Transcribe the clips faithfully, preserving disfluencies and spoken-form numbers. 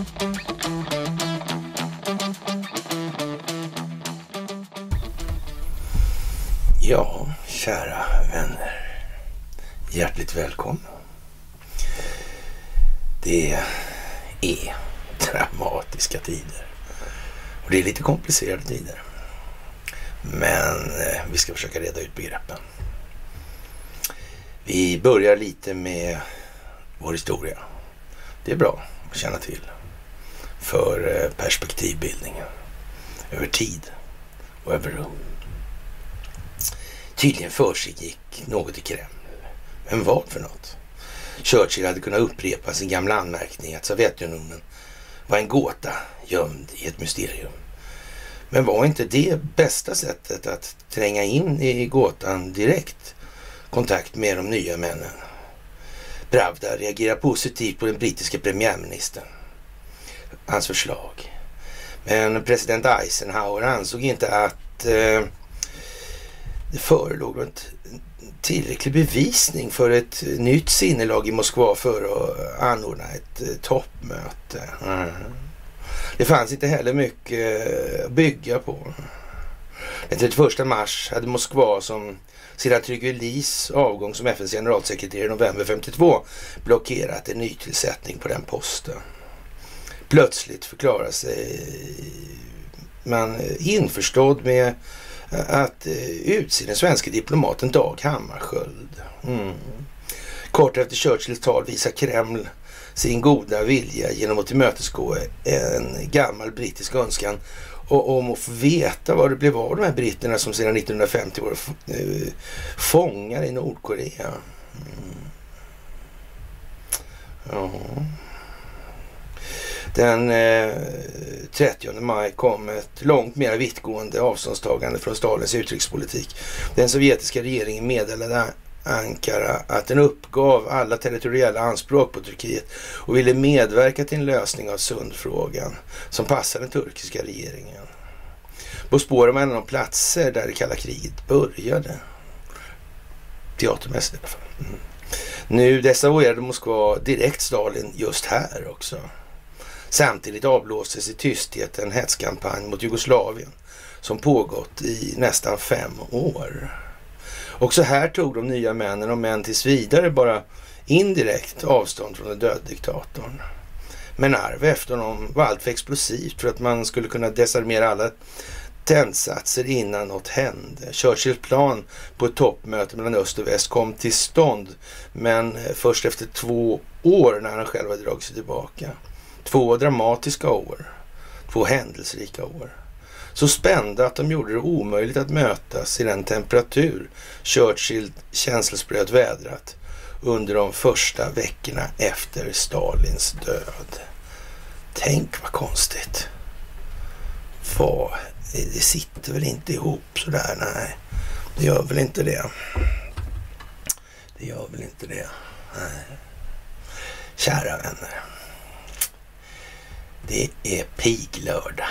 Ja, kära vänner. Hjärtligt välkomna. Det är dramatiska tider. Och det är lite komplicerade tider. Men vi ska försöka reda ut begreppen. Vi börjar lite med vår historia. Det är bra att känna till. För perspektivbildningen. Över tid och över rum. Tydligen försiggick något i Kreml. Men vad för något? Churchill hade kunnat upprepa sin gamla anmärkning att Sovjetunionen var en gåta gömd i ett mysterium. Men var inte det bästa sättet att tränga in i gåtan direkt? Kontakt med de nya männen. Pravda reagerar positivt på den brittiska premiärministern. Hans förslag. Men president Eisenhower ansåg inte att eh, det förelåg ett tillräcklig bevisning för ett nytt sinnelag i Moskva för att anordna ett eh, toppmöte. Mm. Det fanns inte heller mycket att bygga på. Den trettioförsta mars hade Moskva, som sedan Trygve Lies avgång som F N:s generalsekreterare i november femtiotvå, blockerat en nytillsättning på den posten. Plötsligt förklarar sig man införstådd med att utse den svenska diplomaten Dag Hammarskjöld. Mm. Kort efter Churchills tal visar Kreml sin goda vilja genom att tillmötesgå en gammal brittisk önskan och om att få veta vad det blev av de här britterna som sedan nittonhundrafemtio var fångar i Nordkorea. Mm. Ja. Den eh, trettionde maj kom ett långt mer vittgående avståndstagande från Stalins utrikespolitik. Den sovjetiska regeringen meddelade Ankara att den uppgav alla territoriella anspråk på Turkiet och ville medverka till en lösning av Sundfrågan som passade den turkiska regeringen. På spåren var en av de platser där det kalla kriget började. Teatermässigt i alla fall. Mm. Nu desavouerade Moskva direkt Stalin just här också. Samtidigt avblåstes i tysthet en hetskampanj mot Jugoslavien som pågått i nästan fem år. Och så här tog de nya männen och män tills vidare bara indirekt avstånd från den döda diktatorn. Men arv efter honom var allt för explosivt för att man skulle kunna desarmera alla tändsatser innan något hände. Churchills plan på ett toppmöte mellan öst och väst kom till stånd, men först efter två år när han själv hade dragit sig tillbaka. Två dramatiska år. Två händelserika år. Så spända att de gjorde det omöjligt att mötas i den temperatur Churchill känselspröt vädrat under de första veckorna efter Stalins död. Tänk vad konstigt. Vad? Det sitter väl inte ihop sådär, nej. Det gör väl inte det. Det gör väl inte det. Nej. Kära vänner. Det är piglördag.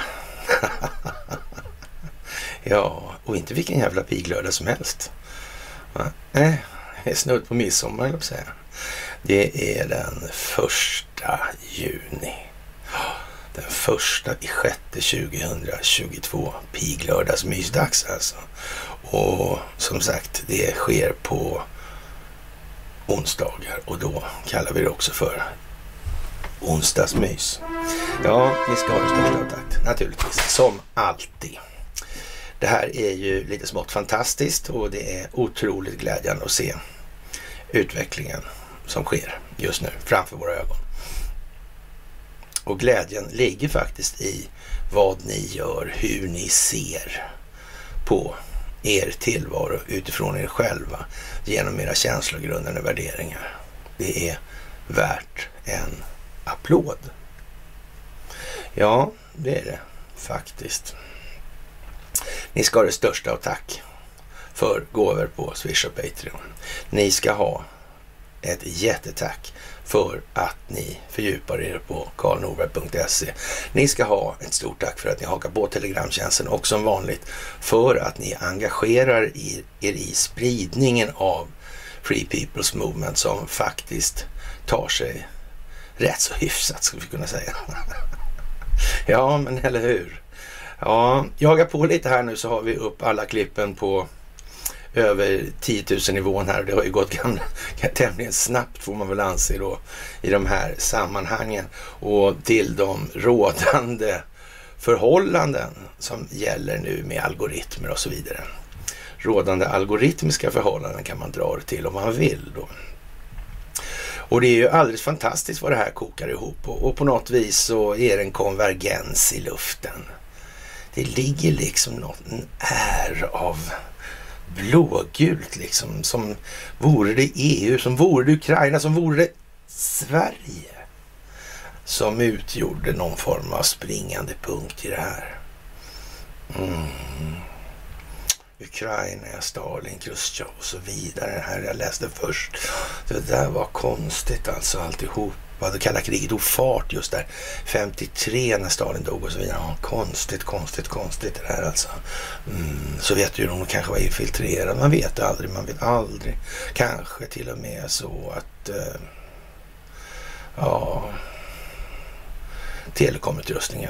Ja, och inte vilken jävla piglördag som helst. Nej, det är snudd på midsommar, jag säga. Det är den första juni. Den första i sjätte tjugohundratjugotvå. Piglördagsmysdags alltså. Och som sagt, det sker på onsdagar. Och då kallar vi det också för onsdagsmys. Ja, ni ska ha det största av takt. Naturligtvis, som alltid. Det här är ju lite smått fantastiskt och det är otroligt glädjande att se utvecklingen som sker just nu framför våra ögon. Och glädjen ligger faktiskt i vad ni gör, hur ni ser på er tillvaro utifrån er själva genom era känslogrundande värderingar. Det är värt en applåd. Ja, det är det faktiskt. Ni ska ha det största av tack för gåvor på Swish och Patreon. Ni ska ha ett jättetack för att ni fördjupar er på karl norberg punkt se. Ni ska ha ett stort tack för att ni hakar på Telegramtjänsten och som vanligt för att ni engagerar er i spridningen av Free People's Movement som faktiskt tar sig rätt så hyfsat, skulle vi kunna säga. Ja, men eller hur? Ja, jaga på lite här nu så har vi upp alla klippen på över tio tusen nivån här. Det har ju gått gamla, tämligen snabbt får man väl anse då i de här sammanhangen. Och till de rådande förhållanden som gäller nu med algoritmer och så vidare. Rådande algoritmiska förhållanden kan man dra det till om man vill då. Och det är ju alldeles fantastiskt vad det här kokar ihop. Och, och på något vis så är det en konvergens i luften. Det ligger liksom något är av blågult liksom. Som vore det E U, som vore det Ukraina, som vore det Sverige. Som utgjorde någon form av springande punkt i det här. Mm. Ukraina, Stalin, Khrushchev och så vidare. Det här jag läste först. Det där var konstigt alltså alltihopa. Det kalla kriget tog fart just där. femtiotre när Stalin dog och så vidare. Ja, konstigt, konstigt, konstigt det här alltså. Mm. Sovjetunionen kanske var infiltrerad. Man vet aldrig, man vet aldrig. Kanske till och med så att eh, ja telekomutrustningen.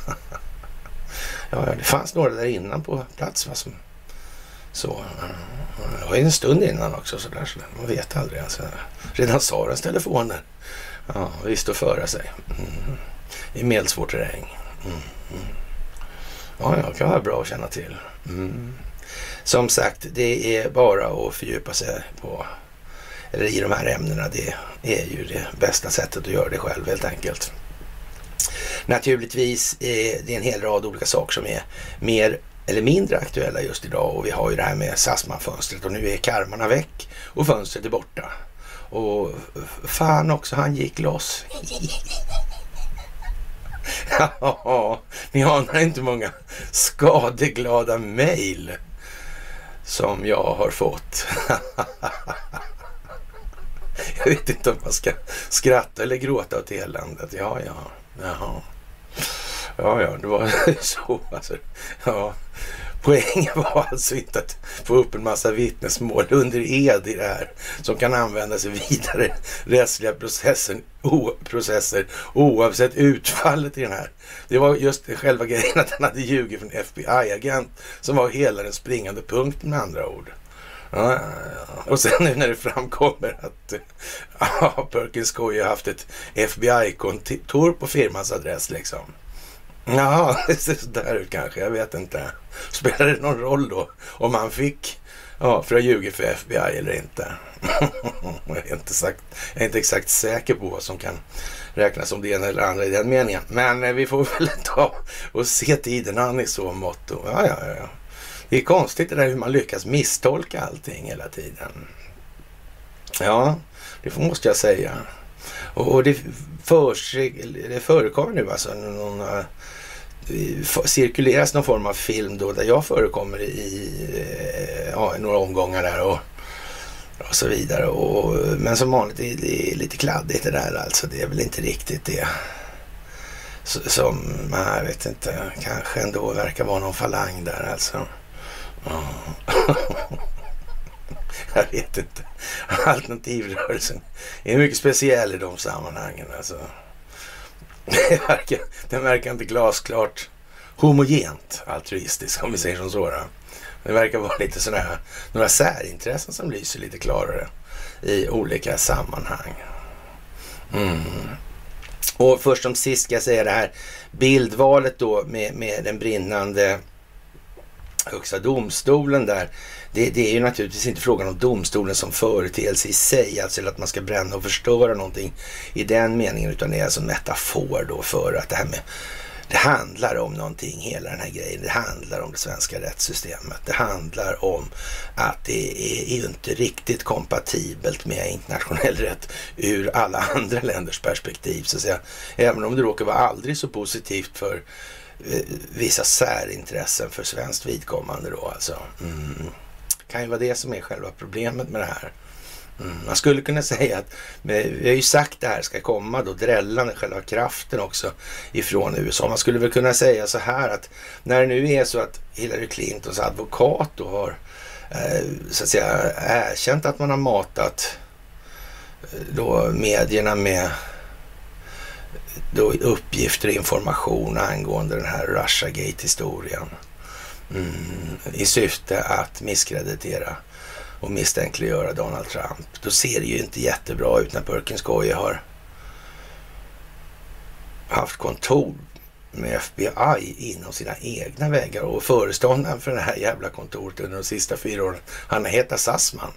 ja, det fanns några där innan på plats va, som så, det var en stund innan också så där, så man vet aldrig alltså. Redan Sarens telefoner ja, visst att föra sig mm. i medsvår terräng mm. Mm. ja, ja, kan vara bra att känna till mm. Som sagt, det är bara att fördjupa sig på eller i de här ämnena, det är ju det bästa sättet att göra det själv helt enkelt. Naturligtvis är det en hel rad olika saker som är mer eller mindre aktuella just idag och vi har ju det här med Sassman-fönstret och nu är karmarna väck och fönstret är borta. Och fan också, han gick loss. Ja, ni anar inte många skadeglada mejl som jag har fått. Jag vet inte om man ska skratta eller gråta åt eländet. Ja, ja, jaha. Ja, ja, det var så. Alltså, ja. Poängen var alltså inte att få upp en massa vittnesmål under ed i det här som kan användas i vidare rättsliga processen, o, processer oavsett utfallet i den här. Det var just själva grejen att han hade ljugit från F B I-agent som var hela den springande punkten med andra ord. Ja, ja, ja. Och sen nu när det framkommer att ja, Perkins har ju haft ett F B I-kontor på firmans adress liksom. Ja, det ser där ut kanske, jag vet inte. Spelar det någon roll då om han fick ja, för att ljuga för F B I eller inte? jag, är inte sagt, jag är inte exakt säker på vad som kan räknas som det ena eller andra i den meningen. Men vi får väl ta och se tiden an i så motto. Ja, ja, ja. Det är konstigt det där hur man lyckas misstolka allting hela tiden. Ja, det måste jag säga. Och, och det, för, det förekommer nu alltså någon, uh, cirkuleras någon form av film då där jag förekommer i uh, ja, några omgångar där och, och så vidare. Och, men som vanligt det, det är lite kladdigt det där alltså. Det är väl inte riktigt det som, jag vet inte, kanske ändå verkar vara någon falang där alltså. Oh. Jag vet inte. Alternativrörelsen är mycket speciell i de sammanhangen. Alltså. Det verkar, den verkar inte glasklart homogent altruistisk om vi säger som så. Då. Det verkar vara lite sådär, några särintressen som lyser lite klarare i olika sammanhang. Mm. Och först som sist ska jag säga det här bildvalet då med, med den brinnande Högsta domstolen där. Det, det är ju naturligtvis inte frågan om domstolen som företeelse i sig, alltså att man ska bränna och förstöra någonting i den meningen, utan det är alltså en metafor då för att det här med, det handlar om någonting, hela den här grejen, det handlar om det svenska rättssystemet, det handlar om att det är ju inte riktigt kompatibelt med internationell rätt ur alla andra länders perspektiv så att säga, även om det råkar vara aldrig så positivt för vissa särintressen för svenskt vidkommande då alltså. Mm. Kan ju vara det som är själva problemet med det här. Mm. Man skulle kunna säga att, vi har ju sagt det här ska komma då, drällande själva kraften också ifrån U S A. Man skulle väl kunna säga så här att när det nu är så att Hillary Clintons advokat då har eh, så att säga erkänt att man har matat då medierna med då uppgifter och information angående den här Russiagate-historien. Mm, i syfte att misskreditera och misstänkliggöra Donald Trump. Då ser det ju inte jättebra ut när Perkins-Coie har haft kontor med F B I inom sina egna väggar och föreståndaren för det här jävla kontoret under de sista fyra åren, han heter Sassman.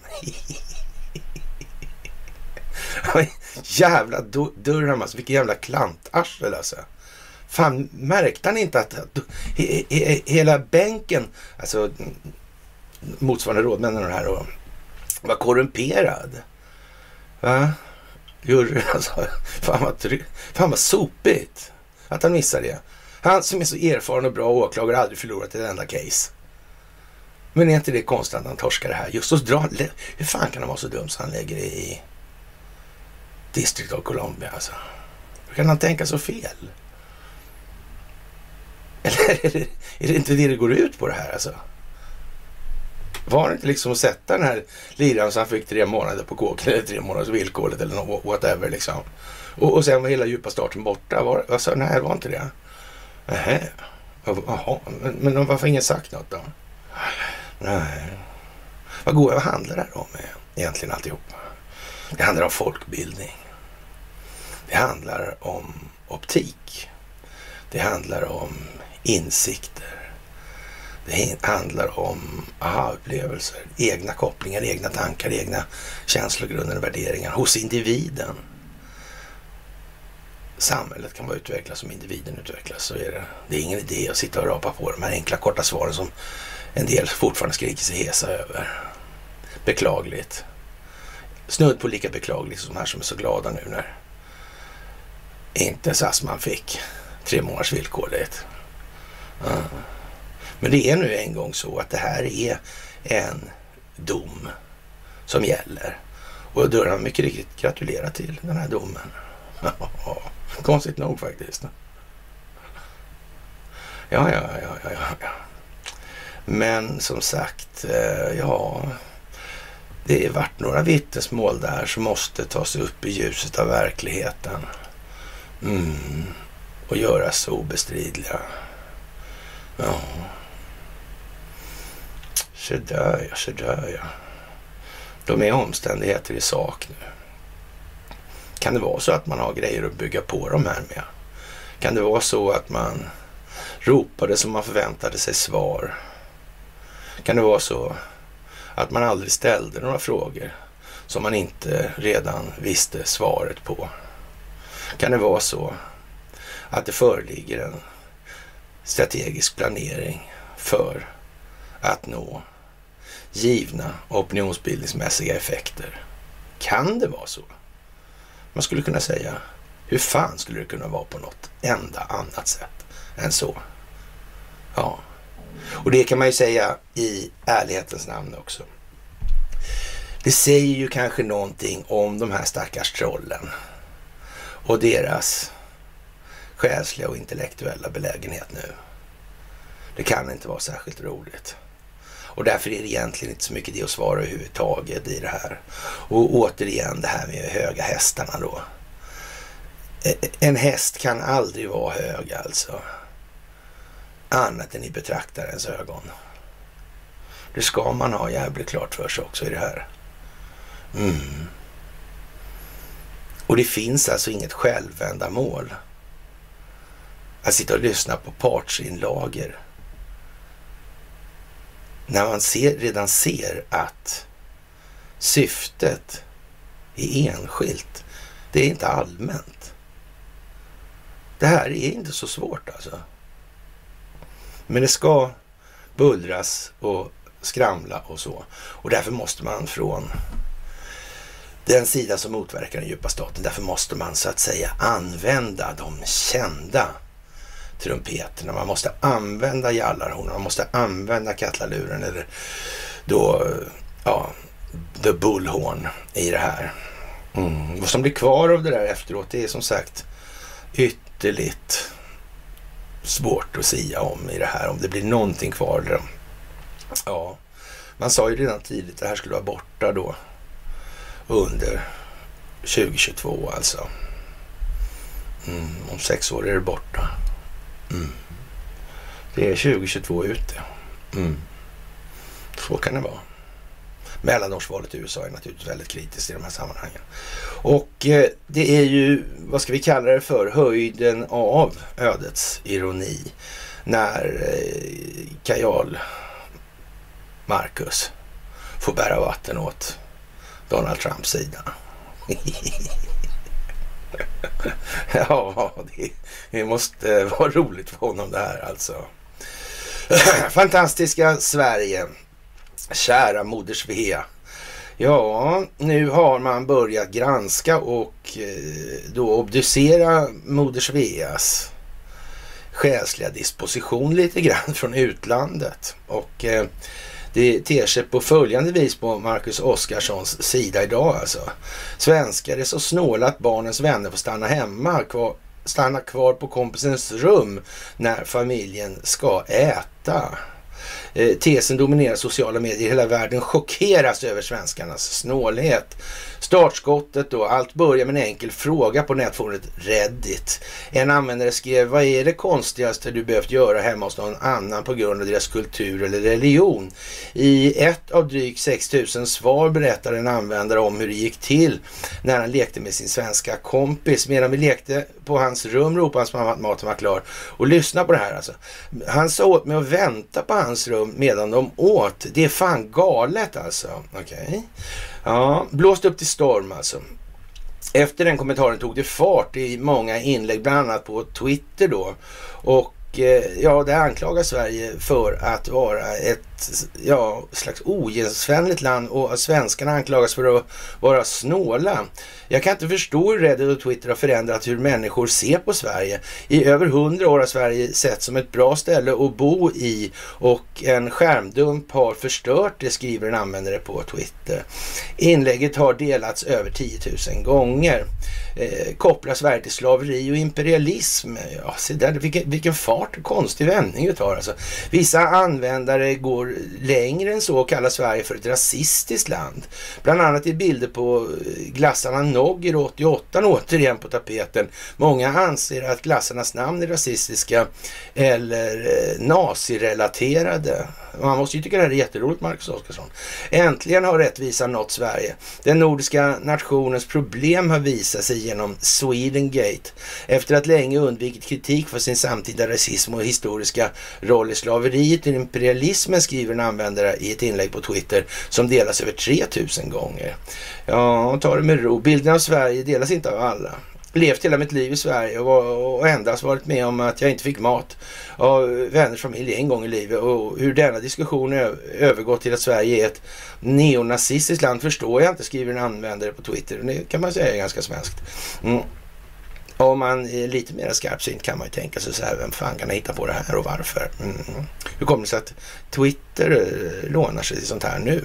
Jävla Durham alltså, vilken jävla klantarsel alltså. Fan, märkte han inte att he, he, hela bänken, alltså motsvarande rådmännen och det här då, var korrumperad? Va? Gör, alltså, fan vad, try- fan vad sopigt att han missar det. Han som är så erfaren och bra åklagare har aldrig förlorat ett enda case. Men är inte det konstigt att han torskar det här? Just att dra, hur fan kan han vara så dum så han lägger det i District of Columbia alltså? Hur kan han tänka så fel? Eller är det, är det inte det det går ut på det här alltså? Var det inte liksom att sätta den här liran så han fick tre månader på kåken eller tre månaders villkoret eller något, whatever liksom. Och, och sen var hela djupa starten borta. Var, vad sa, nej, det var inte det. Nähä. Jaha, men, men varför ingen sagt något då? Nej. Vad går vad handlar det här om egentligen alltihopa? Det handlar om folkbildning. Det handlar om optik. Det handlar om insikter. Det handlar om aha-upplevelser, egna kopplingar, egna tankar, egna känslogrunder och värderingar hos individen. Samhället kan bara utvecklas som individen utvecklas, så är det. Det är ingen idé att sitta och rapa på de här enkla korta svaren som en del fortfarande skriker sig hesa över. Beklagligt. Snudd på lika beklagligt som de här som är så glada nu när inte Sassman fick tre månaders villkorligt. Ja. Men det är nu en gång så att det här är en dom som gäller. Och då är han mycket riktigt gratulerar till den här domen. Konstigt nog faktiskt. Ja, ja, ja, ja, ja. Men som sagt, ja, det är varit några vittnesmål där som måste tas upp i ljuset av verkligheten. Mm. Och göras så obestridliga. Ja. Så dör jag, så dör jag. De är omständigheter i sak nu. Kan det vara så att man har grejer att bygga på de här med? Kan det vara så att man ropade som man förväntade sig svar? Kan det vara så att man aldrig ställde några frågor som man inte redan visste svaret på? Kan det vara så att det föreligger en strategisk planering för att nå givna opinionsbildningsmässiga effekter? Kan det vara så? Man skulle kunna säga, hur fan skulle det kunna vara på något enda annat sätt än så? Ja, och det kan man ju säga i ärlighetens namn också. Det säger ju kanske någonting om de här stackars trollen och deras själsliga och intellektuella belägenhet nu. Det kan inte vara särskilt roligt. Och därför är det egentligen inte så mycket det att svara överhuvudtaget i det här. Och återigen det här med höga hästarna då. En häst kan aldrig vara hög alltså. Annat än i betraktarens ögon. Det ska man ha jävligt klart för sig också i det här. Mm. Och det finns alltså inget självändamål att sitta och lyssna på partsinlager när man ser, redan ser att syftet är enskilt. Det är inte allmänt. Det här är inte så svårt alltså. Men det ska bullras och skramla och så. Och därför måste man från den sida som motverkar den djupa staten, därför måste man så att säga använda de kända trumpeterna. Man måste använda jallarhornen, man måste använda kattlaluren eller då, ja, the bullhorn i det här. Mm. Vad som blir kvar av det där efteråt, det är som sagt ytterligt svårt att säga om i det här. Om det blir någonting kvar där. Ja, man sa ju redan tidigt att det här skulle vara borta då under tjugo tjugotvå alltså. Mm, om sex år är det borta. Mm. Det är tjugo tjugotvå ute. Mm. Så kan det vara. Mellanårsvalet i U S A är naturligtvis väldigt kritiskt i de här sammanhangen. Och eh, det är ju, vad ska vi kalla det för, höjden av ödets ironi när eh, Kajal Marcus får bära vatten åt Donald Trumps sida. Ja, det, det måste vara roligt för honom det här alltså. Fantastiska Sverige. Kära moder Svea. Ja, nu har man börjat granska och då obducera moder Sveas själsliga disposition lite grann från utlandet. Och eh, det ter sig på följande vis på Marcus Oskarssons sida idag alltså. Svenskar är så snåla att barnens vänner får stanna hemma, kvar, stanna kvar på kompisens rum när familjen ska äta. Eh, tesen dominerar sociala medier. Hela världen chockeras över svenskarnas snålhet. Startskottet då. Allt börjar med en enkel fråga på nätforumet Reddit. En användare skrev: vad är det konstigaste du behövt göra hemma hos någon annan på grund av deras kultur eller religion? I ett av drygt sex tusen svar berättar en användare om hur det gick till när han lekte med sin svenska kompis. Medan vi lekte på hans rum ropade hans mamma att maten var klar. Och lyssna på det här alltså. Han sa åt mig att vänta på hans rum medan de åt. Det är fan galet alltså. Okej. Okay. Ja, blåst upp till storm alltså. Efter den kommentaren tog det fart i många inlägg, bland annat på Twitter då. Och ja, det anklagar Sverige för att vara ett ja, slags ogästvänligt land och svenskarna anklagas för att vara snåla. Jag kan inte förstå hur Reddit och Twitter har förändrat hur människor ser på Sverige. I över hundra år har Sverige sett som ett bra ställe att bo i och en skärmdump har förstört det, skriver en användare på Twitter. Inlägget har delats över tio tusen gånger. Eh, kopplar Sverige till slaveri och imperialism. Ja, se där, vilken, vilken fart och konstig vändning det tar alltså. Vissa användare går längre än så och kallar Sverige för ett rasistiskt land. Bland annat i bilder på glassarna Nogger åttioåtta återigen på tapeten. Många anser att glassarnas namn är rasistiska eller eh, nazirelaterade. Man måste ju tycka det här är jätteroligt, Marcus Oskarsson. Äntligen har rättvisan nått Sverige. Den nordiska nationens problem har visat sig genom Swedengate. Efter att länge undvikit kritik för sin samtida rasism och historiska roll i slaveriet och imperialismen, skriver en användare i ett inlägg på Twitter som delas över tre tusen gånger. Ja, ta det med ro. Bilden av Sverige delas inte av alla. Levt hela mitt liv i Sverige och, och endast varit med om att jag inte fick mat av vänners familj en gång i livet, och hur denna diskussion ö- övergått till att Sverige är ett neonazistiskt land förstår jag inte, skriver en användare på Twitter. Det kan man säga är ganska svenskt. Mm. Om man är lite mer skarpsynt kan man ju tänka sig så här, vem fan kan hitta på det här och varför? Mm. Hur kommer det sig att Twitter lånar sig till sånt här nu?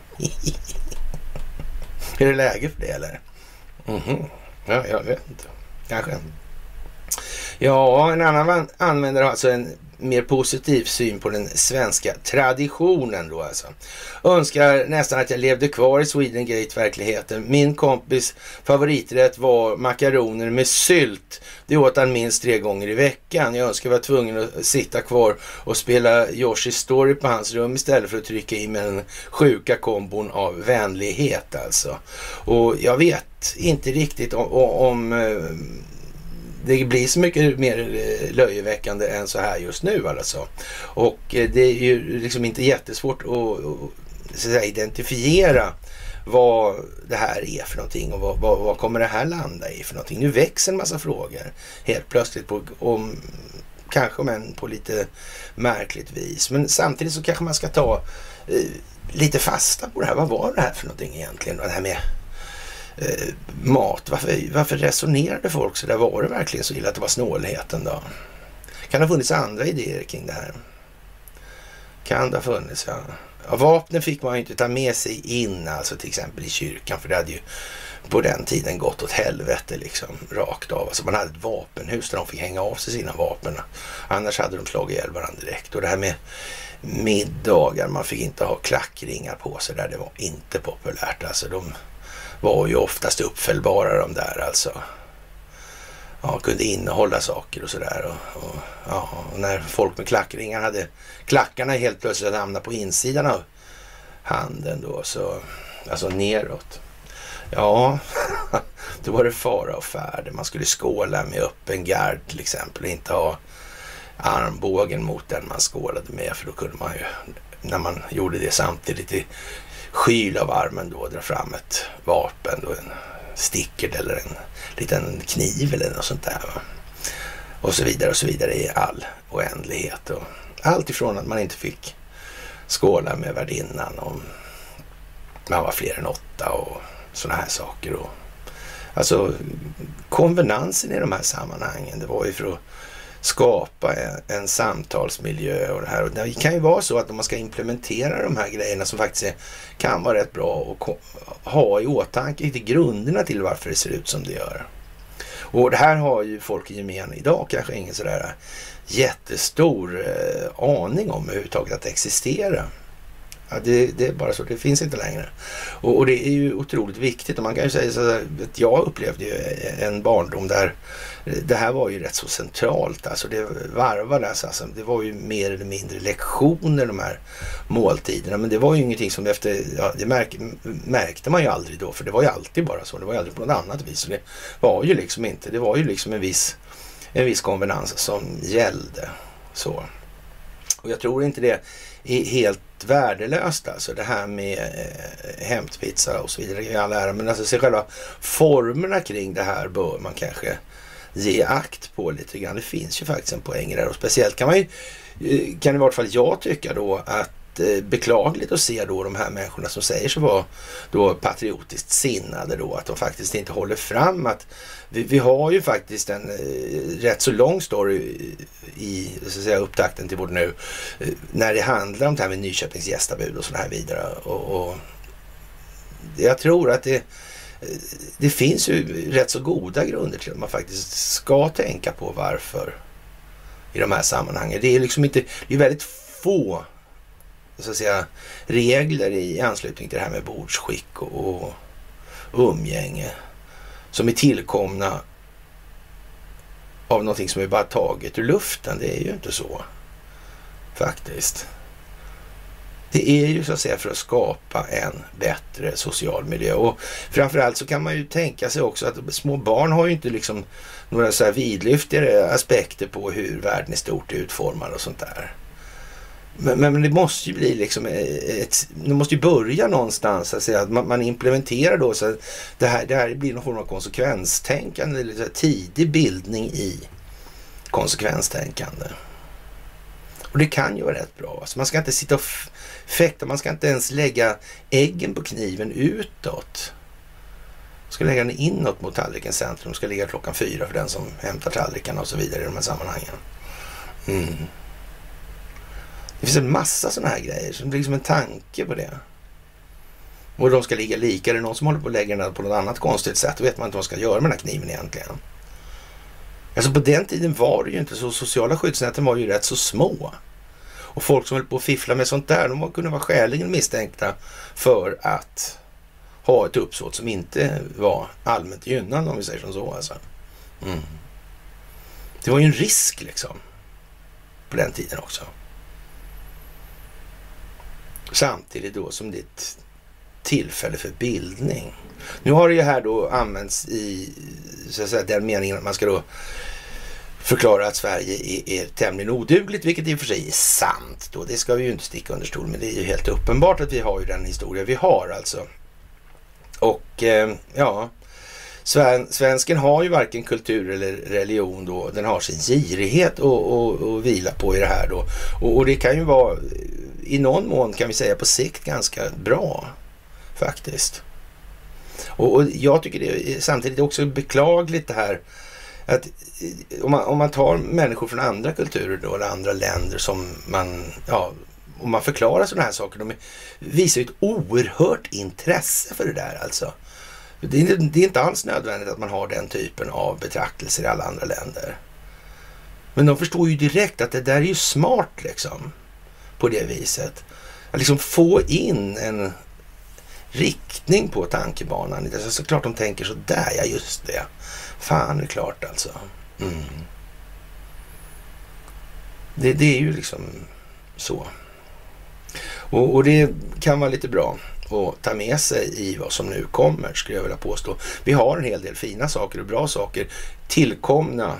Är det läge för det eller? Mhm. Ja, jag vet inte. Kanske. Ja, en annan användare har alltså en mer positiv syn på den svenska traditionen då alltså. Önskar nästan att jag levde kvar i Swedengate-verkligheten. Min kompis favoriträtt var makaroner med sylt. Det åt han minst tre gånger i veckan. Jag önskar vara tvungen att sitta kvar och spela Yoshi's Story på hans rum istället för att trycka in med den sjuka kombon av vänlighet alltså. Och jag vet inte riktigt om, om det blir så mycket mer löjeväckande än så här just nu alltså. Och det är ju liksom inte jättesvårt att, att säga, identifiera vad det här är för någonting och vad, vad, vad kommer det här landa i för någonting. Nu växer en massa frågor helt plötsligt på, om, kanske men på lite märkligt vis. Men samtidigt så kanske man ska ta eh, lite fasta på det här. Vad var det här för någonting egentligen? Det här med Eh, mat. Varför, varför resonerade folk så där? Var det verkligen så illa att det var snålheten då? Kan det ha funnits andra idéer kring det här? Kan det ha funnits, ja. Ja, vapnen fick man ju inte ta med sig in, alltså till exempel i kyrkan, för det hade ju på den tiden gått åt helvete liksom, rakt av. Alltså man hade ett vapenhus där de fick hänga av sig sina vapen. Annars hade de slagit ihjäl varandra direkt. Och det här med middagar, man fick inte ha klackringar på sig där, det var inte populärt. Alltså de var ju oftast uppfällbara de där alltså. ja, kunde innehålla saker och sådär. Och, och, ja, och när folk med klackringar hade klackarna helt plötsligt hamnat på insidan av handen då, så alltså neråt. Ja, då var det fara och färde. Man skulle skåla med öppen gard till exempel och inte ha armbågen mot den man skålade med, för då kunde man ju, när man gjorde det samtidigt i skyl av armen då, dra fram ett vapen då, en stickert eller en liten kniv eller något sånt där, va? Och så vidare och så vidare i all oändlighet. Och allt ifrån att man inte fick skåla med värdinnan om man var fler än åtta och sådana här saker. Och alltså konvenansen i de här sammanhangen, det var ju för att skapa en, en samtalsmiljö och det här. Och det kan ju vara så att om man ska implementera de här grejerna som faktiskt är, kan vara rätt bra och ha i åtanke lite grunderna till varför det ser ut som det gör. Och det här har ju folk i gemen idag kanske ingen sådär jättestor eh, aning om överhuvudtaget att existera. Ja, det, det är bara så, det finns inte längre. Och, och det är ju otroligt viktigt. Och man kan ju säga så att jag upplevde ju en barndom där det här var ju rätt så centralt. Alltså det varvades, alltså det var ju mer eller mindre lektioner, de här måltiderna. Men det var ju ingenting som efter, ja, det märk, märkte man ju aldrig då, för det var ju alltid bara så. Det var ju aldrig på något annat vis. Så det var ju liksom inte, det var ju liksom en viss, en viss konvenans som gällde så. Och jag tror inte det är helt värdelöst, alltså det här med eh, hämtpizza och så vidare i all ära, men alltså sig själva formerna kring det här bör man kanske ge akt på lite grann. Det finns ju faktiskt en poäng där, och speciellt kan man ju, kan i vart fall jag tycka då att eh, beklagligt att se då de här människorna som säger sig vara då patriotiskt sinnade då, att de faktiskt inte håller fram att vi, vi har ju faktiskt en eh, rätt så lång story i så att säga upptakten till vårt nu eh, när det handlar om det här med Nyköpings gästabud och sådana här vidare, och, och jag tror att det det finns ju rätt så goda grunder till att man faktiskt ska tänka på varför i de här sammanhangen. Det är liksom inte, det är väldigt få så att säga regler i anslutning till det här med bordsskick och, och umgänge som är tillkomna av någonting som är bara taget ur luften. Det är ju inte så faktiskt. Det är ju så att säga för att skapa en bättre social miljö, och framförallt så kan man ju tänka sig också att små barn har ju inte liksom några så här vidlyftigare aspekter på hur världen i stort är utformad och sånt där. Men, men det måste ju bli liksom ett, det måste ju börja någonstans att säga att man, man implementerar då så att det här, det här blir någon form av konsekvenstänkande eller så här tidig bildning i konsekvenstänkande. Och det kan ju vara rätt bra. Alltså man ska inte sitta och fäkta, man ska inte ens lägga äggen på kniven utåt. Man ska lägga den inåt mot tallrikens centrum. Man ska ligga klockan fyra för den som hämtar tallrikarna och så vidare i de här sammanhangen. Mm. Det finns en massa sådana här grejer som blir liksom en tanke på det. Och de ska ligga lika. Är det någon som håller på att lägga den på något annat konstigt sätt, då vet man inte vad man ska göra med den här kniven egentligen. Alltså på den tiden var det ju inte så. Sociala skyddsnäten var ju rätt så små. Och folk som höll på att fiffla med sånt där, de kunde vara skäligen misstänkta för att ha ett uppsåt som inte var allmänt gynnande, om vi säger som så. Alltså. Mm. Det var ju en risk liksom. På den tiden också. Samtidigt då som det är ett tillfälle för bildning. Nu har det ju här då använts i så att säga, den meningen att man ska då förklara att Sverige är, är tämligen odugligt, vilket i och för sig är sant då. Det ska vi ju inte sticka under stol, men det är ju helt uppenbart att vi har ju den historia vi har alltså. Och eh, ja, Sven, svensken har ju varken kultur eller religion då. Den har sin girighet och, och, och vila på i det här då. Och, och det kan ju vara i någon mån, kan vi säga, på sikt ganska bra faktiskt. Och, och jag tycker det är samtidigt också beklagligt det här att om man, om man tar människor från andra kulturer då, eller andra länder som man, ja, om man förklarar sådana här saker, de visar ju ett oerhört intresse för det där alltså. Det är, det är inte alls nödvändigt att man har den typen av betraktelser i alla andra länder. Men de förstår ju direkt att det där är ju smart liksom, på det viset. Att liksom få in en riktning på tankebanan. Det är såklart de tänker så där, ja just det. Fan, det är klart alltså. Mm. Det, det är ju liksom så. Och, och det kan vara lite bra att ta med sig i vad som nu kommer, skulle jag vilja påstå. Vi har en hel del fina saker och bra saker tillkomna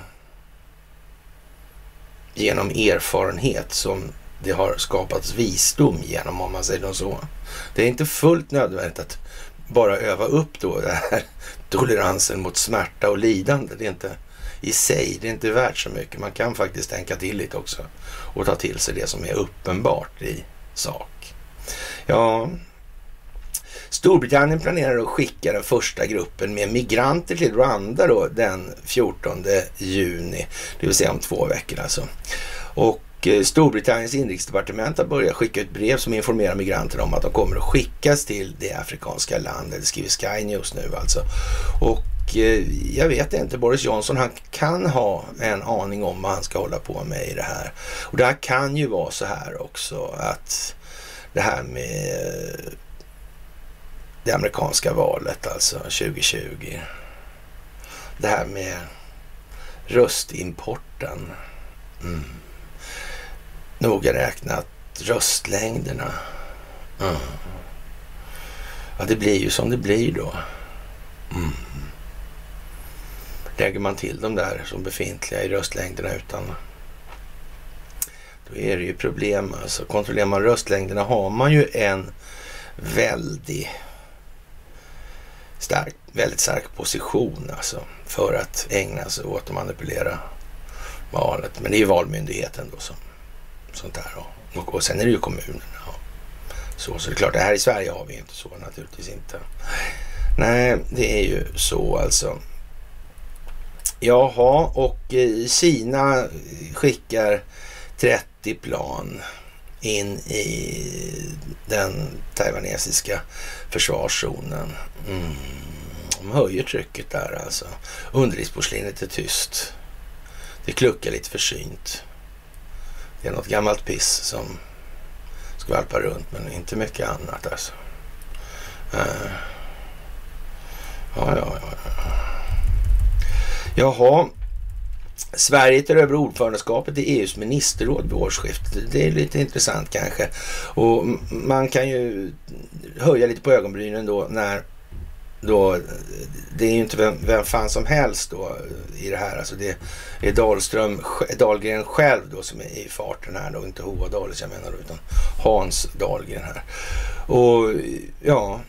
genom erfarenhet som det har skapats visdom genom, om man säger så. Det är inte fullt nödvändigt att bara öva upp då det här toleransen mot smärta och lidande. Det är inte i sig, det är inte värt så mycket. Man kan faktiskt tänka till lite också och ta till sig det som är uppenbart i sak. Ja, Storbritannien planerar att skicka den första gruppen med migranter till Rwanda då den fjortonde juni, det vill säga om två veckor alltså. Och Storbritanniens inrikesdepartement har börjat skicka ut brev som informerar migranter om att de kommer att skickas till det afrikanska landet. Det skriver Sky News nu alltså. Och eh, jag vet inte, Boris Johnson, han kan ha en aning om vad han ska hålla på med i det här. Och det här kan ju vara så här också, att det här med det amerikanska valet alltså tjugo tjugo. Det här med röstimporten. Mm. Noga räknat röstlängderna. Mm. Ja, det blir ju som det blir då. Mm. Lägger man till de där som befintliga i röstlängderna utan, då är det ju problem. Alltså, kontrollerar man röstlängderna har man ju en väldigt stark, väldigt stark position alltså, för att ägna sig åt att manipulera valet. Men det är ju valmyndigheten då som sånt där. Och, och sen är det ju kommunerna. Så, så det är klart, det här i Sverige har vi inte så, naturligtvis inte. Nej, det är ju så alltså. Jaha, och Kina skickar trettio plan in i den taiwanesiska försvarszonen. Mm. De höjer trycket där alltså. Underlivsporslinet är tyst. Det kluckar lite försynt. Det är något gammalt piss som skvalpar runt, men inte mycket annat alltså. Uh. Ja, ja, ja. Jaha. Sverige tar över ordförandeskapet i E U:s ministerråd vid årsskiftet. Det är lite intressant kanske. Och man kan ju höja lite på ögonbrynen då när då, det är ju inte vem, vem fan som helst då i det här. Alltså det är Dahlström, Dahlgren själv då som är i farten här då, inte Hoa Dahlis jag menar då, utan Hans Dahlgren här. Och ja,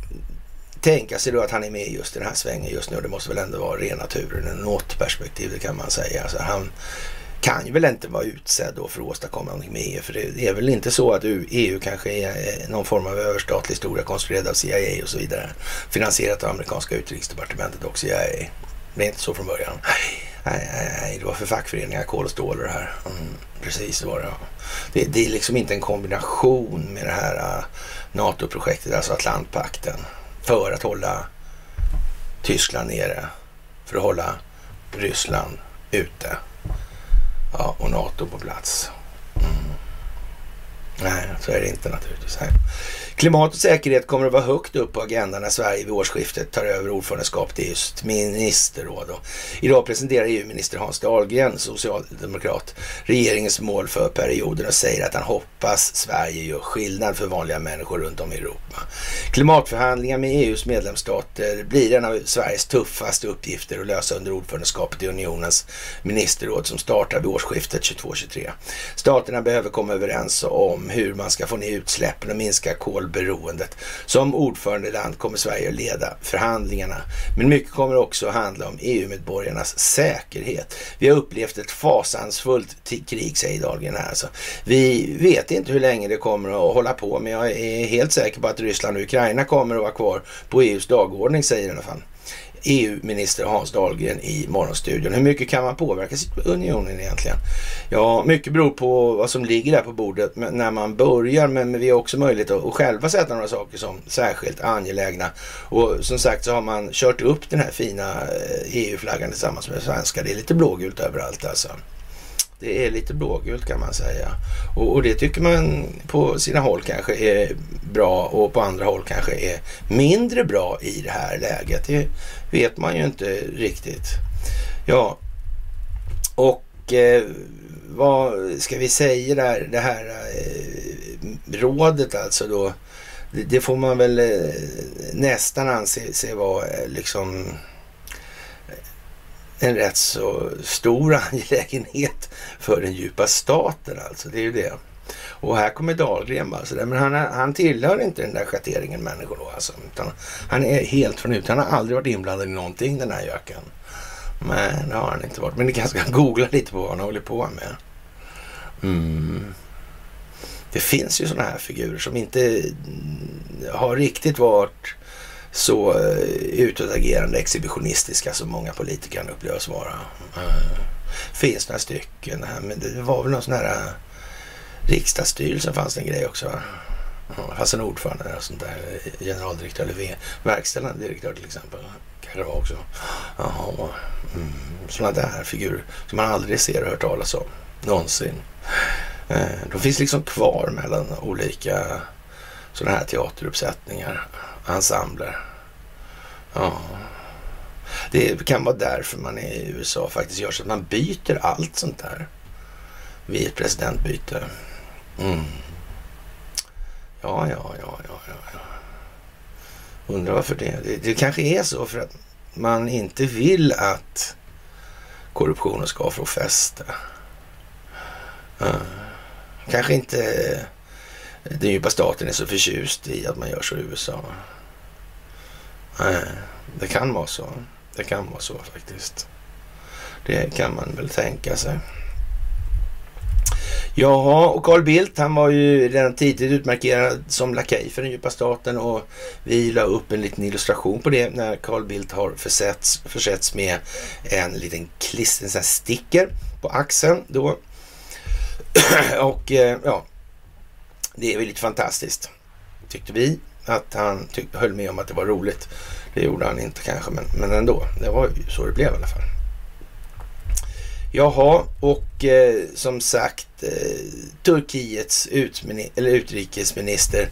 tänka sig då att han är med just i den här svängen just nu. Det måste väl ändå vara rena turen, något perspektiv, det kan man säga. Alltså han kan ju väl inte vara utsedd då för att åstadkomma någonting med E U. För det är väl inte så att E U kanske är någon form av överstatlig historia konstruerad av C I A och så vidare. Finansierat av amerikanska utrikesdepartementet och C I A. Det är inte så från början. Nej, nej, nej, det var för fackföreningar, kol och stål och det här. Mm, precis så var det. det. Det är liksom inte en kombination med det här uh, NATO-projektet, alltså Atlantpakten. För att hålla Tyskland nere. För att hålla Ryssland ute. Ja, och NATO på plats. Mm. Nej, så är det inte naturligtvis. Nej. Klimat och säkerhet kommer att vara högt upp på agendan när Sverige vid årsskiftet tar över ordförandeskapet i just ministerråd. Idag presenterar E U-minister Hans Dahlgren, socialdemokrat, regeringens mål för perioden och säger att han hoppas Sverige gör skillnad för vanliga människor runt om i Europa. Klimatförhandlingar med E U:s medlemsstater blir en av Sveriges tuffaste uppgifter att lösa under ordförandeskapet i unionens ministerråd som startar vid årsskiftet tjugotvå tjugotre. Staterna behöver komma överens om hur man ska få ner utsläppen och minska kol beroendet. Som ordförandeland kommer Sverige att leda förhandlingarna. Men mycket kommer också att handla om E U-medborgarnas säkerhet. Vi har upplevt ett fasansfullt krig, säger Dahlgren här. Alltså, vi vet inte hur länge det kommer att hålla på, men jag är helt säker på att Ryssland och Ukraina kommer att vara kvar på E U:s dagordning, säger i alla fall E U-minister Hans Dahlgren i Morgonstudion. Hur mycket kan man påverka unionen egentligen? Ja, mycket beror på vad som ligger där på bordet när man börjar, men vi har också möjlighet att själva sätta några saker som särskilt angelägna. Och som sagt så har man kört upp den här fina E U-flaggan tillsammans med svenska. Det är lite blågult överallt alltså. Det är lite blågult kan man säga. Och, och det tycker man på sina håll kanske är bra och på andra håll kanske är mindre bra i det här läget. Det vet man ju inte riktigt. Ja, och eh, vad ska vi säga där? Det här eh, rådet alltså då, det, det får man väl eh, nästan anse se vara eh, liksom en rätt så stor angelägenhet för den djupa staten alltså, det är ju det. Och här kommer Dahlgren bara sådär, men han, han tillhör inte den där schatteringen människor då alltså, utan han är helt från ut, han har aldrig varit inblandad i någonting den här göken. Men det har han inte varit, men ni kanske ska googla lite på vad han håller på med. Mm. Det finns ju sådana här figurer som inte har riktigt varit så uh, utåtagerande exhibitionistiska som många politiker kan upplevas vara. Uh, finns några stycken här, men det var väl någon sån här uh, riksdagsstyrelsen fanns det en grej också. Uh, fanns en ordförande och sånt där, generaldirektör eller v, verkställande direktör till exempel. Kan det vara också. Jaha, mm, sådana där figurer som man aldrig ser och hört talas om. Någonsin. Uh, de finns liksom kvar mellan olika sådana här teateruppsättningar, ensembler. Ja. Det kan vara därför man i U S A faktiskt gör så att man byter allt sånt där vid ett presidentbyte. Mm. Ja, ja, ja, ja, ja, ja. Undrar varför det. det. Det kanske är så för att man inte vill att korruptionen ska få fäste. Uh. Kanske inte den djupa staten är så förtjust i att man gör så i U S A. Nej, det kan vara så. Det kan vara så faktiskt. Det kan man väl tänka sig. Jaha, och Carl Bildt, han var ju redan tidigt utmarkerad som lakej för den djupa staten och vi la upp en liten illustration på det när Carl Bildt har försetts, försetts med en liten klister, en sån här sticker på axeln då. Och ja, det är väl lite fantastiskt, tyckte vi, att han tyck- höll med om att det var roligt. Det gjorde han inte kanske, men, men ändå. Det var ju så det blev i alla fall. Jaha, och eh, som sagt, eh, Turkiets utmini- eller utrikesminister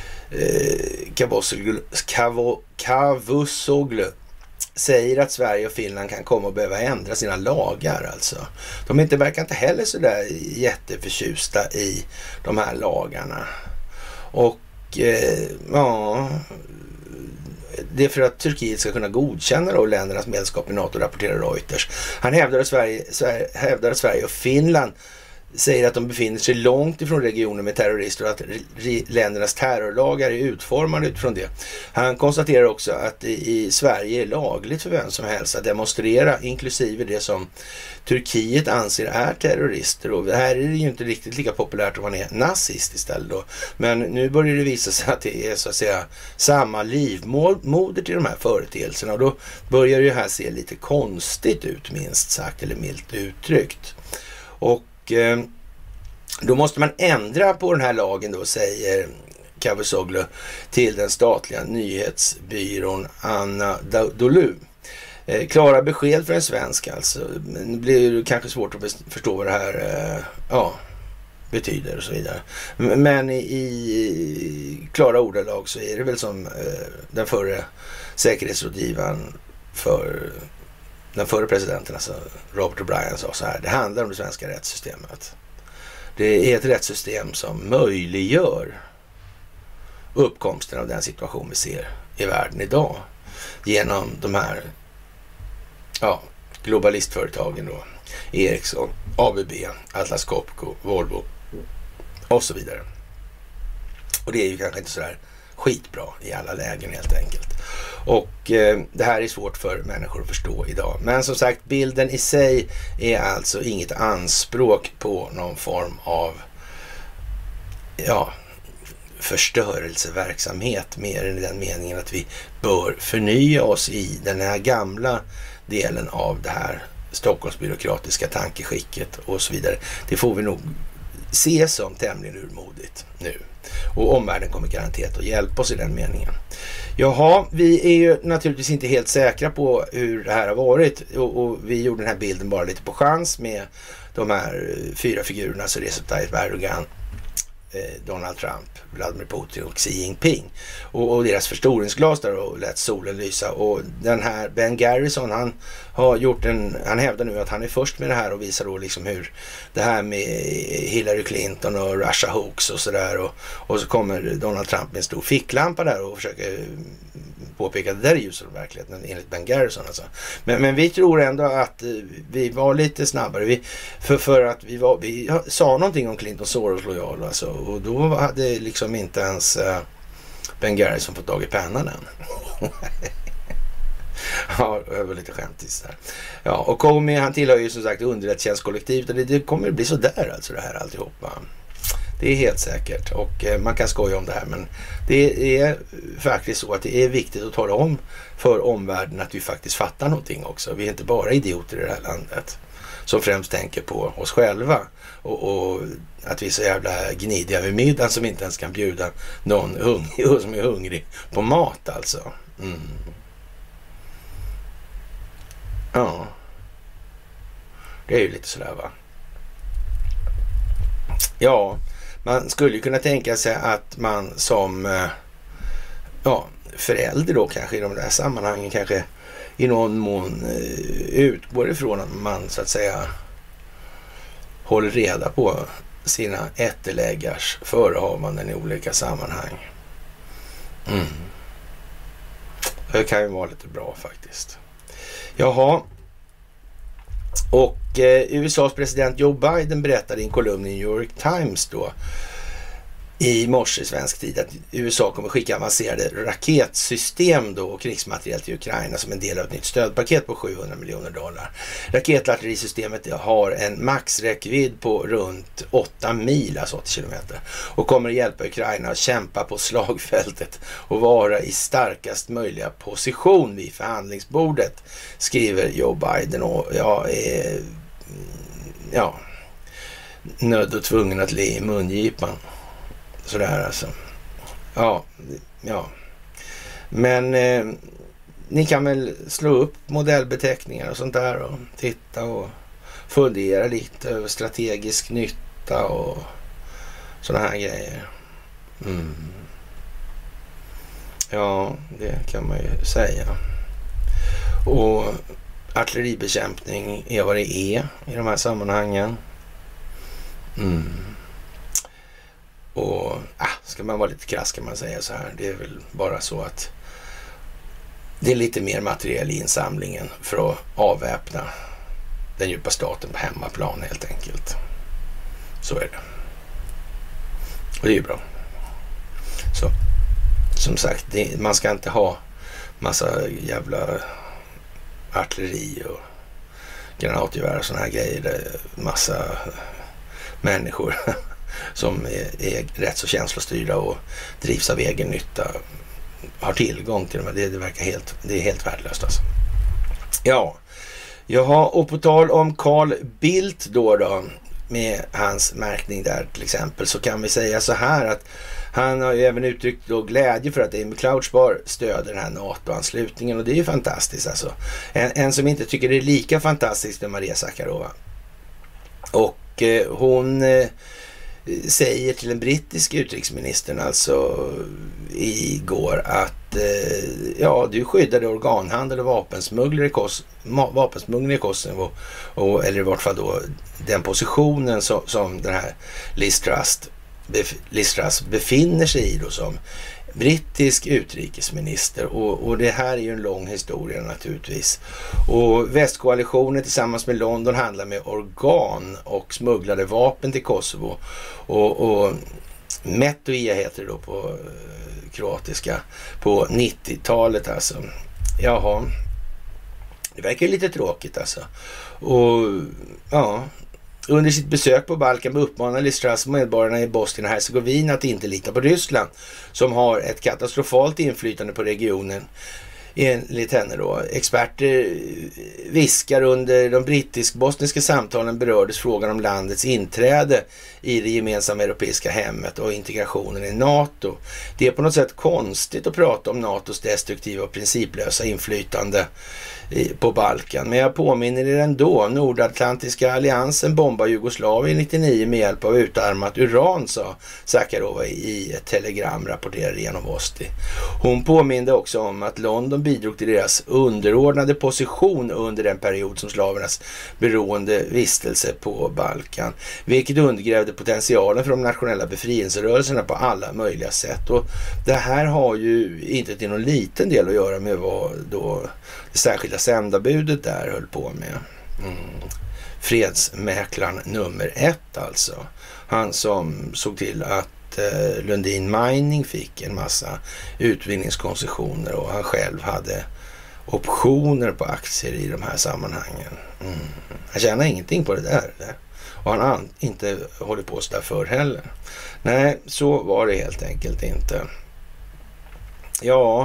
eh, Cavusoglu, Cavo, Cavusoglu säger att Sverige och Finland kan komma att behöva ändra sina lagar alltså. De inte, verkar inte heller så där jätteförtjusta i de här lagarna. Och eh, ja, det är för att Turkiet ska kunna godkänna då ländernas medlemskap i NATO, rapporterar Reuters. Han hävdar att Sverige, Sverige, hävdar att Sverige och Finland säger att de befinner sig långt ifrån regioner med terrorister och att ländernas terrorlagar är utformade utifrån det. Han konstaterar också att i Sverige är lagligt för vem som helst att demonstrera, inklusive det som Turkiet anser är terrorister. Och här är det ju inte riktigt lika populärt om man är nazist istället då. Men nu börjar det visa sig att det är så att säga samma livmoder till de här företeelserna och då börjar det här se lite konstigt ut, minst sagt, eller milt uttryckt. Och då måste man ändra på den här lagen då, säger Cavusoglu till den statliga nyhetsbyrån Anadolu. Eh, klara besked för en svensk alltså. Det blir kanske svårt att förstå vad det här eh, ja, betyder och så vidare. Men i, i klara ordalag så är det väl som eh, den förre säkerhetsrådgivaren för den förre presidenten, alltså Robert O'Brien, sa så här: det handlar om det svenska rättssystemet. Det är ett rättssystem som möjliggör uppkomsten av den situation vi ser i världen idag genom de här ja, globalistföretagen då, Ericsson, A B B, Atlas Copco, Volvo och så vidare. Och det är ju kanske inte så där skitbra i alla lägen helt enkelt. Och eh, det här är svårt för människor att förstå idag. Men som sagt, bilden i sig är alltså inget anspråk på någon form av ja, förstörelseverksamhet, mer än i den meningen att vi bör förnya oss i den här gamla delen av det här Stockholmsbyråkratiska tankeskicket och så vidare. Det får vi nog se som tämligen urmodigt nu. Och omvärlden kommer garanterat att hjälpa oss i den meningen. Jaha, vi är ju naturligtvis inte helt säkra på hur det här har varit. Och, och vi gjorde den här bilden bara lite på chans med de här fyra figurerna, alltså Recep Tayyip Erdogan, Donald Trump, Vladimir Putin och Xi Jinping. Och, och deras förstoringsglas där och lät solen lysa. Och den här Ben Garrison, han har gjort en, han hävdar nu att han är först med det här och visar då liksom hur det här med Hillary Clinton och Russia hoax och sådär. Och, och så kommer Donald Trump med en stor ficklampa där och försöker påpeka att det där är ljus och verkligheten enligt Ben Garrison alltså. Men, men vi tror ändå att vi var lite snabbare. Vi, för, för att vi, var, vi sa någonting om Clinton Soros lojal alltså. Och då hade liksom inte ens uh, Ben Garrison fått tag i pennan än. Ja, det var lite skämtigt där. Ja, och Comey, han tillhör ju som sagt underrättelsetjänstkollektivet och det, det kommer bli så där alltså det här alltihopa. Det är helt säkert och eh, man kan skoja om det här men det är faktiskt så att det är viktigt att tala om för omvärlden att vi faktiskt fattar någonting också. Vi är inte bara idioter i det här landet som främst tänker på oss själva och, och att vi är så jävla gnidiga vid middagen som inte ens kan bjuda någon hungrig, som är hungrig på mat alltså. Mm. Ja. Det är ju lite sådär va. Ja, man skulle ju kunna tänka sig att man som ja, förälder då kanske i de där sammanhangen kanske i någon mån utgår ifrån att man så att säga håller reda på sina ätteläggars förehavanden i olika sammanhang. Mm. Det kan ju vara lite bra faktiskt. Jaha. Och eh, U S A:s president Joe Biden berättade i en kolumn i New York Times då i morse svensk tid att U S A kommer skicka avancerade raketsystem då och krigsmateriel till Ukraina som en del av ett nytt stödpaket på sjuhundra miljoner dollar. Raketartillerisystemet har en maxräckvidd på runt åtta mil, alltså åttio kilometer, och kommer att hjälpa Ukraina att kämpa på slagfältet och vara i starkast möjliga position vid förhandlingsbordet, skriver Joe Biden. Och jag är ja, nödd och tvungen att le i mungipan. Sådär alltså. Ja, ja. Men eh, ni kan väl slå upp modellbeteckningar och sånt där och titta och fundera lite över strategisk nytta och sådana här grejer. Mm. Ja, det kan man ju säga. Och artilleribekämpning är vad det är i de här sammanhangen. Mm. Och ah, ska man vara lite krass kan man säga så här. Det är väl bara så att det är lite mer materiell i insamlingen för att avväpna den djupa staten på hemmaplan helt enkelt. Så är det. Och det är ju bra. Så som sagt, det, man ska inte ha massa jävla artilleri och granatgevär och såna här grejer. Det är massa människor som är, är rätt så känslostyrda och drivs av egen nytta har tillgång till dem. Det, det verkar helt, det är helt värdelöst alltså. Ja, jaha, och på tal om Carl Bildt då då med hans märkning där till exempel, så kan vi säga så här att han har ju även uttryckt då glädje för att Amy Clouchbar stöder den här NATO-anslutningen och det är ju fantastiskt alltså. En, en som inte tycker det är lika fantastiskt är Maria Zakharova. Och eh, hon eh, säger till en brittisk utrikesministern alltså igår att eh, ja, du skyddade organhandel och vapensmugglare i, Kos- vapensmugglare i Kosovo och, eller i vart fall då den positionen som, som den här Liz Truss, bef- Liz Truss befinner sig i då som brittisk utrikesminister och, och det här är ju en lång historia naturligtvis. Och västkoalitionen tillsammans med London handlar med organ och smugglade vapen till Kosovo och, och Metohija heter det då på eh, kroatiska på nittiotalet alltså. Jaha, det verkar lite tråkigt alltså. Och ja, under sitt besök på Balkan uppmanar Liz Truss medborgarna i Bosnien och Hercegovina att inte lita på Ryssland som har ett katastrofalt inflytande på regionen enligt henne då. Experter viskar under de brittisk-bosniska samtalen berördes frågan om landets inträde i det gemensamma europeiska hemmet och integrationen i NATO. Det är på något sätt konstigt att prata om NATOs destruktiva och principlösa inflytande på Balkan. Men jag påminner er ändå, Nordatlantiska alliansen bombar Jugoslavien nittionio med hjälp av utarmat uran, sa Zakharova i ett telegram, rapporterade genom Vosti. Hon påminde också om att London bidrog till deras underordnade position under den period som slavernas beroende vistelse på Balkan, vilket undergrävde potentialen för de nationella befrielserörelserna på alla möjliga sätt. Och det här har ju inte till någon liten del att göra med vad då det särskilda sändarbudet där höll på med. Mm. Fredsmäklaren nummer ett alltså. Han som såg till att eh, Lundin Mining fick en massa utvinningskoncessioner och han själv hade optioner på aktier i de här sammanhangen. Mm. Han tjänar ingenting på det där. Eller? Och han har inte hållit på så där för heller. Nej, så var det helt enkelt inte. Ja...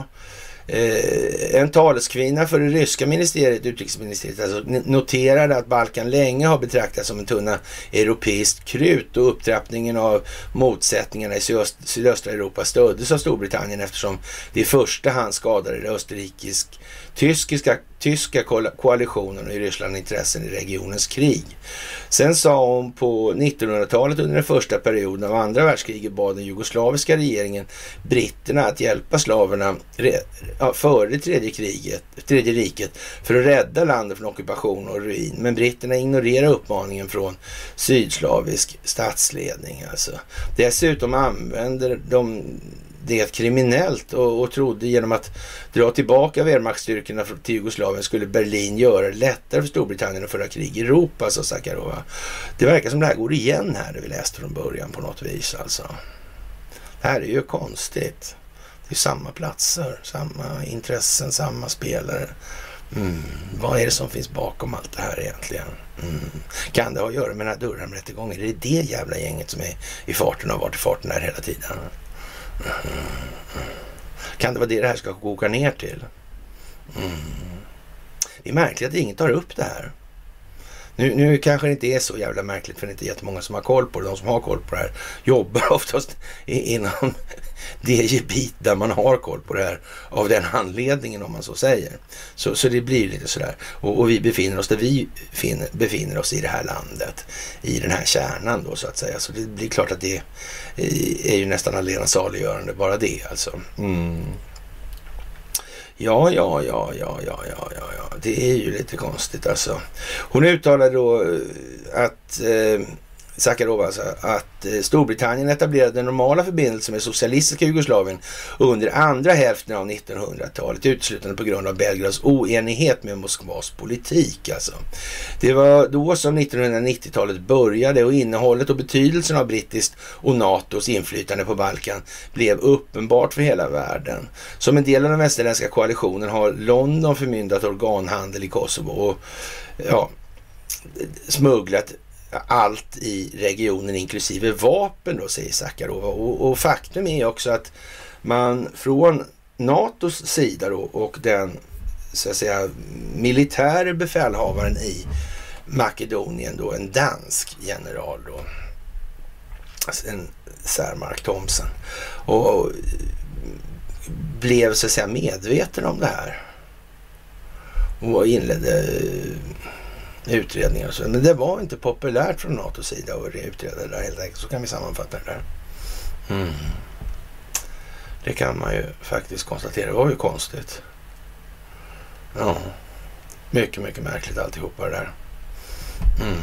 Eh, en taleskvinna för det ryska ministeriet, utrikesministeriet, alltså, noterade att Balkan länge har betraktats som en tunna europeiskt krut och upptrappningen av motsättningarna i sydöst, sydöstra Europa stöddes av Storbritannien eftersom det i första hand skadade det österrikisk tyskiska, tyska koalitionen och i Ryssland intressen i regionens krig. Sen sa hon på nittonhundratalet under den första perioden av andra världskriget bad den jugoslaviska regeringen britterna att hjälpa slaverna re, ja, före det tredje kriget, tredje riket för att rädda landet från ockupation och ruin. Men britterna ignorerade uppmaningen från sydslavisk statsledning. Alltså. Dessutom använder de det kriminellt och, och trodde genom att dra tillbaka Wehrmachtstyrkorna till Jugoslavien skulle Berlin göra det lättare för Storbritannien att föra krig i Europa, sa Zakharova. Det verkar som det här går igen här, det vi läste från början på något vis alltså. Det här är ju konstigt. Det är samma platser, samma intressen, samma spelare. Mm. Vad är det som finns bakom allt det här egentligen? Mm. Kan det ha att göra med den här Durham-rättegången? Är det det jävla gänget som är i farten och har varit i farten här hela tiden? Mm. Kan det vara det det här ska koka ner till? Mm. Det är märkligt att ingen tar upp det här. Nu, nu kanske det inte är så jävla märkligt för det är inte jättemånga som har koll på det. De som har koll på det här jobbar oftast inom det gebit där man har koll på det här av den anledningen, om man så säger. Så, så det blir lite sådär. Och, och vi befinner oss där vi finner, befinner oss i det här landet. I den här kärnan då så att säga. Så det blir klart att det är, är ju nästan allena saliggörande bara det alltså. Mm. Ja, ja, ja, ja, ja, ja, ja, ja. Det är ju lite konstigt alltså. Hon uttalade då att eh, Zakharova alltså, att eh, Storbritannien etablerade normala förbindelser med socialistiska Jugoslavien under andra hälften av nittonhundratalet uteslutande på grund av Belgrads oenighet med Moskvas politik alltså. Det var då som nittonhundranittiotalet började och innehållet och betydelsen av brittiskt och NATOs inflytande på Balkan blev uppenbart för hela världen. Som en del av den västerländska koalitionen har London förmyndat organhandel i Kosovo och ja, smugglat allt i regionen inklusive vapen då, säger Zakharova. Och, och faktum är också att man från NATOs sida då, och den så att säga militära befälhavaren i Makedonien då, en dansk general då, alltså en Särmark Thomsen, och blev så att säga medveten om det här och inledde utredningar och så. Men det var inte populärt från NATOs sida att utreda det där helt enkelt. Så kan vi sammanfatta det där. Mm. Det kan man ju faktiskt konstatera. Det var ju konstigt. Ja. Mycket, mycket märkligt alltihopa det där. Mm.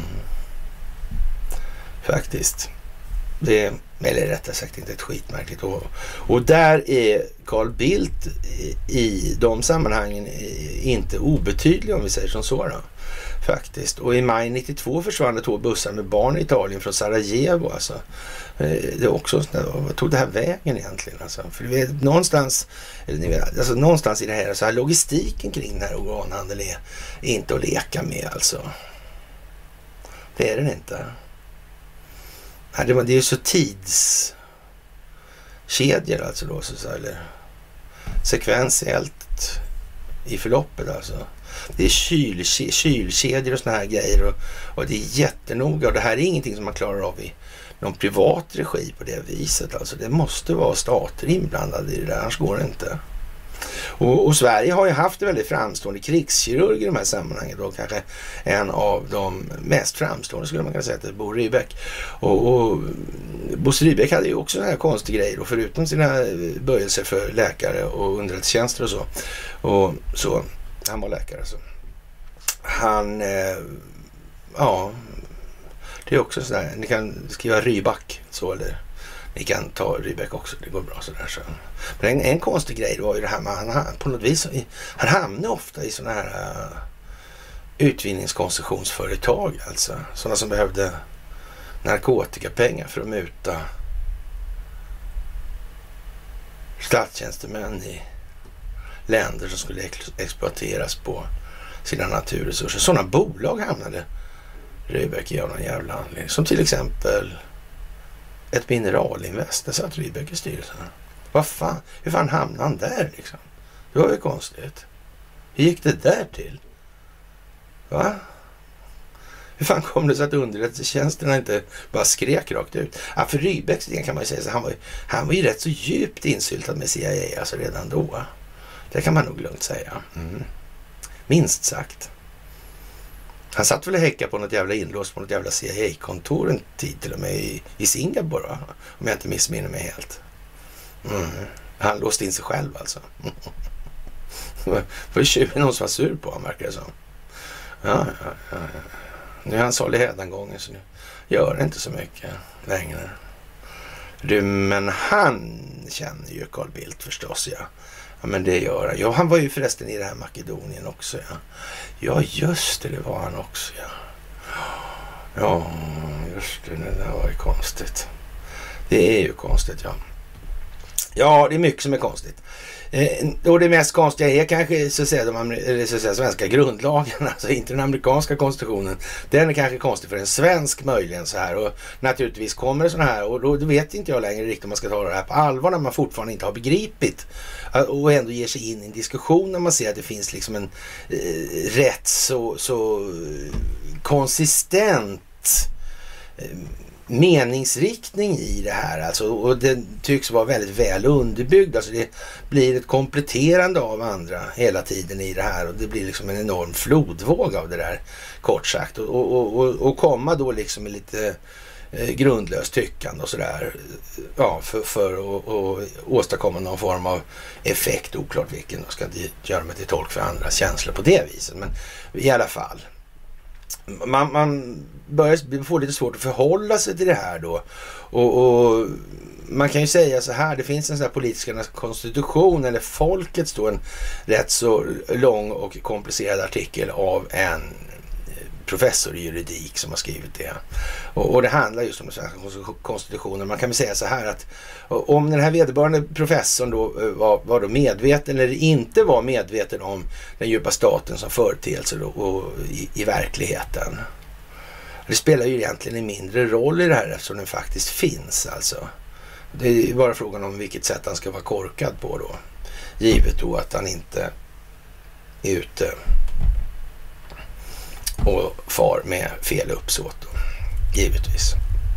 Faktiskt. Det är, eller rättare sagt inte ett skitmärkligt. Och, och där är Carl Bildt i, i de sammanhangen inte obetydlig, om vi säger som så då. Faktiskt. Och i maj nittiotvå försvann det två bussar med barn i Italien från Sarajevo. Alltså. Det är också, vad tog det här vägen egentligen? Alltså? För du vet, någonstans, eller ni vet, alltså, någonstans i det här, så här logistiken kring den här organhandeln är inte att leka med. Alltså. Det är den inte. Det är ju så tidskedjor alltså då, så, eller sekventiellt i förloppet alltså. Det är kyl, kylkedjor och såna här grejer och, och det är jättenoga och det här är ingenting som man klarar av i någon privat regi på det viset. Alltså det måste vara stater inblandade i det där, annars går det inte. Och, och Sverige har ju haft en väldigt framstående krigskirurg i de här sammanhangen då, kanske en av de mest framstående skulle man kunna säga till Bo Rydbeck. Och, och Bosse Rydbeck hade ju också sådana här konstiga grejer och förutom sina böjelser för läkare och underrättelsetjänster och så. Och så, han var läkare alltså. Han, eh, ja, det är också sådär, ni kan skriva Ryback så eller ni kan ta Rydbeck också, det går bra sådär. Så. Men en, en konstig grej var ju det här med han på något vis, han hamnar ofta i sådana här uh, utvinningskoncessionsföretag alltså. Sådana som behövde narkotikapengar för att muta statstjänstemän i länder som skulle ex- exploateras på sina naturresurser. Sådana bolag hamnade Rydbeck i av någon jävla anledning. Som till exempel ett mineralinvest. Där satt Rydbeck i styrelsen. Vad fan? Hur fan hamnade han där liksom? Det var ju konstigt. Hur gick det där till? Va? Hur fan kom det så att underrättelsetjänsterna inte bara skrek rakt ut? Ja, för Rydbecks del kan man ju säga så han var ju, han var ju rätt så djupt insyltad med C I A alltså redan då. Det kan man nog lugnt säga. Mm. Minst sagt. Han satt väl och häckade på något jävla inlås på något jävla C I A-kontor en tid till och med i, i Singapore, va? Om jag inte missminner mig helt. Mm. Han låste in sig själv alltså. Det var ju tjuven någon som var sur på han, verkar det som. Ja, ja, ja, ja. Nu är han salig hädangången så nu gör det inte så mycket längre. Du, men han känner ju Carl Bildt förstås, ja. Ja, men det gör han. Ja, han var ju förresten i det här Makedonien också, ja. Ja, just det, det var han också, ja. Ja, just det, det där var ju konstigt. Det är ju konstigt, ja. Ja, det är mycket som är konstigt. Eh, och det mest konstiga är kanske så att säga, de eller, så att säga svenska grundlagen, alltså inte den amerikanska konstitutionen. Den är kanske konstig för en svensk möjligen så här. Och naturligtvis kommer det sådana här och då, då vet inte jag längre riktigt om man ska ta det här på allvar när man fortfarande inte har begripit och ändå ger sig in i en diskussion när man ser att det finns liksom en eh, rätt så, så konsistent eh, meningsriktning i det här alltså, och det tycks vara väldigt väl underbyggd, alltså det blir ett kompletterande av andra hela tiden i det här och det blir liksom en enorm flodvåg av det där kort sagt och, och, och, och komma då liksom med lite eh, grundlöst tyckande och sådär ja, för, för att och, åstadkomma någon form av effekt, oklart vilken, och ska inte göra mig till tolk för andra känslor på det viset, men i alla fall Man, man börjar få lite svårt att förhålla sig till det här då. Och, och man kan ju säga så här, det finns en sån här politisk konstitution, eller folkets då, en rätt så lång och komplicerad artikel av en professor i juridik som har skrivit det. Och, och det handlar just om den svenska konstitutionen. Man kan väl säga så här att om den här vederbörande professorn då var, var då medveten eller inte var medveten om den djupa staten som företeelse då, och i, i verkligheten. Det spelar ju egentligen en mindre roll i det här eftersom den faktiskt finns alltså. Det är bara frågan om vilket sätt han ska vara korkad på då. Givet då att han inte är ute och far med fel uppsåt då, givetvis.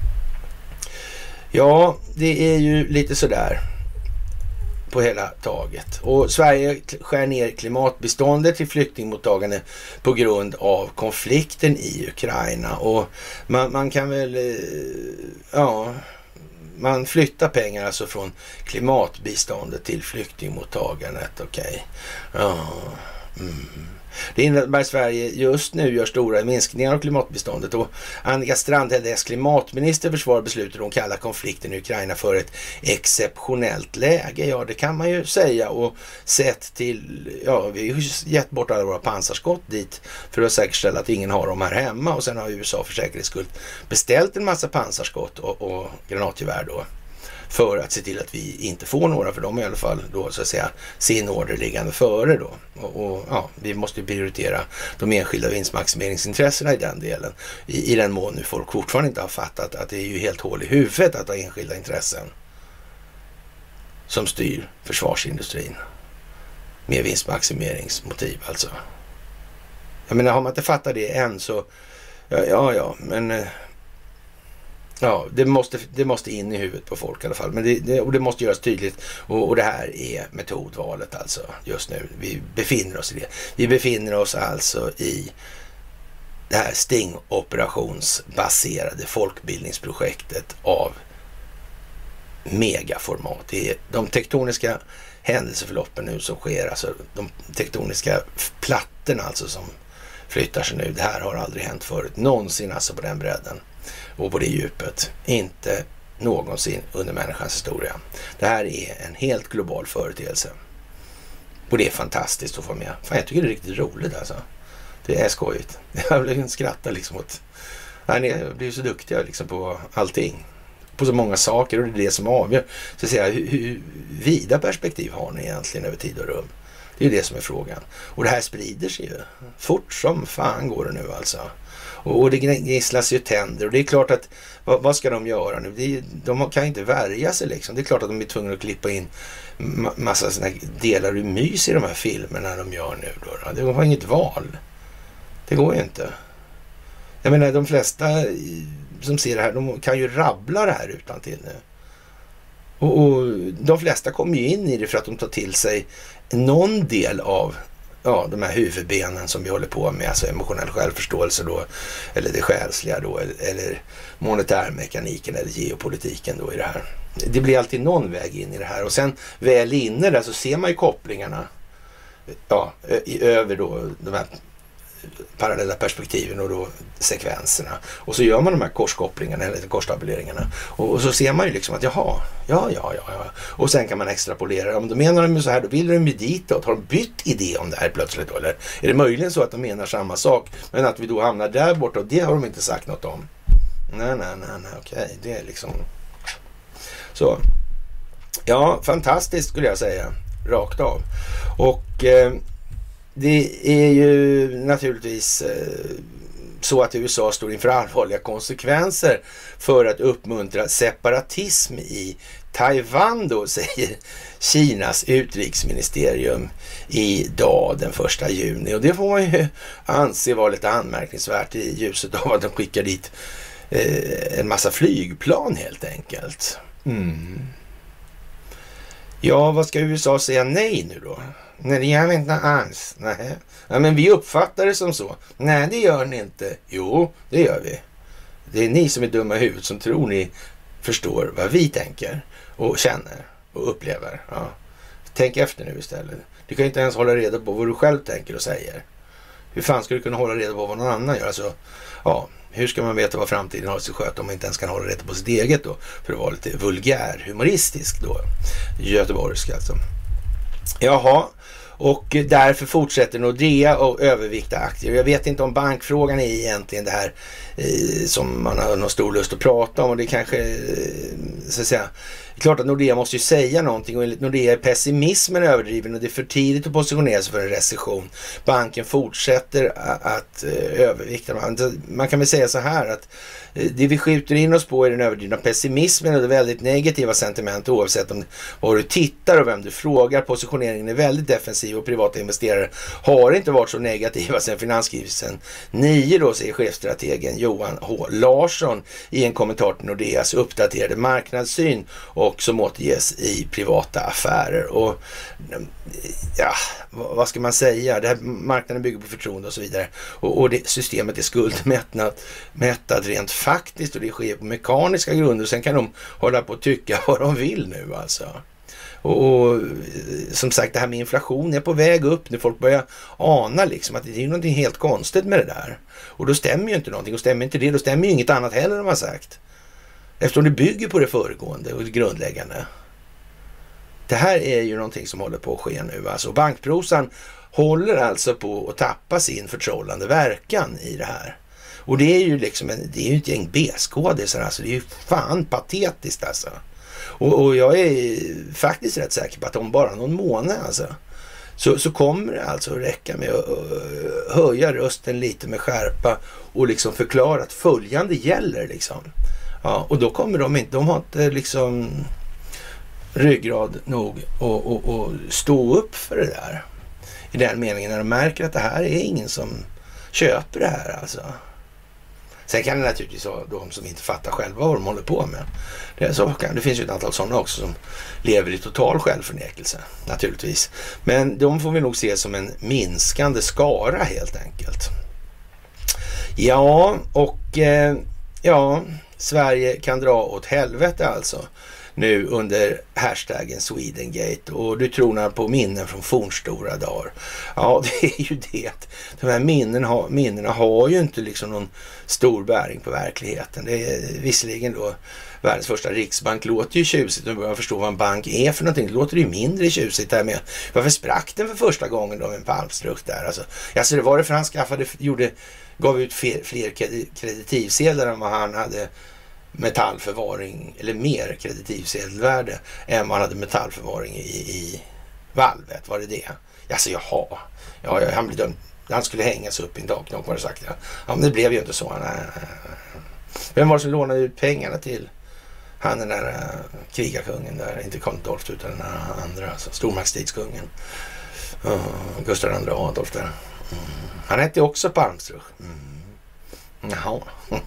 Ja, det är ju lite sådär på hela taget. Och Sverige skär ner klimatbiståndet till flyktingmottagande på grund av konflikten i Ukraina. Och man, man kan väl, ja, man flyttar pengar alltså från klimatbiståndet till flyktingmottagandet, okej. Okay. Ja, mm. Det innebär att Sverige just nu gör stora minskningar av klimatbiståndet och Annika Strandhäll, dess klimatminister, försvarar beslutet om kalla konflikten i Ukraina för ett exceptionellt läge. Ja, det kan man ju säga, och sett till, ja, vi har ju gett bort alla våra pansarskott dit för att säkerställa att ingen har dem här hemma, och sen har U S A för säkerhets skull beställt en massa pansarskott och, och granatgevär då, för att se till att vi inte får några, för de är i alla fall då så att säga sin order liggande före då. Och, och ja, vi måste prioritera de enskilda vinstmaximeringsintressena i den delen. I, i den mån nu folk fortfarande inte har fattat att det är ju helt hål i huvudet att ha enskilda intressen som styr försvarsindustrin. med vinstmaximeringsmotiv alltså. Jag menar, har man inte fattat det än så, ja, ja, ja men ja, det måste, det måste in i huvudet på folk i alla fall. Men det, det, och det måste göras tydligt. Och, och det här är metodvalet alltså just nu. Vi befinner oss i det. Vi befinner oss alltså i det här stingoperationsbaserade folkbildningsprojektet av megaformat. Det är de tektoniska händelseförloppen nu som sker. Alltså de tektoniska plattorna alltså som flyttar sig nu. Det här har aldrig hänt förut. Någonsin alltså på den bredden. Och på det djupet. Inte någonsin under människans historia. Det här är en helt global företeelse. Och det är fantastiskt att få med. Fan, jag tycker det är riktigt roligt alltså. Det är skojigt. Jag blir skrattar liksom åt... Nej, ni blir så duktiga liksom på allting. På så många saker, och det är det som avgör. Så att säga, hur, hur vida perspektiv har ni egentligen över tid och rum? Det är ju det som är frågan. Och det här sprider sig ju. Fort som fan går det nu alltså. Och det gnisslas ju tänder. Och det är klart att, vad, vad ska de göra nu? Det är, de kan inte värja sig liksom. Det är klart att de är tvungna att klippa in ma- massa såna delar ur mys i de här filmerna de gör nu. Då. De har inget val. Det går ju inte. Jag menar, de flesta som ser det här, de kan ju rabbla det här utan till nu. Och, och de flesta kommer ju in i det för att de tar till sig någon del av ja, de här huvudbenen som vi håller på med, alltså emotionell självförståelse då, eller det själsliga då, eller, eller monetärmekaniken eller geopolitiken då i det här. Det blir alltid någon väg in i det här, och sen väl inne där så ser man ju kopplingarna ja, i, över då de här parallella perspektiven och då sekvenserna. Och så gör man de här korskopplingarna eller korstabuleringarna. Och, och så ser man ju liksom att jaha, ja, ja, ja, ja. Och sen kan man extrapolera. Om de menar de så här, då vill de ju ditåt. Har de bytt idé om det här plötsligt då? Eller är det möjligen så att de menar samma sak, men att vi då hamnar där borta, och det har de inte sagt något om? Nej, nej, nej, nej, okej. Det är liksom... Så. Ja, fantastiskt skulle jag säga. Rakt av. Och... Eh, det är ju naturligtvis eh, så att U S A står inför allvarliga konsekvenser för att uppmuntra separatism i Taiwan då, säger Kinas utrikesministerium idag den första juni. Och det får man ju anse vara lite anmärkningsvärt i ljuset av att de skickar dit eh, en massa flygplan helt enkelt. Mm. Ja, vad ska U S A säga nej nu då? Nej, det gör vi inte alls. Nej. Ja, men vi uppfattar det som så. Nej, det gör ni inte. Jo, det gör vi. Det är ni som är dumma i huvudet som tror ni förstår vad vi tänker och känner och upplever. Ja. Tänk efter nu istället. Du kan inte ens hålla reda på vad du själv tänker och säger. Hur fan ska du kunna hålla reda på vad någon annan gör? Alltså, ja, hur ska man veta vad framtiden har sig sköt om man inte ens kan hålla reda på sitt eget då? För att vara lite vulgär, humoristisk då. Göteborgsk alltså. Jaha, och därför fortsätter Nordea och övervikta aktier. Jag vet inte om bankfrågan är egentligen det här eh, som man har någon stor lust att prata om, och det kanske eh, så att säga, det är klart att Nordea måste ju säga någonting, och enligt Nordea är pessimismen överdriven och det är för tidigt att positionera sig för en recession. Banken fortsätter att, att eh, övervikta. Man, man kan väl säga så här att eh, det vi skjuter in oss på är den överdrivna pessimismen och det väldigt negativa sentiment, oavsett om var du tittar och vem du frågar. Positioneringen är väldigt defensiv och privata investerare har inte varit så negativa sedan finanskrisen nio då, säger chefstrategen Johan H. Larsson i en kommentar till Nordeas uppdaterade marknadssyn och som återges i privata affärer. Och ja, vad ska man säga? Det här marknaden bygger på förtroende och så vidare. Och, och det, systemet är skuldmättat mättad rent faktiskt, och det sker på mekaniska grunder. Och sen kan de hålla på att tycka vad de vill nu alltså. Och, och som sagt, det här med inflation är på väg upp nu. Folk börjar ana liksom att det är någonting helt konstigt med det där. Och då stämmer ju inte någonting. Och stämmer inte det, då stämmer ju inget annat heller de har sagt. Eftersom det bygger på det föregående och det grundläggande. Det här är ju någonting som håller på att ske nu. Alltså bankprosan håller alltså på att tappa sin förtrollande verkan i det här. Och det är ju liksom en, det är ju ett gäng B-skådisar alltså. Det är ju fan patetiskt alltså. Och, och jag är faktiskt rätt säker på att om bara någon månad alltså, så, så kommer det alltså att räcka med att uh, höja rösten lite med skärpa och liksom förklara att följande gäller liksom. Ja, och då kommer de inte, de har inte liksom ryggrad nog och, och, och stå upp för det där. I den meningen när de märker att det här är ingen som köper det här alltså. Sen kan det naturligtvis vara de som inte fattar själva vad de håller på med. Det, är så, det finns ju ett antal sådana också som lever i total självförnekelse naturligtvis. Men de får vi nog se som en minskande skara helt enkelt. Ja, och eh, ja, Sverige kan dra åt helvete alltså nu under hashtaggen Swedengate, och du tronar på minnen från fornstora dagar. Ja, det är ju det. De här minnena har, minnena har ju inte liksom någon stor bäring på verkligheten. Det är visserligen då världens första riksbank, låter ju tjusigt, och jag förstår vad en bank är för någonting. Det låter ju mindre tjusigt där med. Varför sprack den för första gången då med en palmstrukt där? Alltså, alltså det var det för han skaffade, gjorde, gav ut fler, fler kreditivsedlar än vad han hade metallförvaring, eller mer kreditivsedelvärde än man hade metallförvaring i, i valvet. Var det det? Alltså jaha. Ja, ja, han blev dömd. Han skulle hängas upp i en dagknock, var det sagt. Ja. Ja, men det blev ju inte så. Nej. Vem var det som lånade ut pengarna till han, den där uh, krigarkungen där? Inte Karl Dolft utan den andra, alltså, stormaktstidskungen. Uh, Gustav den andra Adolf där. Mm. Han hette också Palmstruch. Mm. Jaha.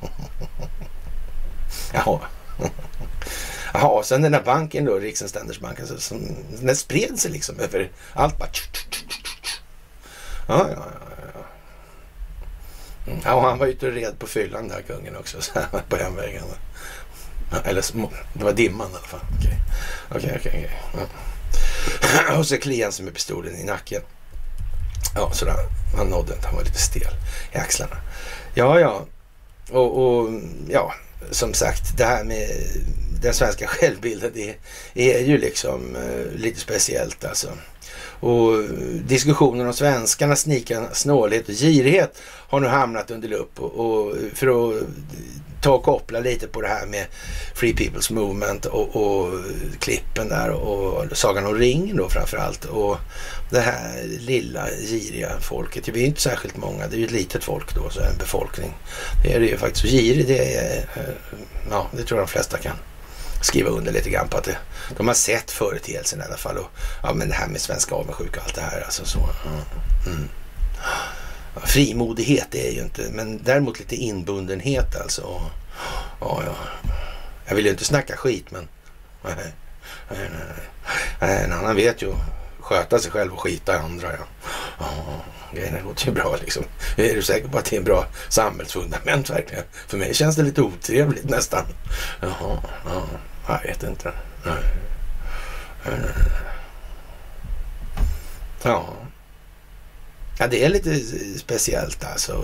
Jaha. Jaha, sen den där banken då, Riksständersbanken, så, så, den spred sig liksom över allt bara. Ja, ja, ja, ja. Mm. Ja, och han var ute och red på fyllan där, kungen också, så här, på hemvägen. Eller det var dimman i alla fall. Okej, okej, okej. Ja. Och så kliade sig med pistolen i nacken. Ja, sådär. Han nådde inte, han var lite stel i axlarna. Ja, ja. Och, och ja, som sagt, det här med den svenska självbilden, det är ju liksom uh, lite speciellt alltså. Och diskussionen om svenskarnas snika snålhet och girighet har nu hamnat under lupp, och, och för att ta och koppla lite på det här med Free People's Movement och, och klippen där och Sagan om ringen då framförallt, och det här lilla giriga folket. Vi är inte särskilt många, det är ju ett litet folk då, så en befolkning. Det är det ju faktiskt. Så girig, det är, ja, det tror jag de flesta kan skriva under lite grann på att det, de har sett företeelsen i alla fall, och ja, men det här med svenska avundsjuka och allt det här alltså så. Mm. Ja, frimodighet är ju inte, men däremot lite inbundenhet alltså. Och, ja, ja. Jag vill ju inte snacka skit, men nej, nej, nej, nej. En annan vet ju sköta sig själv och skita i andra. Ja. Ja, grejerna låter ju bra liksom. Är du säker på att det är en bra samhällsfundament verkligen? För mig känns det lite otrevligt nästan. Jaha, ja, jag vet inte. Nej. Ja. Ja, det är lite speciellt alltså.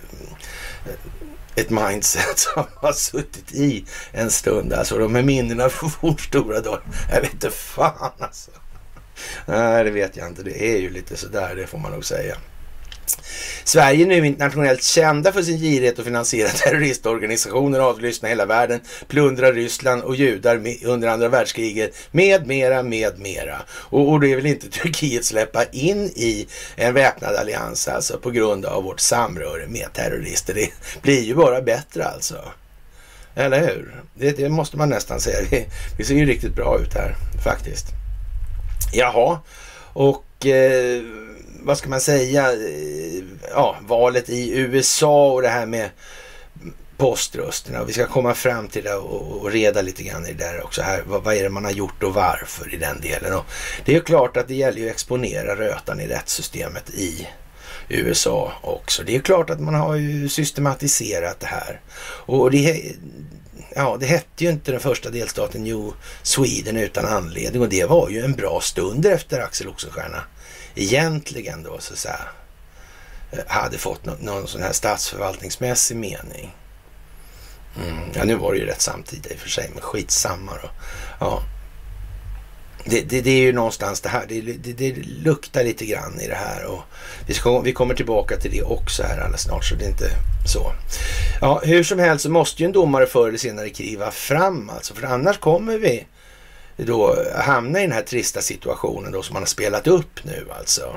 Ett mindset som har suttit i en stund alltså. De här minnena från fornstora dagar. Jag vet inte fan alltså. Nej, det vet jag inte. Det är ju lite sådär, det får man nog säga. Sverige är nu internationellt kända för sin girighet och finansiera terroristorganisationer, avlyssna hela världen, plundra Ryssland och judar under andra världskriget med mera, med mera. Och, och det är väl inte Turkiet släppa in i en väpnad allians alltså på grund av vårt samröre med terrorister. Det blir ju bara bättre alltså. Eller hur? Det, det måste man nästan säga. Det, det ser ju riktigt bra ut här faktiskt. Jaha, och eh, vad ska man säga, ja, valet i U S A och det här med poströsterna. Vi ska komma fram till det och, och reda lite grann i det där också här. Vad, vad är det man har gjort och varför i den delen? Och det är ju klart att det gäller ju att exponera rötan i rättssystemet i U S A också. Det är klart att man har ju systematiserat det här. Och det, ja, det hette ju inte den första delstaten New Sweden utan anledning, och det var ju en bra stund efter Axel Oxenstierna egentligen då så att säga hade fått någon, någon sån här statsförvaltningsmässig mening. Mm. Ja, nu var det ju rätt samtidigt i och för sig, men skitsamma då. Ja. Det, det, det är ju någonstans det här, det, det, det luktar lite grann i det här, och vi, ska, vi kommer tillbaka till det också här alldeles snart, så det är inte så. Ja, hur som helst så måste ju en domare förr eller senare kliva fram alltså, för annars kommer vi då hamna i den här trista situationen då som man har spelat upp nu alltså.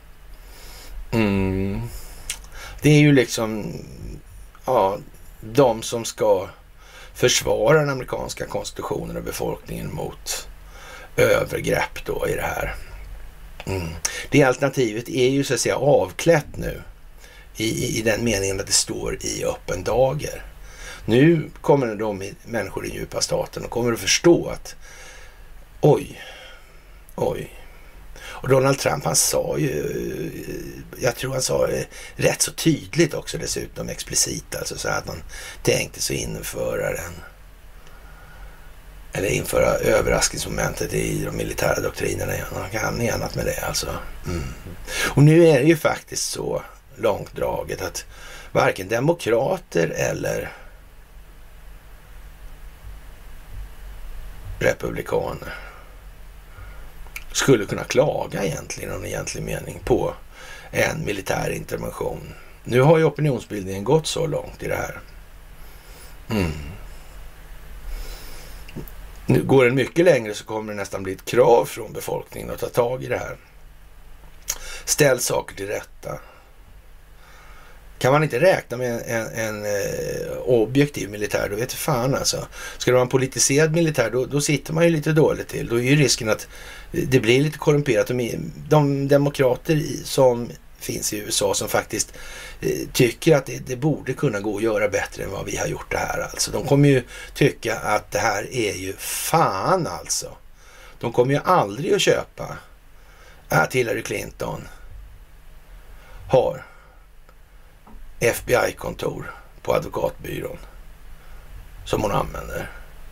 Mm. Det är ju liksom ja, de som ska försvara den amerikanska konstitutionen och befolkningen mot övergrepp då i det här. Mm. Det alternativet är ju så att säga avklätt nu i, i den meningen att det står i öppen dager. Nu kommer de människor i djupa staten och kommer att förstå att oj, oj. Och Donald Trump, han sa ju, jag tror han sa rätt så tydligt också dessutom, explicit, alltså så att man tänkte sig införa den, eller införa överraskningsmomentet i de militära doktrinerna igen. Han kan menat med det alltså. Mm. Och nu är det ju faktiskt så långt draget att varken demokrater eller republikaner skulle kunna klaga egentligen, någon egentlig mening, på en militär intervention. Nu har ju opinionsbildningen gått så långt i det här. Mm. Nu går den mycket längre så kommer det nästan bli ett krav från befolkningen att ta tag i det här. Ställ saker till rätta. Kan man inte räkna med en, en, en eh, objektiv militär, då vet jag fan alltså. Ska det vara en politiserad militär, då, då sitter man ju lite dåligt till. Då är ju risken att det blir lite korrumperat. De, de demokrater i, som finns i U S A som faktiskt eh, tycker att det, det borde kunna gå att göra bättre än vad vi har gjort det här alltså. De kommer ju tycka att det här är ju fan alltså. De kommer ju aldrig att köpa att Hillary Clinton har F B I-kontor på advokatbyrån som hon använder.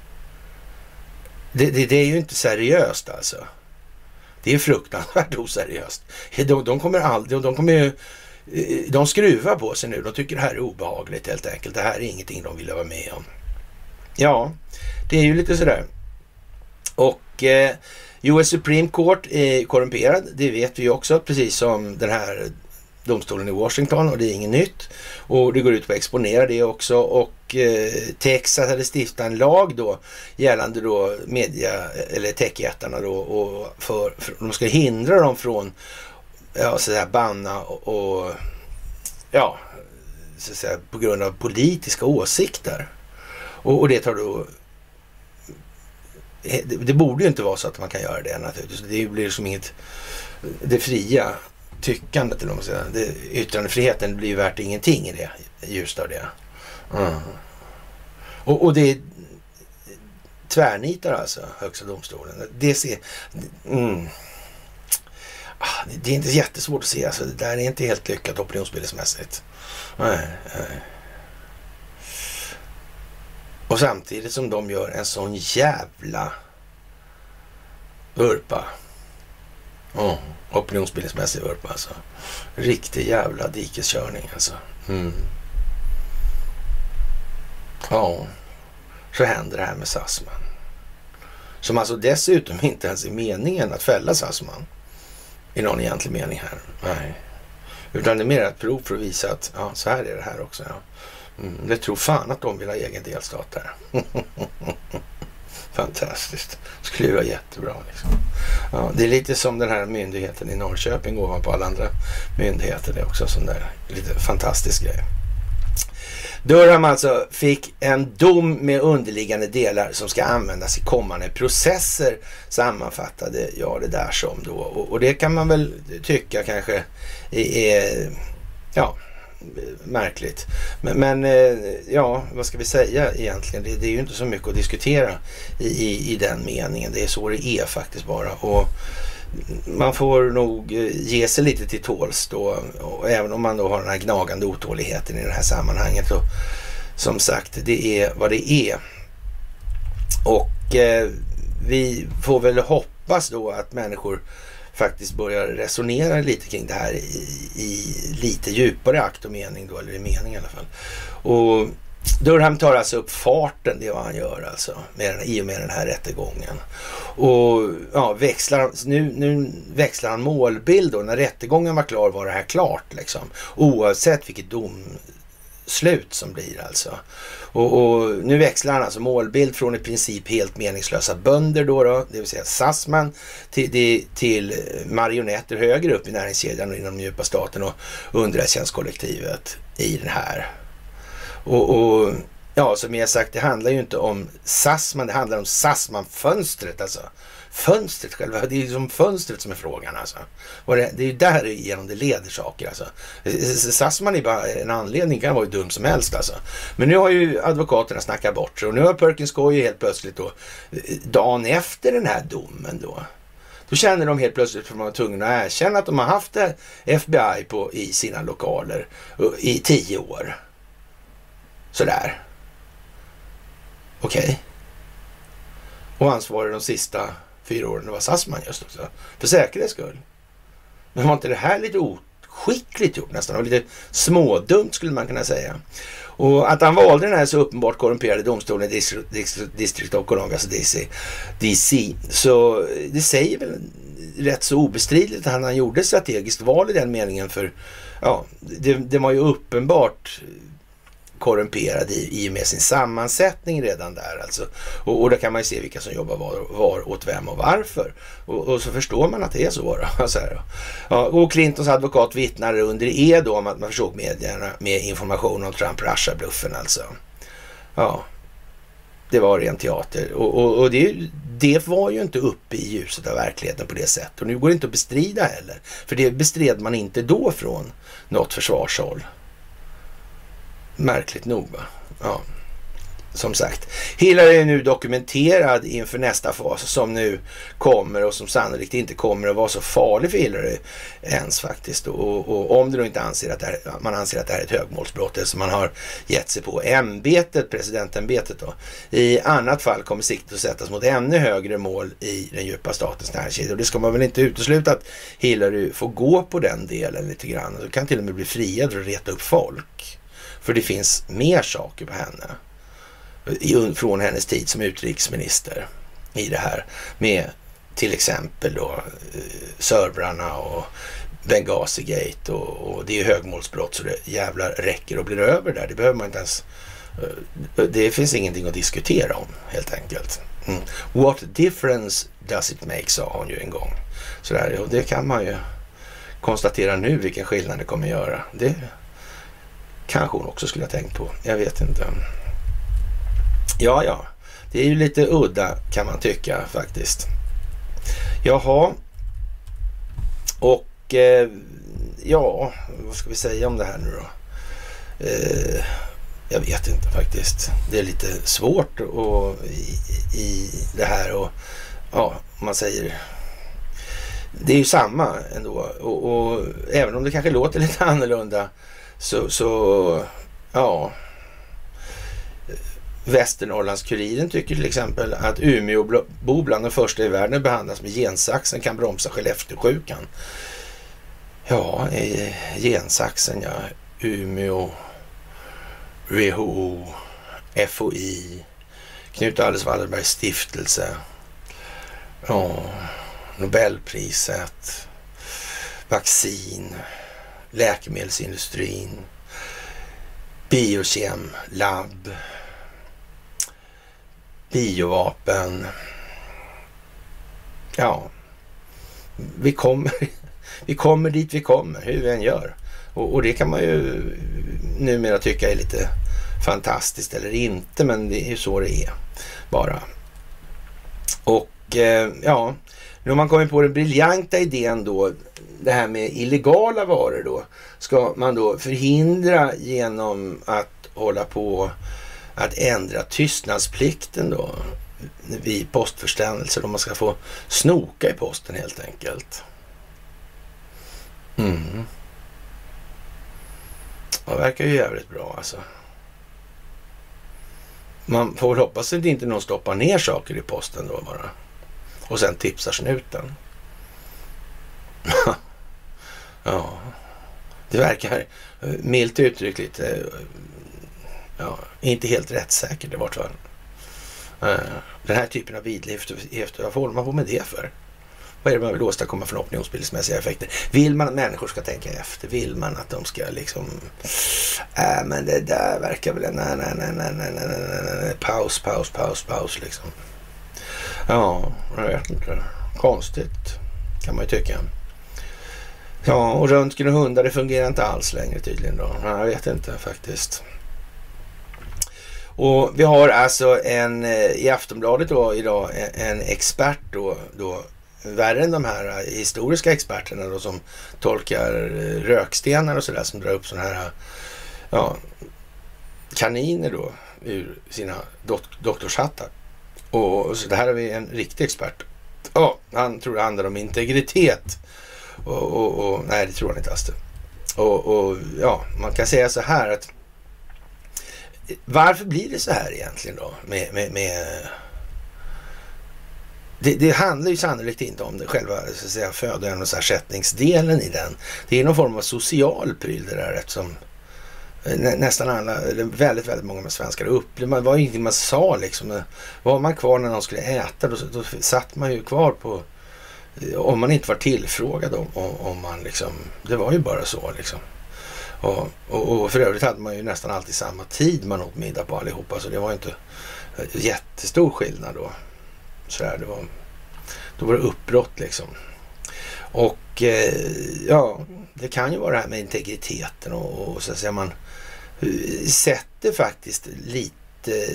Det, det, det är ju inte seriöst alltså. Det är fruktansvärt oseriöst. De, de kommer aldrig, de kommer ju, de skruvar på sig nu. De tycker det här är obehagligt helt enkelt. Det här är ingenting de vill vara med om. Ja, det är ju lite sådär. Och eh, U S Supreme Court är korrumperad. Det vet vi ju också, precis som den här domstolen i Washington, och det är inget nytt. Och det går ut på att exponera det också. Och eh, Texas hade stiftat en lag då gällande då media eller techjättarna då, och för, för de ska hindra dem från ja, så där, banna och, och ja, så att säga, på grund av politiska åsikter. Och, och det tar då det, det borde ju inte vara så att man kan göra det naturligtvis. Det blir som inget det fria tyckandet, eller vad man säger. Det, yttrandefriheten blir ju värt ingenting i det, just av det. Mm. Och, och det är tvärnitar alltså, högsta domstolen. Det ser... Mm. Det är inte jättesvårt att se, alltså det där är inte helt lyckat opinionsbildningsmässigt. Nej, nej. Och samtidigt som de gör en sån jävla vurpa. Mm. Opinionsbildningsmässig vurpa alltså. Riktig jävla dikeskörning alltså. Mm. Ja. Så händer det här med Sussman. Som alltså dessutom inte ens är meningen att fälla Sussman i någon egentlig mening här. Nej. Utan det är mer ett prov för att visa att ja, så här är det här också. Ja. Mm, det tror fan att de vill ha egen delstat där. Fantastiskt. Skulle ju vara jättebra liksom. Ja, det är lite som den här myndigheten i Norrköping går man på alla andra myndigheter. Det är också sån där lite fantastisk grej. Durham alltså fick en dom med underliggande delar som ska användas i kommande processer, sammanfattade jag det där som då. Och, och det kan man väl tycka kanske är, ja, märkligt. Men, men ja, vad ska vi säga egentligen? Det, det är ju inte så mycket att diskutera i, i, i den meningen. Det är så det är faktiskt bara. Och man får nog ge sig lite till tåls då, och även om man då har den här gnagande otåligheten i det här sammanhanget. Och som sagt, det är vad det är. Och eh, vi får väl hoppas då att människor faktiskt börjar resonera lite kring det här i, i lite djupare akt och mening då, eller i mening i alla fall. Och Durham tar alltså upp farten, det är vad han gör alltså, med den, i och med den här rättegången. Och ja, växlar, nu, nu växlar han målbild då. När rättegången var klar var det här klart liksom. Oavsett vilket domslut som blir alltså. Och, och nu växlar han alltså målbild från i princip helt meningslösa bönder då, då det vill säga Sussman, till, till marionetter högre upp i näringskedjan och inom den djupa staten och underrättelsetjänstkollektivet i den här. Och, och ja, som jag sagt, det handlar ju inte om Sassman, det handlar om Sassman-fönstret alltså. Fönstret själva, det är ju som fönstret som är frågan alltså. Och det, det är ju där genom det leder saker alltså. Sassman är bara en anledning, kan vara ju dum som helst alltså. Men nu har ju advokaterna snackat bort sig och nu har Perkins Coie helt plötsligt då, dagen efter den här domen då, då känner de helt plötsligt att de var tvungna att erkänna att de har haft F B I på, i sina lokaler i tio år. Sådär. Okej. Okay. Och ansvarig de sista fyra åren var Sassman just också. För säkerhets skull. Men var inte det här lite oskickligt gjort nästan? Och lite smådumt skulle man kunna säga. Och att han valde den här så uppenbart korrumperade domstolen i District of Columbia, alltså D C, D C, så det säger väl rätt så obestridligt att han gjorde strategiskt val i den meningen, för ja, det, det var ju uppenbart korrumperad i, i med sin sammansättning redan där alltså. Och, och där kan man ju se vilka som jobbar var, var åt vem och varför. Och, och så förstår man att det är så då. Så här då. Ja, och Clintons advokat vittnar under E då om att man försåg medierna med information om Trump-Russia-bluffen alltså. Ja, det var ren teater. Och, och, och det, det var ju inte uppe i ljuset av verkligheten på det sättet. Och nu går det inte att bestrida heller. För det bestred man inte då från något försvarshåll. Märkligt nog va? Ja, som sagt. Hillary är nu dokumenterad inför nästa fas som nu kommer och som sannolikt inte kommer att vara så farlig för Hillary ens faktiskt. Och, och om det då inte anser att det här, man anser att det här är ett högmålsbrott som man har gett sig på ämbetet, presidentämbetet då. I annat fall kommer siktet att sättas mot ännu högre mål i den djupa statens närkedja. Och det ska man väl inte utesluta att Hillary får gå på den delen lite grann. Det kan till och med bli friad för att reta upp folk. För det finns mer saker på henne från hennes tid som utrikesminister i det här. Med till exempel då servrarna och Benghazi-gate och, och det är högmålsbrott så det jävlar räcker och blir över där. Det behöver man inte ens... Det finns ingenting att diskutera om helt enkelt. Mm. What difference does it make, sa hon ju en gång. Så där, och det kan man ju konstatera nu vilken skillnad det kommer göra. Det kanske hon också skulle ha tänkt på. Jag vet inte. Ja, ja. Det är ju lite udda kan man tycka faktiskt. Jaha. Och eh, ja, vad ska vi säga om det här nu då? Eh, jag vet inte faktiskt. Det är lite svårt och, i, i det här och ja, man säger... Det är ju samma ändå. Och, och även om det kanske låter lite annorlunda Så, så ja, Västernorrlands-Kuriren tycker till exempel att Umeå-bo bland de första i världen behandlas med gensaxen kan bromsa Skellefteå-sjukan. Ja, gensaxen, ja. Umeå, W H O, F O I, Knut Alles Wallenbergs stiftelse, ja, Nobelpriset, vaccin, läkemedelsindustrin, biokem, labb, biovapen. Ja, vi kommer, vi kommer dit vi kommer, hur vi än gör. Och, och det kan man ju numera tycka är lite fantastiskt eller inte, men det är ju så det är bara. Och eh, ja, nu har man kommit på den briljanta idén då, det här med illegala varor då, ska man då förhindra genom att hålla på att ändra tystnadsplikten då vid postförställelse, då man ska få snoka i posten helt enkelt. Mm. Det verkar ju jävligt bra alltså. Man får väl hoppas att inte någon stoppar ner saker i posten då bara. Och sen tipsar snuten. Ja. Det verkar milt uttryckt lite ja, inte helt rättssäkert i vart fall. Den här typen av vidlyfter, vad håller man på med det för? Vad är det man vill åstadkomma för opinionsbildningsmässiga effekter? Vill man att människor ska tänka efter? Vill man att de ska liksom äh, men det där verkar väl nej, nej, nej, nej, nej, nej, nej, nej. Paus, paus, paus, paus liksom. Ja, jag vet inte. Konstigt kan man ju tycka. Ja, och röntgen och hundar, det fungerar inte alls längre tydligen då. Jag vet inte faktiskt. Och vi har alltså en i Aftonbladet då idag en expert då, då värre än de här historiska experterna då, som tolkar rökstenar och sådär, som drar upp sådana här ja, kaniner då ur sina dok- doktorshattar. Och så det här har vi en riktig expert. Ja, han tror det handlar om integritet. Och, och, och nej, det tror han inte alls det. Och, och ja, man kan säga så här att varför blir det så här egentligen då? Med, med, med det, det handlar ju sannolikt inte om det själva så att säga, födan och ersättningsdelen i den. Det är någon form av social pryl det där, eftersom nä, nästan alla, eller väldigt, väldigt många med svenskar upplevde, det var ju ingenting man sa liksom. Var man kvar när någon skulle äta, då, då satt man ju kvar på, om man inte var tillfrågad om, om, om man liksom, det var ju bara så liksom. Och, och, och för övrigt hade man ju nästan alltid samma tid man åt middag på allihopa, så det var inte jättestor skillnad då. Så där, det var, då var det uppbrott liksom. Och eh, ja, det kan ju vara det här med integriteten och, och så att säga, man sätter faktiskt lite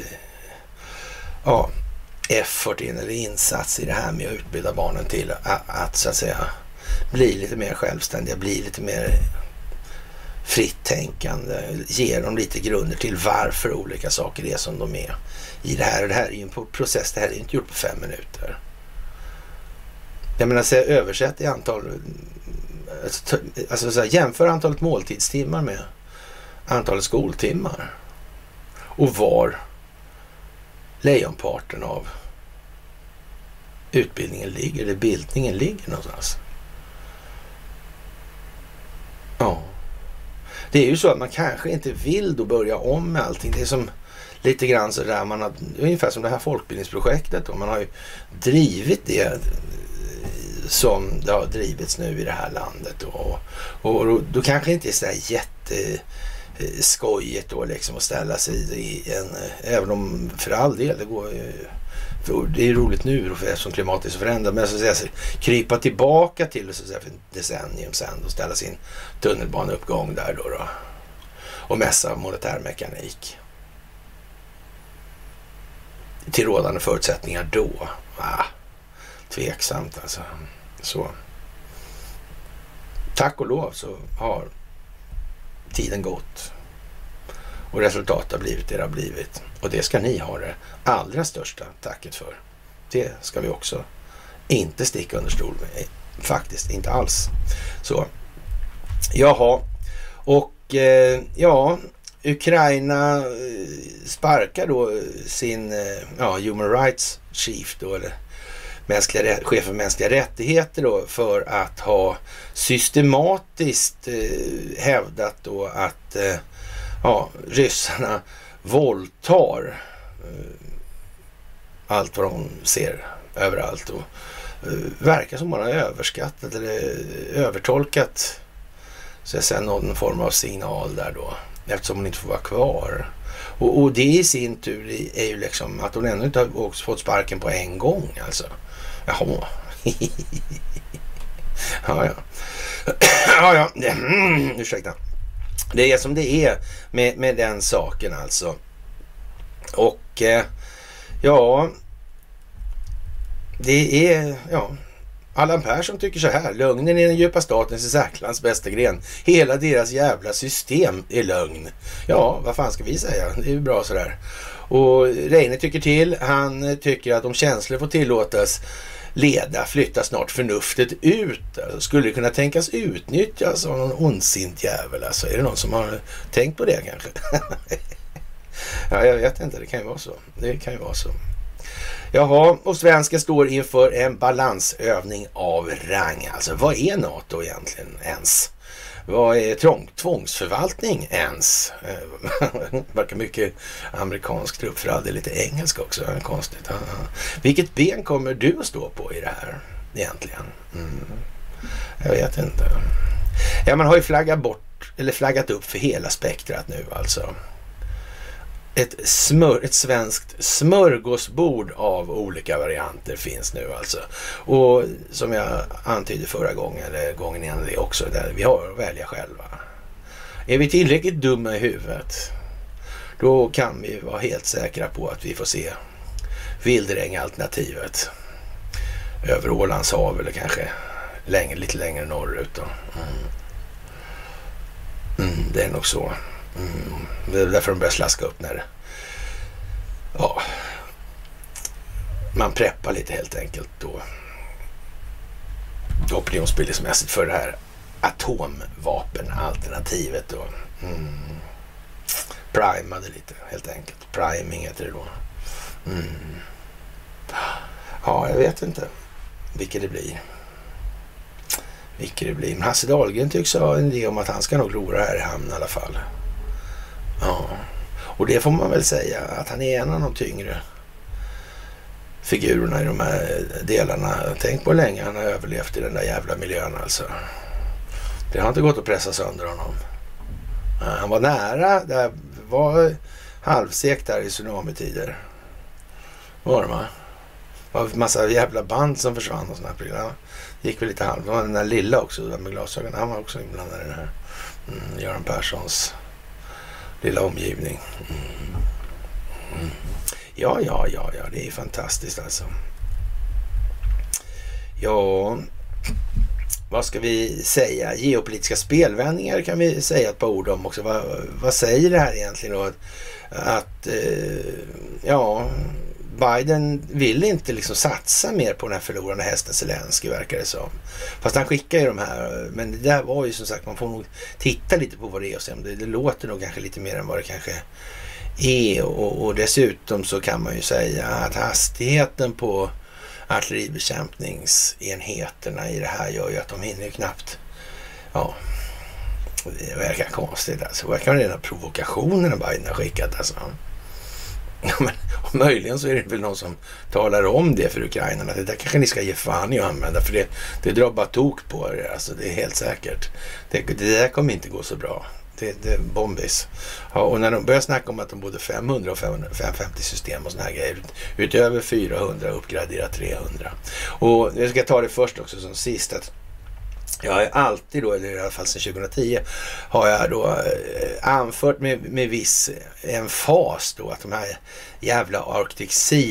ja, effort in eller insats i det här med att utbilda barnen till att, att så att säga bli lite mer självständiga, bli lite mer fritt tänkande, ger dem lite grunder till varför olika saker är som de är i det här. Och det här är ju en process, det här är inte gjort på fem minuter. Jag menar, så översätt i antal, alltså så här, jämför antalet måltidstimmar med antalet skoltimmar och var lejonparten av utbildningen ligger, eller bildningen ligger någonstans. Ja. Det är ju så att man kanske inte vill då börja om med allting. Det är som lite grann så där man har, ungefär som det här folkbildningsprojektet, och man har ju drivit det som det har drivits nu i det här landet. Och, och, och då kanske inte är så där jätteskojigt då liksom att ställa sig i en, även om för all del det går för det är roligt nu för eftersom klimatet är så förändrat, men så att säga, krypa tillbaka till så att säga, för ett decennium sedan och ställa sin tunnelbaneuppgång där då, då och mässa monetärmekanik till rådande förutsättningar då. Ah, tveksamt alltså. Så tack och lov så har tiden gått och resultatet har blivit det det har blivit, och det ska ni ha det allra största tacket för. Det ska vi också inte sticka under stol med, faktiskt inte alls. Så jaha, och eh, ja, Ukraina sparkar då sin ja, human rights chief då, eller mänskliga, chef för mänskliga rättigheter då, för att ha systematiskt eh, hävdat då att eh, ja, ryssarna våldtar eh, allt vad de ser överallt, och eh, verkar som man har överskattat eller övertolkat så jag säger någon form av signal där då, eftersom hon inte får vara kvar. Och, och det i sin tur är ju liksom att hon ännu inte har fått sparken på en gång alltså. Jaha. ja, ja. ja, ja. Mm, ursäkta. Det är som det är med, med den saken alltså. Och eh, ja, det är, ja, Allan Persson tycker så här: lögnen är den djupa statens i särklass bästa gren. Hela deras jävla system är lögn. Ja, vad fan ska vi säga? Det är ju bra sådär. Och Reine tycker till. Han tycker att om känslor får tillåtas leda, flyttar snart förnuftet ut. Alltså, skulle det kunna tänkas utnyttjas av någon ondsint jävel? Alltså, är det någon som har tänkt på det kanske? ja, jag vet inte. Det kan ju vara så. Det kan ju vara så. Jaha, och svensken står inför en balansövning av rang. Alltså, vad är NATO egentligen ens? Vad är trång, tvångsförvaltning ens? Det verkar mycket amerikansk trupp, för det är lite engelska också. Konstigt. Aha. Vilket ben kommer du att stå på i det här egentligen? Mm. Jag vet inte. Ja, man har ju flaggat bort, eller flaggat upp för hela spektrat nu alltså. Ett, smör, ett svenskt smörgåsbord av olika varianter finns nu alltså. Och som jag antydde förra gången, eller gången innan det också, där vi har att välja själva. Är vi tillräckligt dumma i huvudet? då kan vi vara helt säkra på att vi får se vildräng-alternativet över Ålands hav eller kanske längre, lite längre norrut då. Mm. Mm, det är nog så. Mm. Det är därför de börjar slaska upp när det, ja, man preppar lite helt enkelt då opinionsbildningsmässigt för det här atomvapenalternativet då. Mm. Primade lite helt enkelt. Priming heter det då. Mm. Ja, jag vet inte vilket det blir. Vilket det blir. Men Hasse Dahlgren tycks ha en idé om att han ska nog ro det här i hamn i alla fall. Ja. Och det får man väl säga att han är en av de tyngre figurerna i de här delarna. Tänk på hur länge han har överlevt i den där jävla miljön alltså. Det har inte gått att pressa sönder honom. Han var nära. Det var halvsekt där i tsunamitider. Var det, va? Det var en massa jävla band som försvann och sådana här program. Det gick väl lite halv. Det var den där lilla också, den med glasögon. Han var också inblandad i den här. Mm, Göran Perssons lilla omgivning. Mm. Mm. Ja, ja, ja, ja. Det är fantastiskt alltså. Ja, vad ska vi säga? Geopolitiska spelvändningar kan vi säga ett par ord om också. Vad, vad säger det här egentligen då? Att, att eh, ja, Biden vill inte liksom satsa mer på den här förlorande hästen Zelensky, verkar det som. Fast han skickar ju de här, men det där var ju som sagt, man får nog titta lite på vad det är och se om det, det låter nog kanske lite mer än vad det kanske är. Och, och dessutom så kan man ju säga att hastigheten på artilleribekämpningsenheterna i det här gör ju att de hinner knappt, ja, det verkar konstigt alltså. Det verkar vara rena provokationen Biden har skickat alltså. Ja, men, och möjligen så är det väl någon som talar om det för ukrainarna. Det där kanske ni ska ge fan i att använda, för det, det drar bara tok på det. Alltså, det är helt säkert. Det, det där kommer inte gå så bra. Det, det är bombis. Ja, och när de börjar snacka om att de både femhundra och femhundrafemtio system och såna här grejer, utöver fyrahundra uppgradera trehundra. Och jag ska ta det först också som sist, att jag har alltid då, eller i alla fall sedan tjugohundratio, har jag då eh, anfört med, med viss emfas då att de här jävla Arctic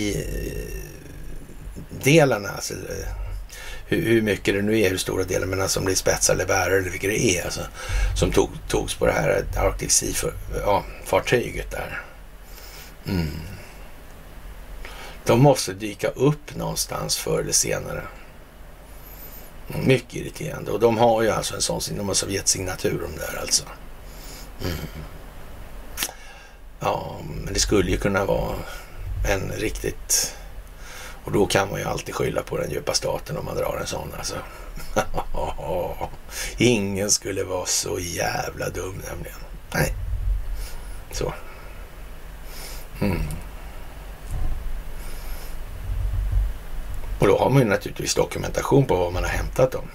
Sea-delarna, alltså eh, hur, hur mycket det nu är, hur stora delar, men alltså om det är spetsar eller bärare eller vilket det är, alltså, som tog, togs på det här Arctic Sea-fartyget ja, där. Mm. De måste dyka upp någonstans förr eller senare. Mycket irriterande. Och de har ju alltså en sån, de har Sovjetsignatur om där alltså. Mm. Ja, men det skulle ju kunna vara en riktigt, och då kan man ju alltid skylla på den djupa staten om man drar en sån alltså. Ingen skulle vara så jävla dum nämligen. Nej. Så. Mm. Och då har man ju naturligtvis dokumentation på vad man har hämtat dem.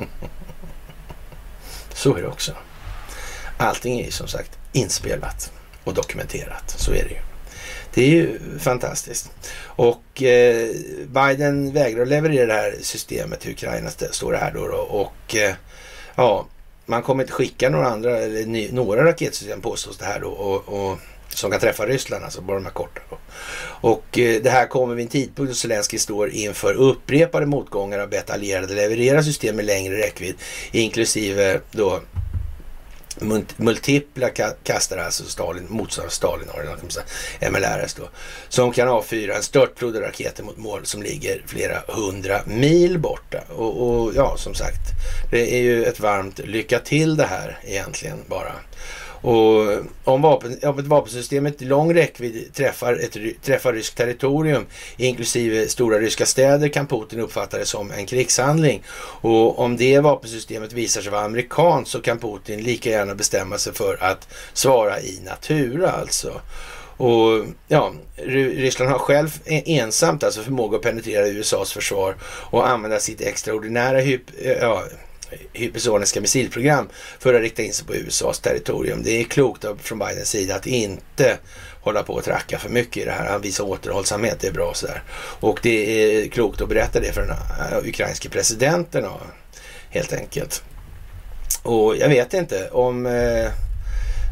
Så är det också. Allting är ju som sagt inspelat och dokumenterat. Så är det ju. Det är ju fantastiskt. Och eh, Biden vägrar att leverera det här systemet till Ukraina, står det här då. då. Och eh, ja, man kommer inte skicka några andra, eller ny, några raketsystem påstås det här då. Och, och som kan träffa Ryssland, alltså bara de här korta då. Och eh, det här kommer vid en tidpunkt då Zelensky står inför upprepade motgångar och bett allierade leverera system med längre räckvidd, inklusive då multipla kastare, alltså Stalin, motsvarande Stalin M L R S då, som kan avfyra en störtflod av raketer mot mål som ligger flera hundra mil borta. Och, och ja, som sagt, det är ju ett varmt lycka till det här egentligen bara. Och om, vapen, om ett vapensystem med lång räckvidd träffar, ett, träffar rysk territorium, inklusive stora ryska städer, kan Putin uppfatta det som en krigshandling. Och om det vapensystemet visar sig vara amerikanskt, så kan Putin lika gärna bestämma sig för att svara i natura alltså. Och ja, Ryssland har själv ensamt alltså förmåga att penetrera U S A:s försvar och använda sitt extraordinära hyp, ja, hypersoniska missilprogram för att rikta in sig på U S A:s territorium. Det är klokt från Bidens sida att inte hålla på att tracka för mycket i det här. Han visar återhållsamhet, det är bra sådär. Och det är klokt att berätta det för den ukrainska presidenten helt enkelt. Och jag vet inte om eh,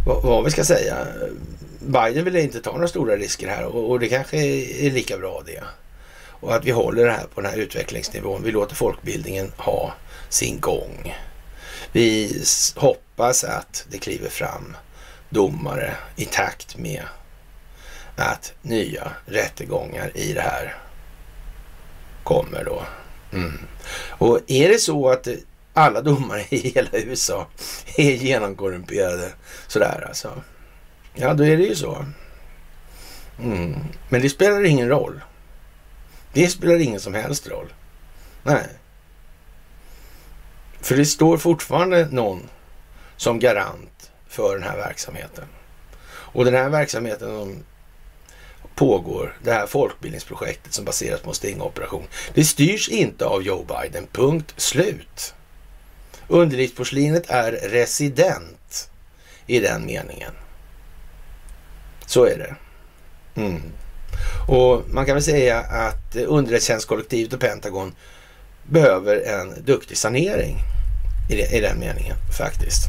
vad, vad vi ska säga. Biden vill inte ta några stora risker här och, och det kanske är, är lika bra det. Och att vi håller det här på den här utvecklingsnivån. Vi låter folkbildningen ha sin gång. Vi hoppas att det kliver fram domare i takt med att nya rättegångar i det här kommer då. Mm. Och är det så att alla domare i hela U S A är genomkorrumperade sådär alltså, ja då är det ju så. Mm. Men det spelar ingen roll. Det spelar ingen som helst roll. Nej. För det står fortfarande någon som garant för den här verksamheten. Och den här verksamheten som pågår, det här folkbildningsprojektet som baseras på en stingoperation, det styrs inte av Joe Biden. Punkt slut. Underlivsporslinet är resident i den meningen. Så är det. Mm. Och man kan väl säga att underrättelsetjänstkollektivet och Pentagon behöver en duktig sanering i, det, i den meningen faktiskt.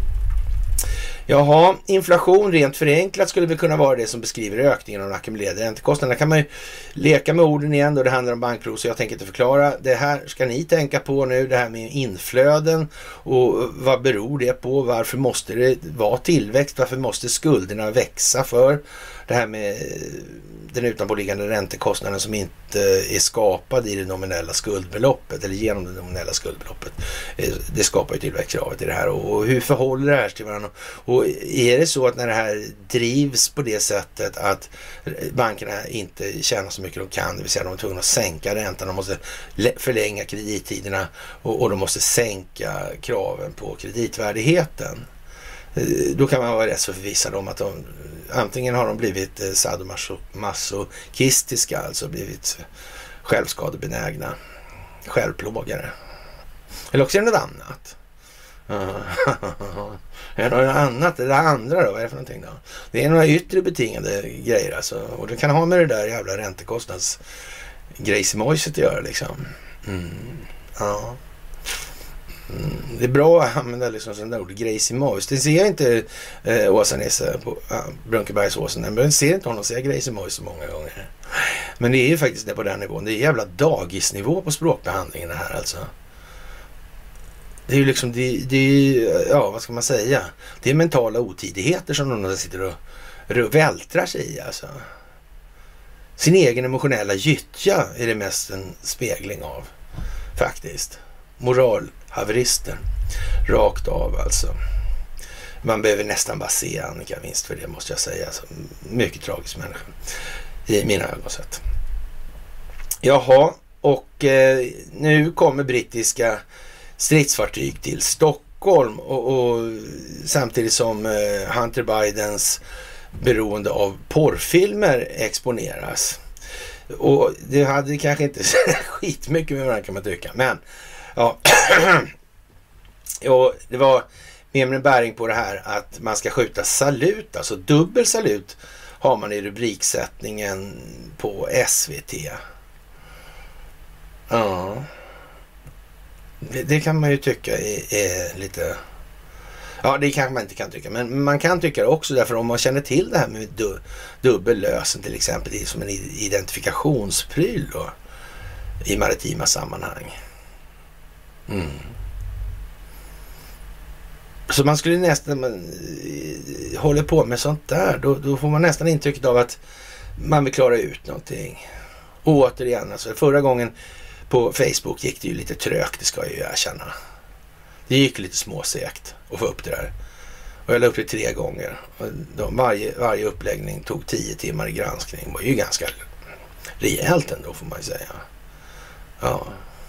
Jaha, inflation rent förenklat skulle väl kunna vara det som beskriver ökningen av de ackumulerade räntekostnaderna. Kan man ju leka med orden igen då, det handlar om bankro, så jag tänker inte förklara. Det här ska ni tänka på nu, det här med inflöden och vad beror det på? Varför måste det vara tillväxt? Varför måste skulderna växa för? Det här med den utanpåliggande räntekostnaden som inte är skapad i det nominella skuldbeloppet eller genom det nominella skuldbeloppet. Det skapar ju tillväxtkravet i det här. Och hur förhåller det här till varandra? Och är det så att när det här drivs på det sättet att bankerna inte tjänar så mycket de kan, det vill säga de är tvungna att sänka räntan, de måste förlänga kredittiderna och, och de måste sänka kraven på kreditvärdigheten. Då kan man vara rätt så förvissad om att de antingen har de blivit sadomasochistiska, alltså blivit självskadebenägna, självplågare. Eller också är det något annat. Är det något annat? Det andra då? Vad är det för någonting då? Det är några yttre betingade grejer alltså. Och det kan ha med det där jävla räntekostnadsgrejsimojset att göra liksom. Mm. Ja. Mm, det är bra att använda liksom sådana ord, grejs i mojs. Det ser jag inte eh, Åsa Nisse på äh, Brunkebergsåsen. Men jag ser inte honom säga grejs i mojs så många gånger. Men det är ju faktiskt det på den nivån. Det är jävla dagisnivå på språkbehandlingen här alltså. Det är ju liksom, det, det är, ja vad ska man säga? Det är mentala otidigheter som de sitter och, och vältrar sig i alltså. Sin egen emotionella gyttja är det mest en spegling av faktiskt. Moralhaverister. Rakt av alltså. Man behöver nästan bara se Annika Winst för det måste jag säga. Alltså, mycket tragisk människa. I mina ögon sett. Jaha, och eh, nu kommer brittiska stridsfartyg till Stockholm och, och samtidigt som eh, Hunter Bidens beroende av porrfilmer exponeras. Och det hade kanske inte skitmycket med varandra kan man tycka. Men ja, och det var med en bäring på det här att man ska skjuta salut. Alltså dubbel salut har man i rubriksättningen på S V T. Ja. Det, det kan man ju tycka är, är lite... Ja, det kanske man inte kan tycka. Men man kan tycka det också därför om man känner till det här med du, dubbellösen till exempel som en identifikationspryl då, i maritima sammanhang. Mm. Så man skulle nästan man, håller på med sånt där då, då får man nästan intrycket av att man vill klara ut någonting. Och återigen, alltså förra gången på Facebook gick det ju lite trögt, det ska jag ju erkänna. Det gick lite småsegt att få upp det där. Och jag la upp det tre gånger. Och de, varje, varje uppläggning tog tio timmar i granskning. Det var ju ganska rejält ändå får man ju säga. Ja.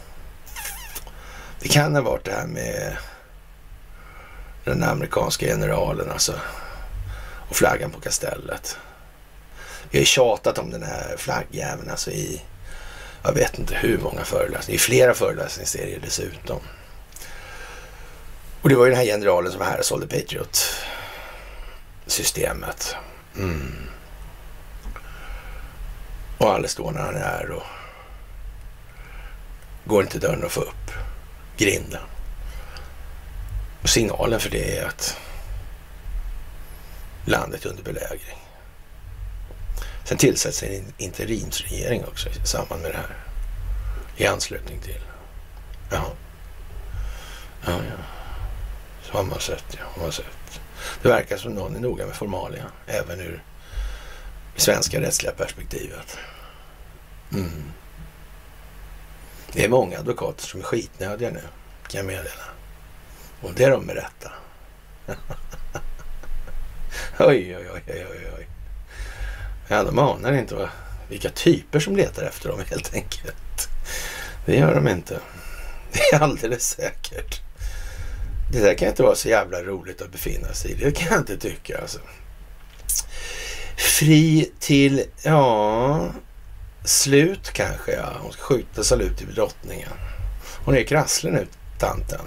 Det kan ha varit det här med den amerikanska generalen alltså. Och flaggan på kastellet. Vi har ju tjatat om den här flaggjäveln alltså i jag vet inte hur många föreläsningar. I flera föreläsningsserier dessutom. Och det var ju den här generalen som var här och sålde Patriot-systemet. Mm. Och alldeles står när han är och går inte dörren att få upp grinden. Och signalen för det är att landet under belägring. Sen tillsätts en interimsregering också i samband med det här. I anslutning till. Jaha. Ja, ja. Så har man sett, ja. Har man sett. Det verkar som någon är noga med formalia. Även ur det svenska rättsliga perspektivet. Mm. Det är många advokater som är skitnödiga nu. Kan jag meddela. Och det är de med rätta. oj, oj, oj, oj, oj. Ja, de anar inte vad, vilka typer som letar efter dem helt enkelt. Det gör de inte. Det är alldeles säkert. Det där kan inte vara så jävla roligt att befinna sig i. Det kan jag inte tycka alltså. Fri till, ja, slut kanske, ja. Hon ska skjuta salut till drottningen. Hon är krasslig nu, tanten.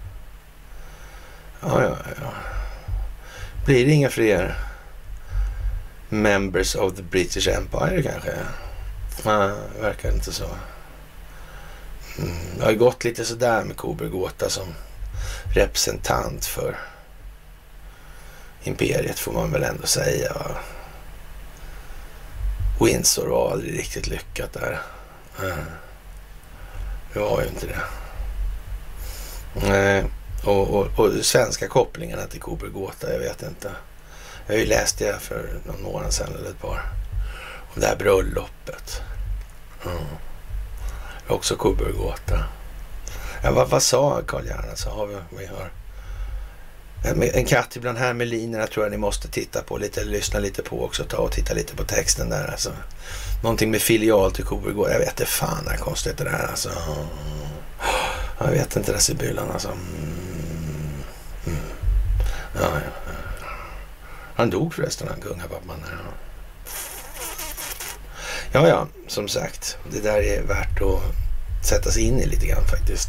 Ja, ja, ja. Blir det inga fler members of the British Empire kanske? Nej, verkar inte så. Mm, det har gått lite sådär med Kobergåta som representant för imperiet, får man väl ändå säga. Windsor var aldrig riktigt lyckat där. Mm. Det var ju inte det. Nej. Och, och, och svenska kopplingarna till Kobergåta, jag vet inte. Jag har ju läst det för någon månad sedan eller ett par. Om det här bröllopet. Mm. Också Kobergåta. Ja, vad, vad sa Carl Gerhard? Så har vi, vi har en, en katt ibland här med linerna, tror jag ni måste titta på lite, lyssna lite på också, ta och titta lite på texten där alltså. Någonting med filial till Kobergåta, jag vet inte fan är konstigt det där alltså. Jag vet inte, Sibylan alltså. Mm. Mm. Ja, ja, ja. Han dog förresten, han kungapappan. Ja. ja, ja, som sagt. Det där är värt att sätta sig in i lite grann faktiskt.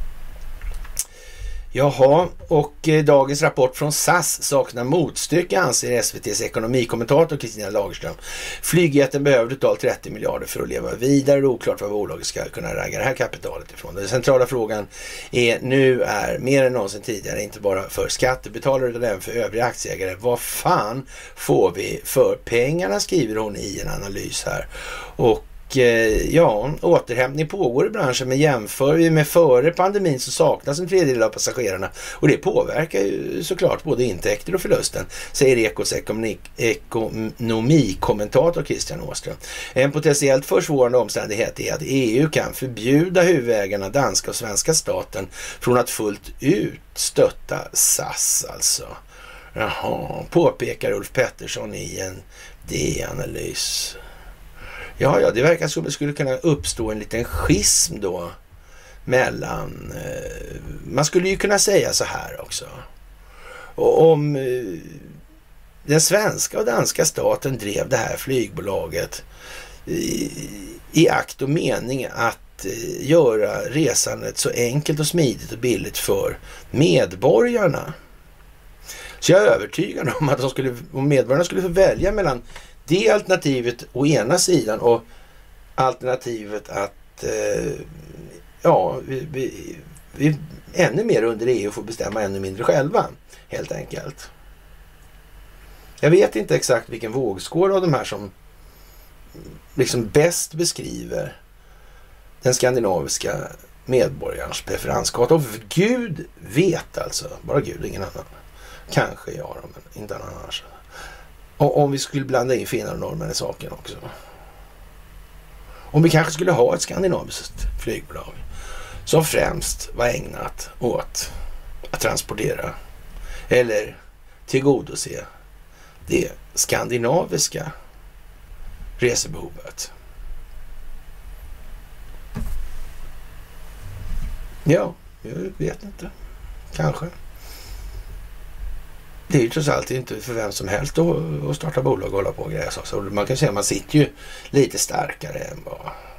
Jaha, och eh, dagens rapport från S A S saknar motstycke, anser S V T:s ekonomikommentator Kristina Lagerström. Flygjätten behöver totalt trettio miljarder för att leva vidare. Det är oklart vad bolaget ska kunna ragga det här kapitalet ifrån. Den centrala frågan är nu är mer än någonsin tidigare, inte bara för skattebetalare utan även för övriga aktieägare. Vad fan får vi för pengarna, skriver hon i en analys här. Och ja, återhämtning pågår i branschen, men jämför vi med före pandemin så saknas en tredjedel av passagerarna och det påverkar ju såklart både intäkter och förlusten, säger Ekos ekonomi, ekonomikommentator Christian Åström. En potentiellt försvårande omständighet är att E U kan förbjuda huvudägarna, danska och svenska staten, från att fullt ut stötta S A S alltså. Jaha, påpekar Ulf Pettersson i en D N-analys. Ja, ja, det verkar som det skulle kunna uppstå en liten schism då mellan, eh, man skulle ju kunna säga så här också. Och om eh, den svenska och danska staten drev det här flygbolaget i, i akt och mening att eh, göra resandet så enkelt och smidigt och billigt för medborgarna. Så jag är övertygad om att de skulle, om medborgarna skulle få välja mellan det alternativet å ena sidan och alternativet att eh, ja, vi, vi, vi ännu mer under E U får bestämma ännu mindre själva, helt enkelt. Jag vet inte exakt vilken vågskål av de här som liksom bäst beskriver den skandinaviska medborgarens preferenskarta. Och Gud vet alltså, bara Gud, ingen annan. Kanske jag då, men inte annars. Och om vi skulle blanda in finnar och norrmän i saken också. Om vi kanske skulle ha ett skandinaviskt flygbolag som främst var ägnat åt att transportera eller tillgodose det skandinaviska resebehovet. Ja, jag vet inte. Kanske. Det är ju trots allt inte för vem som helst att starta bolag och hålla på och grejer. Så man kan säga att man sitter ju lite starkare än vad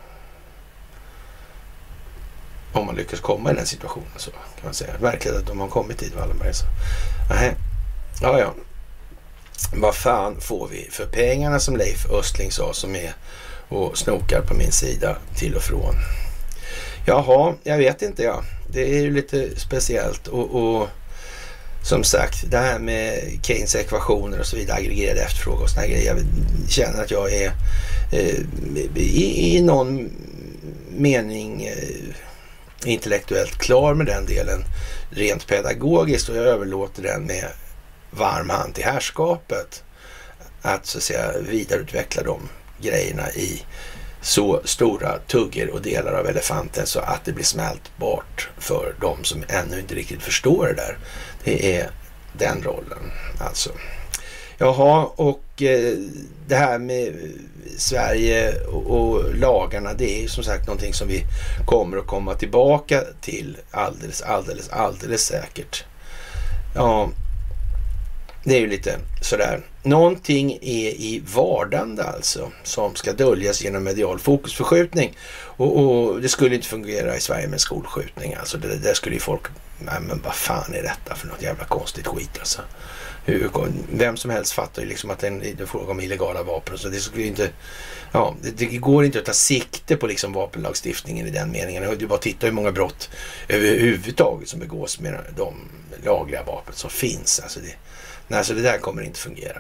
om man lyckas komma i den situationen, så kan man säga. Verkligen att de har kommit dit, Wallenberg. Så. Nähä. Ja, ja. Vad fan får vi för pengarna, som Leif Östling sa, som är och snokar på min sida till och från? Jaha, jag vet inte, ja. Det är ju lite speciellt och, och som sagt, det här med Keynes ekvationer och så vidare, aggregerad efterfrågan och såna grejer. Jag känner att jag är eh, i, i någon mening eh, intellektuellt klar med den delen rent pedagogiskt, och jag överlåter den med varm hand till härskapet att så att säga vidareutveckla de grejerna i så stora tuggar och delar av elefanten så att det blir smältbart för de som ännu inte riktigt förstår det där. Det är den rollen alltså. Jaha, och eh, det här med Sverige och, och lagarna, det är ju som sagt någonting som vi kommer att komma tillbaka till alldeles, alldeles, alldeles säkert. Ja, det är ju lite sådär. Någonting är i vardande alltså som ska döljas genom medial fokusförskjutning. Och, och det skulle inte fungera i Sverige med skolskjutning. Alltså det där skulle ju folk, nej men vad fan är detta för något jävla konstigt skit alltså. Hur, vem som helst fattar ju liksom att det är en fråga om illegala vapen. Så det skulle inte, ja, det, det går inte att ta sikte på liksom vapenlagstiftningen i den meningen. Du bara tittar hur många brott överhuvudtaget som begås med de lagliga vapen som finns. Alltså det, nej, så det där kommer inte fungera.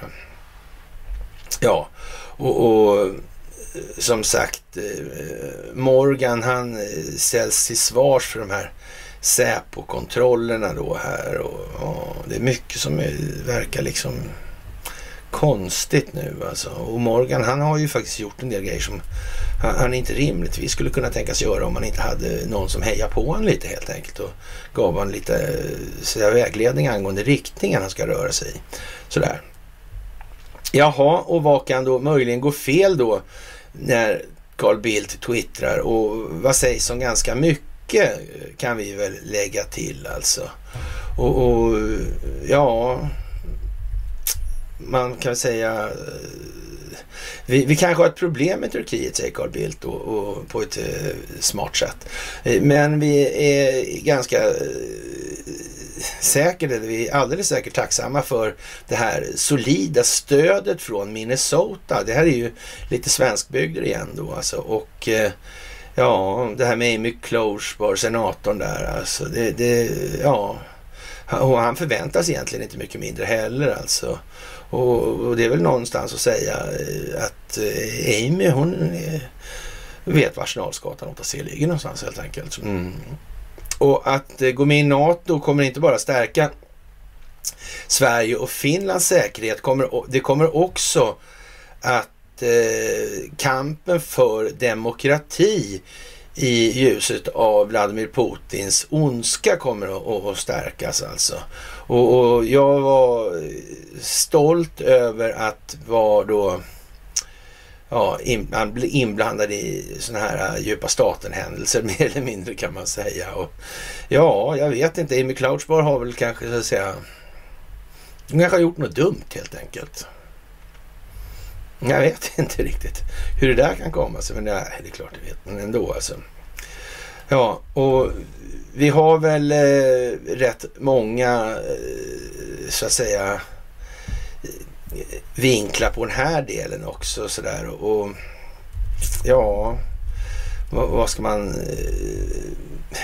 Ja, och, och som sagt, Morgan han ställs till svars för de här Säpo-kontrollerna då här, och ja, det är mycket som är, verkar liksom konstigt nu alltså. Och Morgan han har ju faktiskt gjort en del grejer som han, han inte rimligtvis skulle kunna tänkas göra om man inte hade någon som hejar på honom lite helt enkelt och gav han lite så där, vägledning angående riktningen han ska röra sig i. Sådär. Jaha, och vad kan då möjligen gå fel då när Carl Bildt twittrar, och vad sägs om ganska mycket kan vi väl lägga till alltså. Och, och ja, man kan säga vi, vi kanske har ett problem med Turkiet, säger Carl Bildt, och, och på ett eh, smart sätt. Men vi är ganska eh, säkert, eller vi är alldeles säkert tacksamma för det här solida stödet från Minnesota. Det här är ju lite svenskbygder igen då alltså, och eh, ja, det här med Amy Klobuchar, senatorn där alltså, det, det ja, och han förväntas egentligen inte mycket mindre heller alltså. Och, och det är väl någonstans att säga att Amy, hon vet var Arsenalsgatan åtta C ligger någonstans helt enkelt. Mm. Och att gå med i NATO kommer inte bara stärka Sverige och Finlands säkerhet, kommer, det kommer också att eh, kampen för demokrati i ljuset av Vladimir Putins ondska kommer att, att stärkas alltså. Och, och jag var stolt över att vara då ja, in, man blir inblandad i såna här djupa staten-händelser mer eller mindre kan man säga. Och ja, jag vet inte, Amy Klobuchar har väl kanske så att säga, hon kanske har gjort något dumt helt enkelt. Jag vet inte riktigt hur det där kan komma sig, men nej, det är klart jag vet, men ändå alltså. Ja, och vi har väl eh, rätt många eh, så att säga vinklar på den här delen också sådär, och ja, vad, vad ska man eh,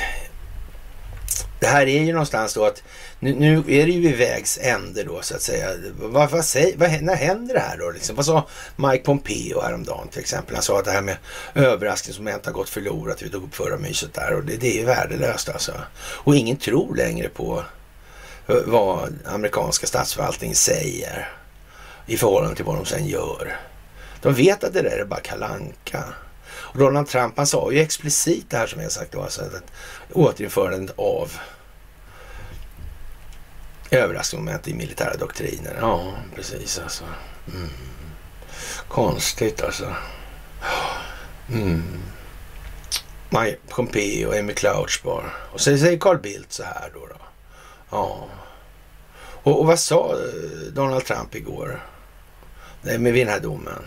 det här är ju någonstans då att nu, nu är det ju vid vägs ände då så att säga. Vad, vad, säger, vad, när händer det här då? Liksom? Vad sa Mike Pompeo häromdagen till exempel? Han sa att det här med överraskningsmoment har gått förlorat. Vi tog upp förra myset där, och det, det är ju värdelöst alltså. Och ingen tror längre på vad amerikanska statsförvaltningen säger i förhållande till vad de sen gör. De vet att det där är bara kalanka. Och Donald Trump, han sa ju explicit det här som jag sagt då, alltså att återinförandet av överraskningsmoment i militära doktriner. Ja, precis alltså. Mm. Konstigt alltså. Mm. Mike Pompeo och Amy Klobuchar. Och så säger Carl Bildt så här då. då. Ja. Och, och vad sa Donald Trump igår? Nej, med den här domen.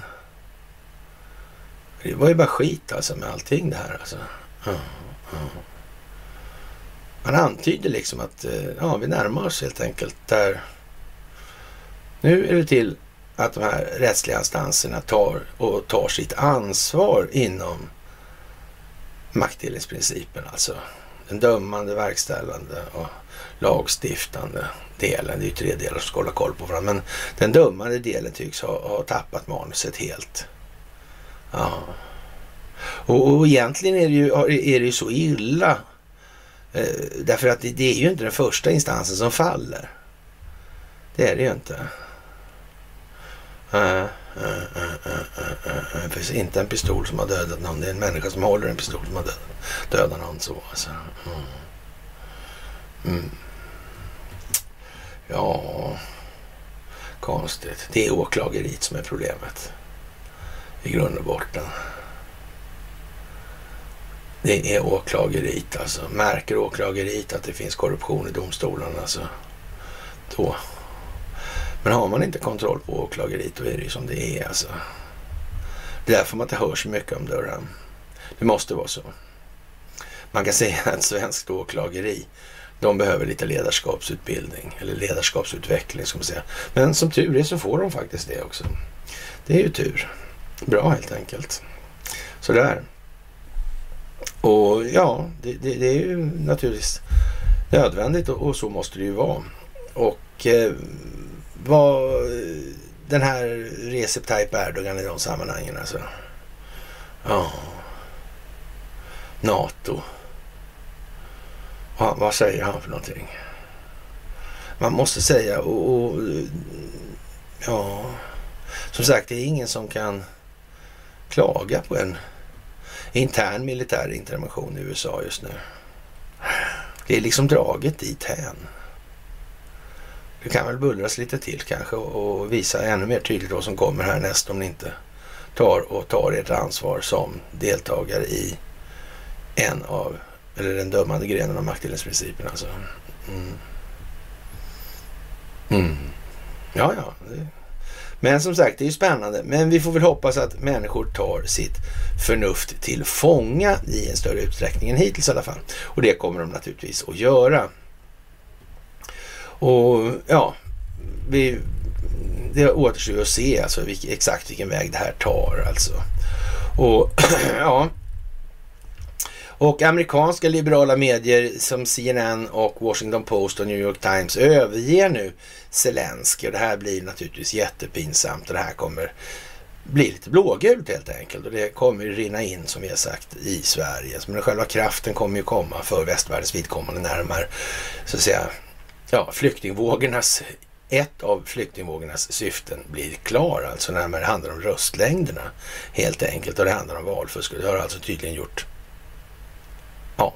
Det var ju bara skit alltså med allting det här alltså. Ja, ja. Han antyder liksom att ja, vi närmar oss helt enkelt där. Nu är det till att de här rättsliga instanserna tar och tar sitt ansvar inom maktdelningsprincipen alltså. Den dömande, verkställande och lagstiftande delen. Det är ju tre delar som ska hålla koll på varandra. Men den dömande delen tycks ha, ha tappat manuset helt. Ja. Och, och egentligen är det ju, är det ju så illa. Eh, därför att det, det är ju inte den första instansen som faller. Det är det ju inte. Uh, uh, uh, uh, uh, uh. Det finns inte en pistol som har dödat någon. Det är en människa som håller en pistol som har dödat, dödat någon så. Alltså. Mm. Mm. Ja, konstigt. Det är åklageriet som är problemet. I grund och botten. Det är åklageriet alltså. Märker åklageriet att det finns korruption i domstolarna alltså. Då. Men har man inte kontroll på åklageriet då är det ju som det är alltså. Det är därför man inte hör så mycket om det. Det måste vara så. Man kan säga att svenskt åklageri, de behöver lite ledarskapsutbildning eller ledarskapsutveckling ska man säga. Men som tur är så får de faktiskt det också. Det är ju tur. Bra helt enkelt. Så där. Och ja, det, det, det är ju naturligtvis nödvändigt och, och så måste det ju vara. Och eh, vad den här Recep Tayyip Erdogan i de sammanhangen alltså. Ja. NATO. Ja, vad säger han för någonting? Man måste säga och, och ja, som sagt det är ingen som kan klaga på en intern militär intervention i U S A just nu. Det är liksom draget dit hän. Det kan väl bullras lite till kanske och visa ännu mer tydligt vad som kommer här näst om ni inte tar och tar ert ansvar som deltagare i en av, eller den dömande grenen av maktdelningsprincipen alltså. Mm. Mm. Ja, ja. Men som sagt, det är ju spännande. Men vi får väl hoppas att människor tar sitt förnuft till fånga i en större utsträckning än hittills i alla fall. Och det kommer de naturligtvis att göra. Och ja, vi, det återstår att se alltså vilk, exakt vilken väg det här tar alltså. Och ja, och amerikanska liberala medier som C N N och Washington Post och New York Times överger nu Zelensky och det här blir naturligtvis jättepinsamt och det här kommer bli lite blågult helt enkelt och det kommer ju rinna in som vi har sagt i Sverige. Men själva kraften kommer ju komma för västvärldens vidkommande närmare så att säga. Ja, flyktingvågornas, ett av flyktingvågornas syften blir klar alltså när det handlar om röstlängderna helt enkelt och det handlar om valfusk. Det har alltså tydligen gjort ja,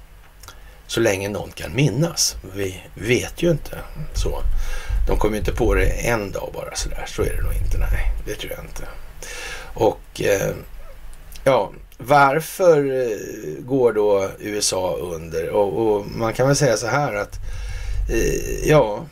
så länge någon kan minnas. Vi vet ju inte så. De kommer ju inte på det en dag bara sådär. Så är det nog inte, nej. Det tror jag inte. Och eh, ja, varför går då U S A under? Och, och man kan väl säga så här att eh, ja,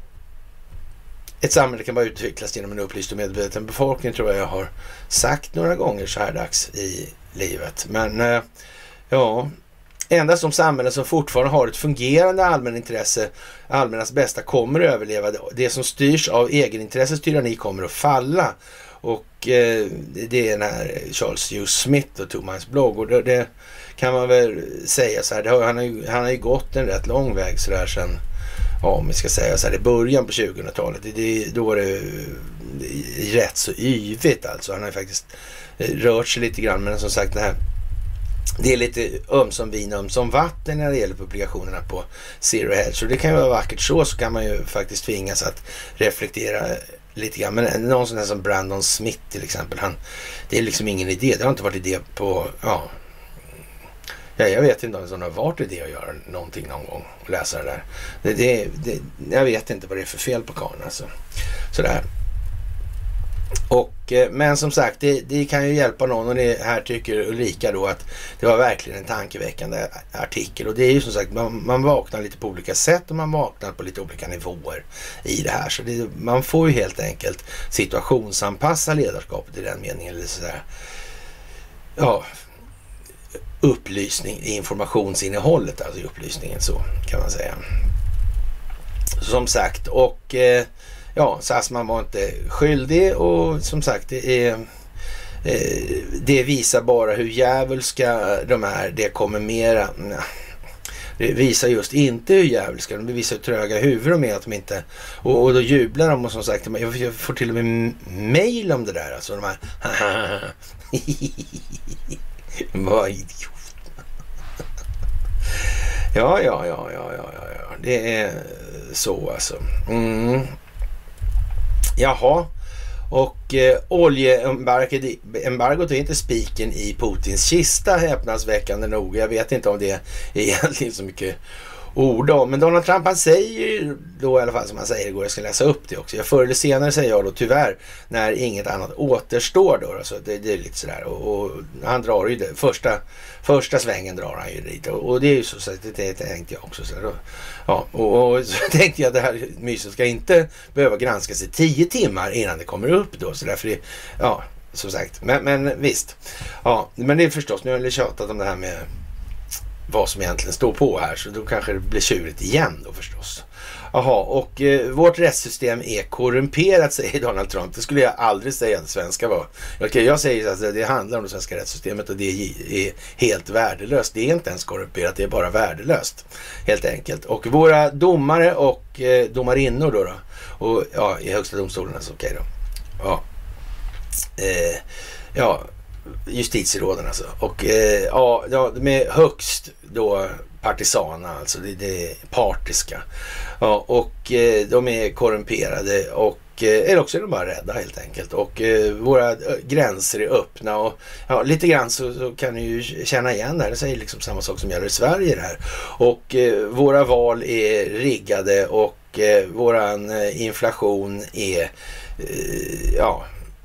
ett samhälle kan bara utvecklas genom en upplyst och medveten befolkning tror jag jag har sagt några gånger så här dags i livet. Men eh, ja, endast de samhällen som fortfarande har ett fungerande allmänintresse, allmännas bästa, kommer att överleva. Det som styrs av egenintressets tyranni kommer att falla. Och eh, det är den här Charles Hugh Smith och Thomas blogg. Och det, det kan man väl säga så här. Det har, han, har ju, han har ju gått en rätt lång väg så där sen, ja om vi ska säga så här, i början på tjugohundratalet. Det, det, då var det, det rätt så yvigt alltså. Han har ju faktiskt rört sig lite grann, men som sagt det här, det är lite ömsom vin, ömsom vatten när det gäller publikationerna på Zero Hedge. Så det kan ju vara vackert så, så kan man ju faktiskt tvingas att reflektera lite grann. Men någon sån här som Brandon Smith till exempel, han, det är liksom ingen idé. Det har inte varit idé på, ja, ja jag vet inte om det har varit idé att göra någonting någon gång och läsa det där. Det, det, det, jag vet inte vad det är för fel på karln alltså. Sådär. Och, men som sagt, det, det kan ju hjälpa någon och det här tycker Ulrika då att det var verkligen en tankeväckande artikel. Och det är ju som sagt, man, man vaknar lite på olika sätt och man vaknar på lite olika nivåer i det här. Så det, man får ju helt enkelt situationsanpassa ledarskapet i den meningen. Eller sådär, ja, upplysning, informationsinnehållet, alltså upplysningen så kan man säga. Som sagt, och eh, ja, Sassman var inte skyldig och som sagt det är eh, det visar bara hur djävulska de är. Det kommer mera, det visar just inte hur jävliga de visar hur tröga huvud med att de inte, och, och då jublar de och som sagt, jag får till och med mejl om det där, alltså de här vad idiot. Ja, ja, ja, ja, ja, ja, det är så alltså. Mm. Jaha. Och eh, oljeembargot är inte spiken i Putins kista, häpnadsväckande nog. Jag vet inte om det är egentligen så mycket ord om. Men Donald Trump, han säger ju då i alla fall som han säger igår, jag ska läsa upp det också. Jag förr eller senare säger jag då tyvärr när inget annat återstår då. Alltså det, det är lite sådär. Och, och han drar ju det. Första, första svängen drar han ju dit. Och, och det är ju så, så det, det tänkte jag också. Så då, ja, och, och så tänkte jag att det här myset ska inte behöva granskas i tio timmar innan det kommer upp då. Så därför det, ja, som sagt. Men, men visst. Ja, men det är förstås, nu har jag tjatat om det här med vad som egentligen står på här, så då kanske det blir tjurigt igen då förstås. Jaha, och eh, vårt rättssystem är korrumperat, säger Donald Trump. Det skulle jag aldrig säga att svenska var. Okej, jag säger att alltså, det handlar om det svenska rättssystemet och det är, är helt värdelöst. Det är inte ens korrumperat, det är bara värdelöst helt enkelt. Och våra domare och eh, domarinnor då, då och ja, i högsta domstolen, alltså okej då. Ja. Eh, ja, justitieråden alltså. Och eh, ja, de är högst då partisana, alltså det, det är partiska. Ja, och eh, de är korrumperade och eh, eller också är de bara rädda helt enkelt. Och eh, våra gränser är öppna och ja, lite grann så, så kan ni ju känna igen det här. Det säger liksom samma sak som gäller i Sverige det här. Och eh, våra val är riggade och eh, våran eh, inflation är eh, ja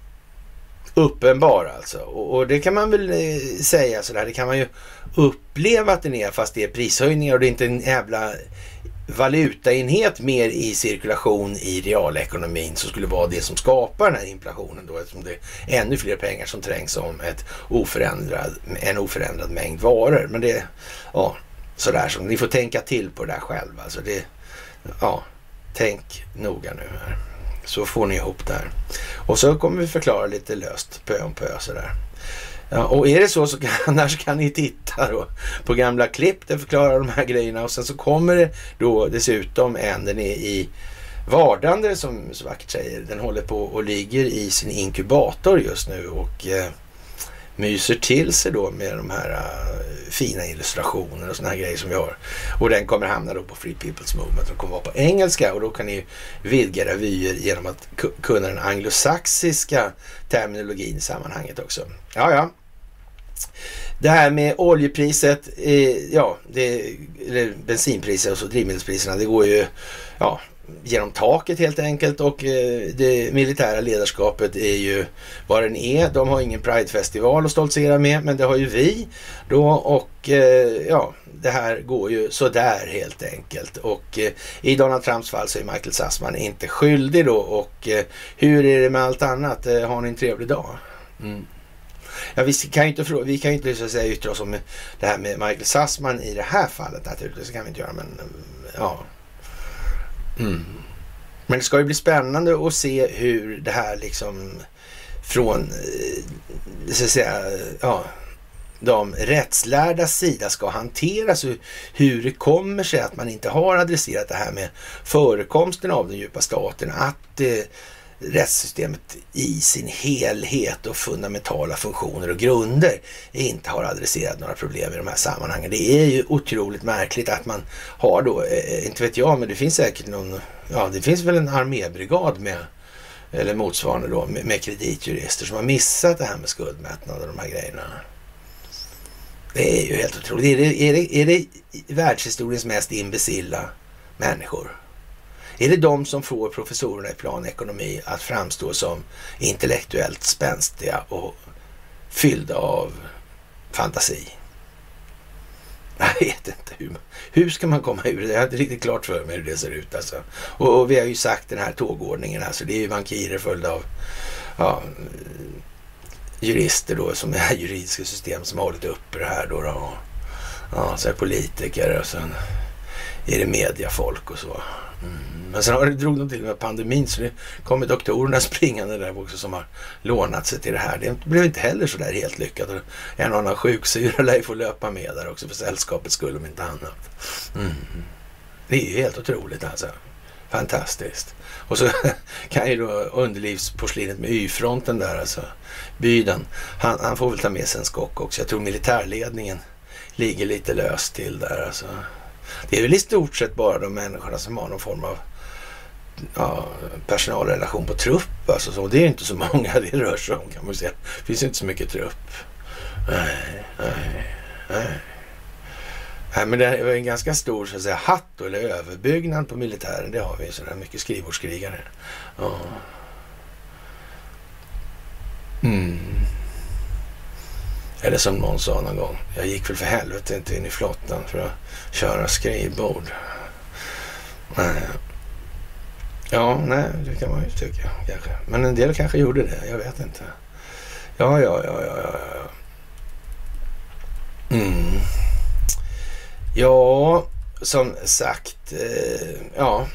uppenbar alltså. Och, och det kan man väl eh, säga sådär. Det kan man ju uppleva att den är, fast det är prishöjningar och det är inte en jävla valutaenhet mer i cirkulation i realekonomin som skulle vara det som skapar den här inflationen då, eftersom det är ännu fler pengar som trängs om ett oförändrad, en oförändrad mängd varor. Men det, ja, sådär som ni får tänka till på det där själva. Alltså det, ja, tänk noga nu här. Så får ni ihop det här. Och så kommer vi förklara lite löst, pö om pö sådär. Ja, och är det så så kan, annars kan ni titta då på gamla klipp där förklarar de här grejerna. Och sen så kommer det då dessutom en, den är i vardande som så vackert säger. Den håller på och ligger i sin inkubator just nu och eh, myser till sig då med de här uh, fina illustrationer och såna här grejer som vi har. Och den kommer hamna då på Free People's Movement och kommer vara på engelska och då kan ni vidga revyer genom att k- kunna den anglosaxiska terminologin i sammanhanget också. Ja, ja. Det här med oljepriset, eh, ja, det, eller bensinpriser och så drivmedelspriserna, det går ju ja, genom taket helt enkelt och eh, det militära ledarskapet är ju vad den är. De har ingen Pride-festival att stoltsera med, men det har ju vi då och eh, ja, det här går ju så där helt enkelt. Och eh, i Donald Trumps fall så är Michael Sussman inte skyldig då och eh, hur är det med allt annat? Eh, har ni en trevlig dag? Mm. Ja, vi kan ju inte, vi kan ju inte så att säga yttra oss om det här med Michael Sussman i det här fallet naturligtvis, så kan vi inte göra, men ja. Mm. Men det ska ju bli spännande att se hur det här liksom från så att säga, ja, de rättslärda sida ska hanteras och hur det kommer sig att man inte har adresserat det här med förekomsten av den djupa staten, att eh, rättssystemet i sin helhet och fundamentala funktioner och grunder inte har adresserat några problem i de här sammanhangen. Det är ju otroligt märkligt att man har då, eh, inte vet jag, men det finns säkert någon, ja det finns väl en armébrigad med, eller motsvarande då, med, med kreditjurister som har missat det här med skuldmättnad och de här grejerna. Det är ju helt otroligt. Är det, är det, är det världshistoriens mest imbecilla människor? Är det de som får professorerna i planekonomi att framstå som intellektuellt spänstiga och fyllda av fantasi? Jag vet inte hur, hur ska man komma ur det. Jag har inte riktigt klart för mig hur det ser ut. Alltså. Och, och vi har ju sagt den här tågordningen. Alltså, det är ju bankirer följda av ja, jurister då, som är juridiska system som har hållit uppe det här då. då. Ja, så är politiker och sen är det mediafolk och så. Mm. Men sen har det drog de till med pandemin, så det kommer doktorerna springande där också som har lånat sig till det här. Det blev inte heller så där helt lyckat. En och annan sjuksyra lär få löpa med där också för sällskapets skull om inte annat. Mm. Det är ju helt otroligt alltså. Fantastiskt. Och så kan ju då underlivsporslinet med Y-fronten där, alltså Byden, han, han får väl ta med sig en skock också. Jag tror militärledningen ligger lite löst till där alltså. Det är väl i stort sett bara de människorna som har någon form av ja, personalrelation på trupp alltså. Så det är inte så många det rör sig om, kan man säga. Det finns inte så mycket trupp. Nej, nej, nej. Nej, men det är en ganska stor så att säga, hatt eller överbyggnad på militären. Det har vi sådär mycket skrivbordskrigare. Ja. Mm. Eller som någon sa någon gång, jag gick väl för helvete inte in i flottan för att köra skrivbord. Nej. Ja, nej, det kan man ju tycka kanske. Men en del kanske gjorde det, jag vet inte. Ja, ja, ja, ja, ja, ja. Mm. Ja, som sagt, eh, ja.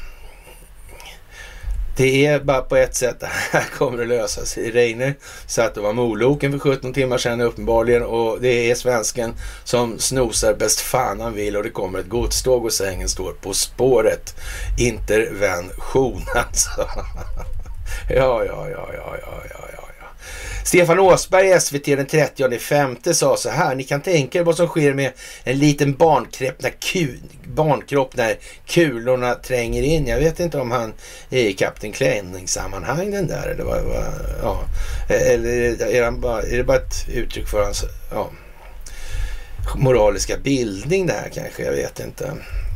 Det är bara på ett sätt, det här kommer att lösa sig. Reine satt och var moloken för sjutton timmar sedan uppenbarligen, och det är svensken som snosar bäst fan han vill, och det kommer ett godståg och sängen står på spåret. Intervention alltså. ja, ja, ja, ja, ja, ja, ja. Stefan Åsberg i S V T den trettionde femte sa så här: ni kan tänka er vad som sker med en liten barnkropp när, kul, barnkropp när kulorna tränger in. Jag vet inte om han är i Kapten Klänning-sammanhang den där, eller vad, vad, ja. Eller är, han bara, är det bara ett uttryck för hans ja, moraliska bildning det här kanske, jag vet inte.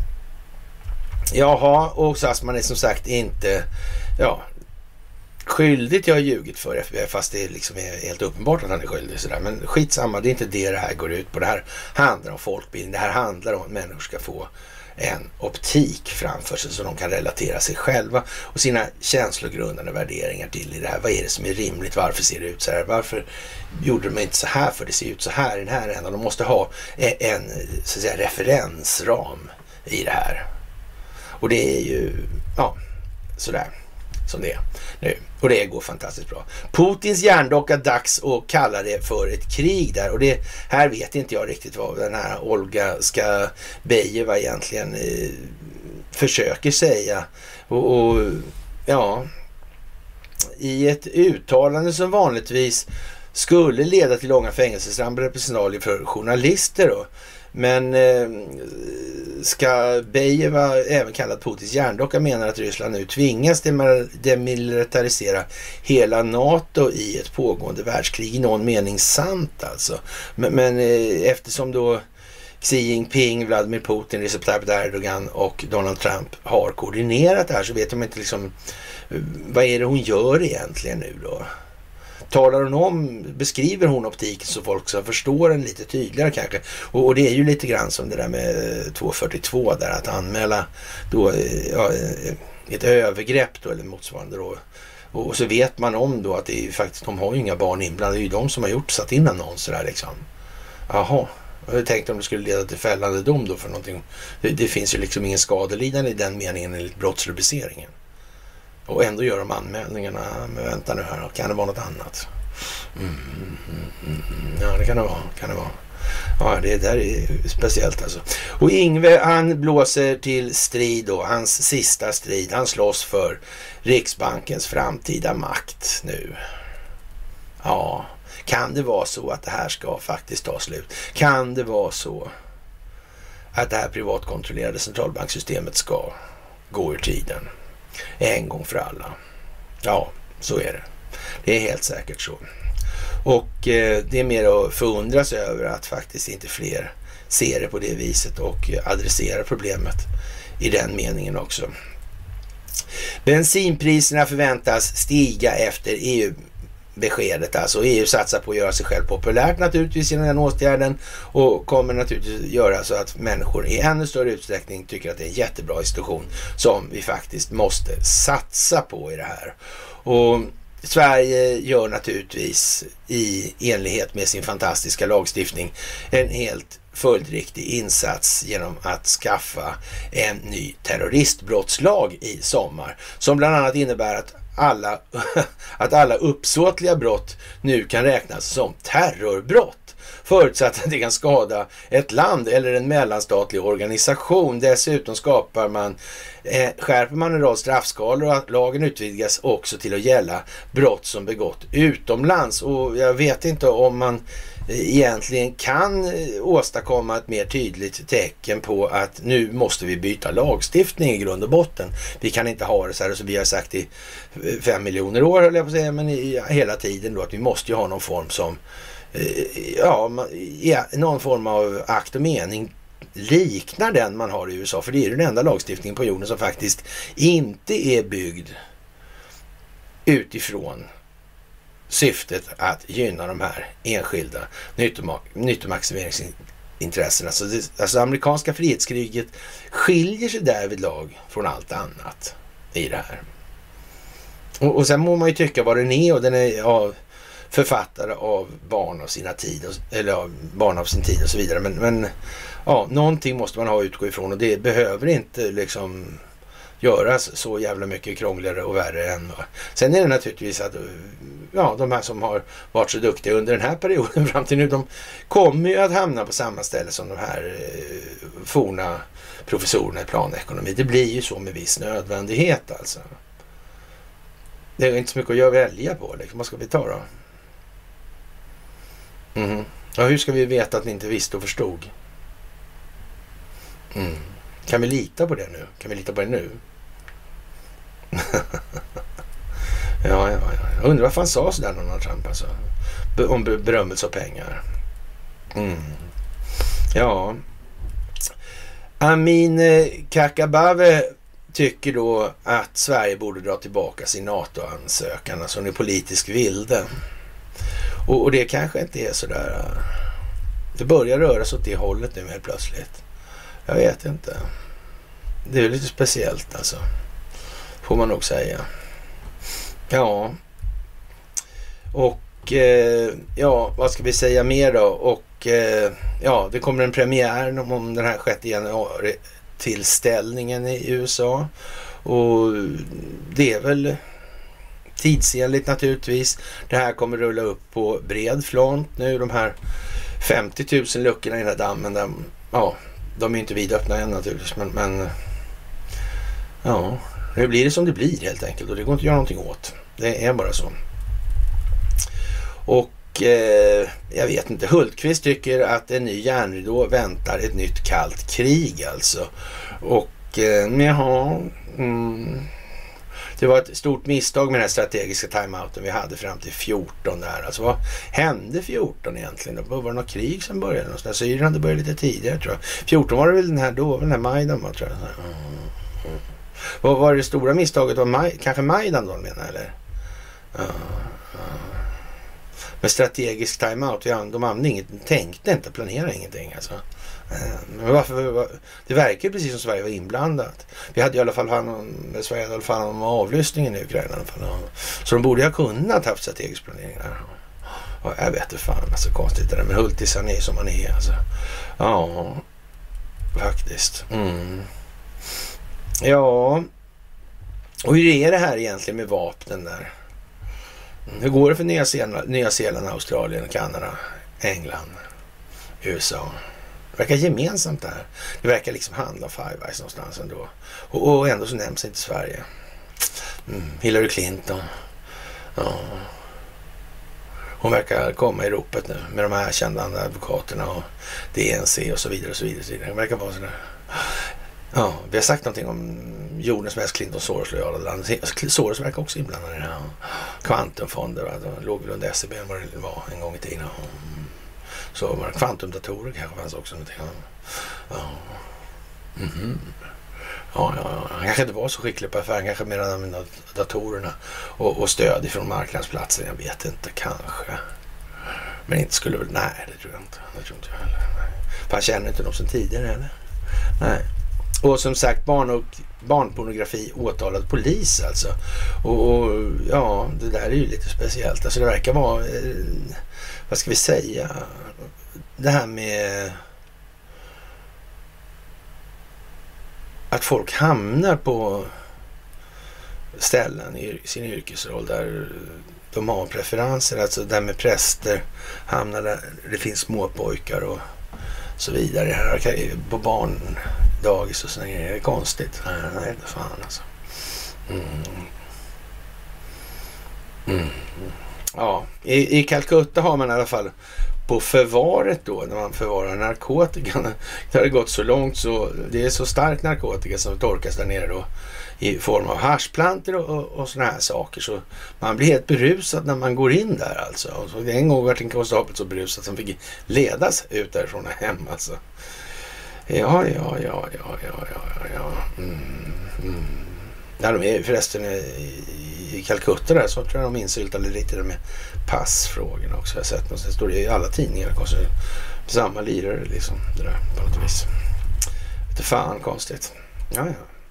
Jaha, och Sassman är som sagt inte ja skyldigt, jag har ljugit för F B I, fast det liksom är helt uppenbart att han är skyldig sådär. Men skitsamma, det är inte det det här går ut på. Det här handlar om folkbildning. Det här handlar om att människor ska få en optik framför sig så de kan relatera sig själva och sina känslogrundande värderingar till i det här. Vad är det som är rimligt? Varför ser det ut så här? Varför gjorde de inte så här för det ser ut så här i den här änden? De måste ha en så att säga, referensram i det här. Och det är ju ja, sådär som det är nu. Och det går fantastiskt bra. Putins järndocka, dags att kalla det för ett krig där. Och det här vet inte jag riktigt vad den här Olga Skabejeva egentligen eh, försöker säga. Och, och ja, i ett uttalande som vanligtvis skulle leda till långa fängelsestraff repressalier för journalister då. Men eh, Skabejeva, även kallad Putins järndocka, menar att Ryssland nu tvingas demilitarisera hela NATO i ett pågående världskrig. I någon mening sant alltså. Men, men eh, eftersom då Xi Jinping, Vladimir Putin, Recep Tayyip Erdogan och Donald Trump har koordinerat det här, så vet de inte liksom vad är det hon gör egentligen nu då. Talar hon om, beskriver hon optiken så folk så förstår den lite tydligare kanske. Och, och det är ju lite grann som det där med tvåhundrafyrtiotvå där, att anmäla då, ja, ett övergrepp då, eller motsvarande då. Och, och så vet man om då att det är faktiskt, de har ju inga barn inblandade, det är ju de som har gjort, satt in annonser där liksom. Jaha, jag tänkte om det skulle leda till fällande dom då för någonting. Det, det finns ju liksom ingen skadelidande i den meningen enligt brottsrubriceringen. Och ändå gör de anmälningarna. Men vänta nu här, kan det vara något annat? Mm, mm, mm, mm. Ja, det kan det vara. Kan det vara. Ja, det där är speciellt alltså. Och Ingve, han blåser till strid då. Hans sista strid. Han slåss för Riksbankens framtida makt nu. Ja, kan det vara så att det här ska faktiskt ta slut? Kan det vara så att det här privatkontrollerade centralbanksystemet ska gå ur tiden? En gång för alla. Ja, så är det. Det är helt säkert så. Och eh, det är mer att förundras över att faktiskt inte fler ser det på det viset och adresserar problemet i den meningen också. Bensinpriserna förväntas stiga efter E U-beskedet. Alltså E U satsar på att göra sig själv populärt naturligtvis genom den åtgärden och kommer naturligtvis göra så att människor i ännu större utsträckning tycker att det är en jättebra institution som vi faktiskt måste satsa på i det här. Och Sverige gör naturligtvis i enlighet med sin fantastiska lagstiftning en helt följdriktig insats genom att skaffa en ny terroristbrottslag i sommar som bland annat innebär att alla, att alla uppsåtliga brott nu kan räknas som terrorbrott förutsatt att det kan skada ett land eller en mellanstatlig organisation. Dessutom skapar man, eh, skärper man en rad straffskalor och att lagen utvidgas också till att gälla brott som begått utomlands. Och jag vet inte om man egentligen kan åstadkomma ett mer tydligt tecken på att nu måste vi byta lagstiftning i grund och botten. Vi kan inte ha det så här, och så vi har sagt i fem miljoner år, höll jag på att säga, men i, hela tiden då att vi måste ju ha någon form som ja, någon form av akt och mening liknar den man har i U S A, för det är den enda lagstiftningen på jorden som faktiskt inte är byggd utifrån syftet att gynna de här enskilda nyttomaximeringsintressena. Alltså, det, alltså amerikanska frihetskriget skiljer sig därvidlag från allt annat i det här. Och, och sen må man ju tycka vad den är, och den är ja, författare av barn av sina tid och, eller ja, barn av sin tid och så vidare. Men, men ja, någonting måste man ha att utgå ifrån, och det behöver inte liksom göras så jävla mycket krångligare och värre än. Sen är det naturligtvis att ja, de här som har varit så duktiga under den här perioden fram till nu, de kommer ju att hamna på samma ställe som de här eh, forna professorerna i planekonomi. Det blir ju så med viss nödvändighet alltså. Det är inte så mycket att göra välja på. Liksom. Vad ska vi ta då? Mm. Ja, hur ska vi veta att ni inte visste och förstod? Mm. Kan vi lita på det nu? Kan vi lita på det nu? ja, ja, ja. Jag undrar vad fan sa sådär Donald Trump alltså. Be- om berömmelse och pengar. Mm. Ja. Amin Kakabaveh tycker då att Sverige borde dra tillbaka sin NATO-ansökan, alltså hon är politisk vilde. Och, och det kanske inte är sådär. Det börjar röra sig åt det hållet nu helt plötsligt. Jag vet inte. Det är lite speciellt alltså. Får man nog säga. Ja. Och eh, ja, vad ska vi säga mer då? Och eh, ja, det kommer en premiär om den här sjätte januari tillställningen i U S A. Och det är väl tidsenligt naturligtvis. Det här kommer rulla upp på bred front nu. De här femtio tusen luckorna i den här dammen. Där, ja, de är inte vidöppna än naturligtvis. Men, men ja, det blir det som det blir helt enkelt. Och det går inte att göra någonting åt. Det är bara så. Och eh, jag vet inte. Hultqvist tycker att en ny järnridå väntar ett nytt kallt krig alltså. Och eh, jaha... Mm, det var ett stort misstag med den här strategiska timeouten vi hade fram till fjorton där. Alltså vad hände fjorton egentligen? Var det något krig som började någonstans? Syrien hade börjat lite tidigare tror jag. fjorton var det väl den här då, den här Majdan var tror jag. Mm. Mm. Vad var det stora misstaget? Var Maj, kanske Majdan då menar eller? Uh, uh. Med strategisk timeout, de hade inget, tänkte inte, planerade ingenting alltså. Men varför, det verkar precis som Sverige var inblandat. Vi hade i alla fall han, Sverige hade i alla fall om avlyssningen i Ukraina i alla fall. Så de borde ha kunnat haft strategisk planering där. Ja, jag vet inte fan, alltså konstigt det där. Men Hultissan är som han är alltså. Ja, faktiskt. Mm. Ja, och hur är det här egentligen med vapnen där? Hur går det för Nya Zeeland, Nya Zeeland, Australien, Kanada, England, U S A? Det verkar gemensamt där. Det verkar liksom handla om Five Eyes någonstans ändå. Och, och ändå så nämns inte Sverige. Mm. Hillary Clinton. Ja. Hon verkar komma i ropet nu med de här kända advokaterna och D N C och så vidare och så vidare. Och så vidare. Det verkar vara sådär. Ja, vi har sagt någonting om jordens mest Clinton Soros-lojala land. Soros verkar också inblandad i det här. Kvantumfonder, va? De låg väl under S E B vad det var en gång i tiden. Så var det kvantumdatorer kanske fanns också. Ja. Mm-hmm. Ja, ja, ja. Han kanske inte var så skicklig på affären. Kanske mer använda datorerna och, och stöd ifrån marknadsplatsen. Jag vet inte, kanske. Men inte skulle väl, nej det tror jag inte. Det tror inte jag heller. För han känner inte dem som tidigare eller? Nej. Och som sagt, barn och barnpornografi åtalad polis alltså. Och, och ja, det där är ju lite speciellt. Alltså det verkar vara, eh, vad ska vi säga, det här med att folk hamnar på ställen i sin yrkesroll där de har preferenser. Alltså där med präster hamnar där det finns småpojkar och så vidare. Här på barndagis och sådär. Det är konstigt. Nej, nej, inte fan alltså. Mm. Mm. Ja, i, i Calcutta har man i alla fall på förvaret då, när man förvarar narkotika. Det har gått så långt så det är så stark narkotika som torkas där nere då i form av haschplantor och, och, och såna här saker, så man blir helt berusad när man går in där alltså. Och så en gång var en konstapel så berusad som fick ledas ut därifrån hem alltså. Ja, ja, ja, ja, ja, ja, ja. Mm, mm. Ja, de är förresten i, i Calcutta där, så tror jag de insyltade lite med passfrågorna också. Jag har sett något, det står i alla tidningar, kanske samma lirare liksom, det där på något vis. Det är fan konstigt. Ja, ja.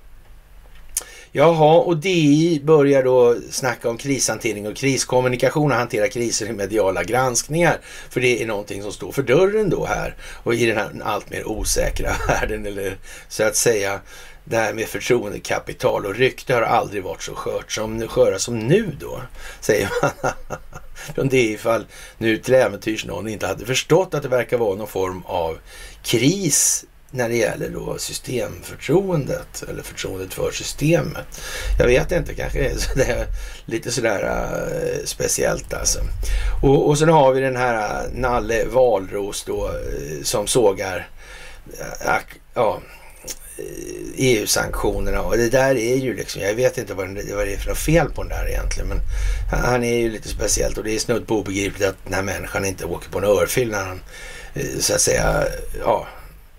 Jaha, och D I börjar då snacka om krishantering och kriskommunikation och hantera kriser i mediala granskningar. För det är någonting som står för dörren då här. Och i den här allt mer osäkra världen, eller så att säga, det här med förtroendekapital och rykte har aldrig varit så skört som, sköra som nu då, säger man. Från det ifall nu till äventyrs någon inte hade förstått att det verkar vara någon form av kris när det gäller då systemförtroendet eller förtroendet för systemet. Jag vet inte, kanske är det är lite sådär uh, speciellt alltså. Och, och sen har vi den här uh, Nalle Wahlroos då uh, som sågar uh, ja, E U-sanktionerna, och det där är ju liksom, jag vet inte vad det, vad det är för fel på den där egentligen, men han, han är ju lite speciellt, och det är snudd på obegripligt att den här människan inte åker på en örfil när han uh, så att säga, ja,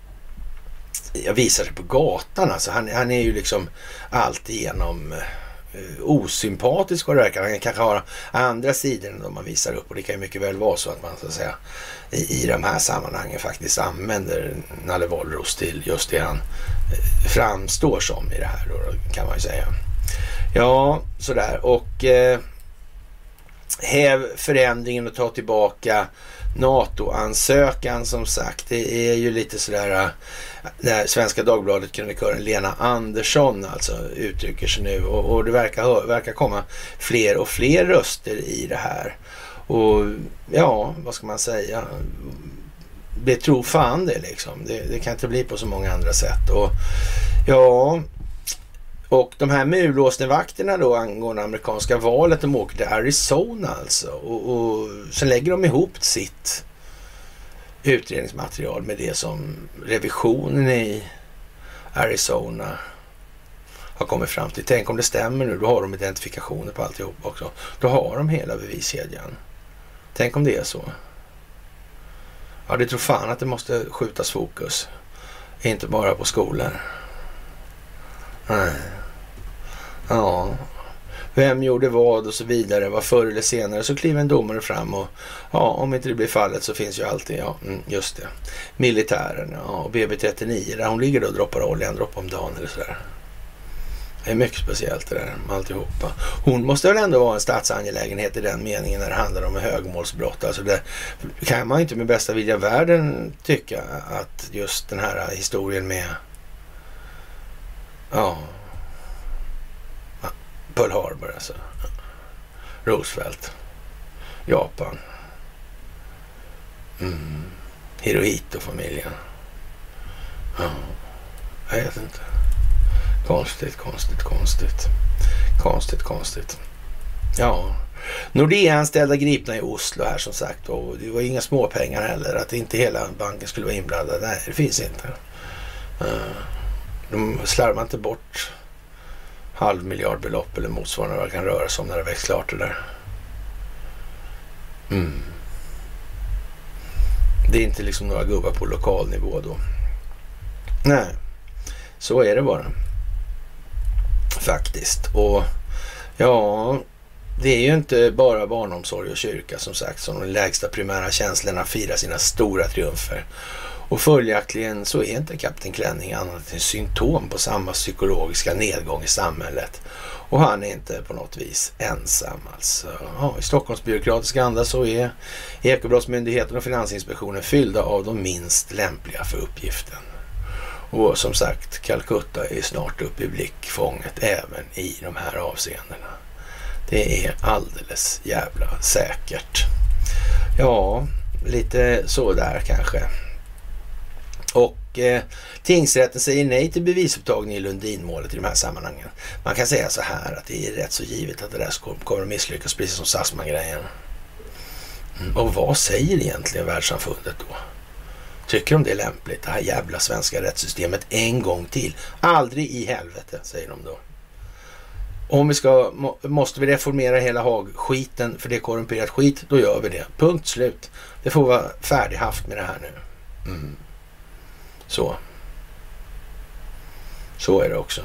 jag visar sig på gatan alltså. Han, han är ju liksom alltigenom uh, osympatisk, och det verkar. Han kanske har andra sidor än de man visar upp, och det kan ju mycket väl vara så att man så att säga i, i de här sammanhangen faktiskt använder Nalle Wahlroos till just det han uh, framstår som i det här då, kan man ju säga. Ja, sådär. Och uh, häv förändringen och ta tillbaka NATO-ansökan, som sagt. Det är ju lite sådär, när Svenska Dagbladet krönikören Lena Andersson alltså uttrycker sig nu, och, och det verkar, verkar komma fler och fler röster i det här. Och ja, vad ska man säga? Det tror fan det liksom. Det, det kan inte bli på så många andra sätt. Och ja, och de här mulåsnevakterna då angående amerikanska valet, de åker till Arizona alltså. Och, och sen lägger de ihop sitt utredningsmaterial med det som revisionen i Arizona har kommit fram till. Tänk om det stämmer nu, då har de identifikationer på alltihop också. Då har de hela beviskedjan. Tänk om det är så. Ja, det tror fan att det måste skjutas fokus. Inte bara på skolor. Nej. Ja. Vem gjorde vad och så vidare. Var förr eller senare så kliver en domare fram, och ja, om inte det blir fallet så finns ju alltid, ja, just det, militären, ja, och B B trettionio där hon ligger då och droppar olja en dropp om dagen eller sådär. Det är mycket speciellt det där med alltihopa. Hon måste väl ändå vara en statsangelägenhet i den meningen när det handlar om högmålsbrott. Alltså det kan man inte med bästa vilja världen tycka att just den här historien med ja Pearl Harbor alltså, Roosevelt, Japan, mm. Hirohito-familjen. Ja, jag vet inte. Konstigt, konstigt, konstigt. Konstigt, konstigt. Ja. Nordea-anställda gripna i Oslo här som sagt. Och det var inga småpengar heller. Att inte hela banken skulle vara inblandad. Nej, det finns inte. De slarvar inte bort halv miljardbelopp eller motsvarande vad det kan röra sig om när det växt klart det där. Mm. Det är inte liksom några gubbar på lokal nivå då. Nej, så är det bara. Faktiskt. Och ja, det är ju inte bara barnomsorg och kyrka som sagt som de lägsta primära känslorna firar sina stora triumfer. Och följaktligen så är inte Kapten Klänning annat än symptom på samma psykologiska nedgång i samhället. Och han är inte på något vis ensam alltså. Ja, i Stockholms byråkratiska anda så är Ekobrottsmyndigheten och Finansinspektionen fyllda av de minst lämpliga för uppgiften. Och som sagt, Calcutta är snart uppe i blickfånget även i de här avseendena. Det är alldeles jävla säkert. Ja, lite så där kanske. Och eh, tingsrätten säger nej till bevisupptagning i Lundinmålet i de här sammanhangen. Man kan säga så här att det är rätt så givet att det där kommer att misslyckas precis som Sassman-grejen. Mm, och vad säger egentligen världssamfundet då? Tycker de det är lämpligt, det här jävla svenska rättssystemet en gång till? Aldrig i helvete, säger de då. Om vi ska, må, måste vi reformera hela Haag-skiten för det är korrumperat skit, då gör vi det. Punkt slut. Det får vara färdighaft med det här nu. Mm. Så. Så är det också.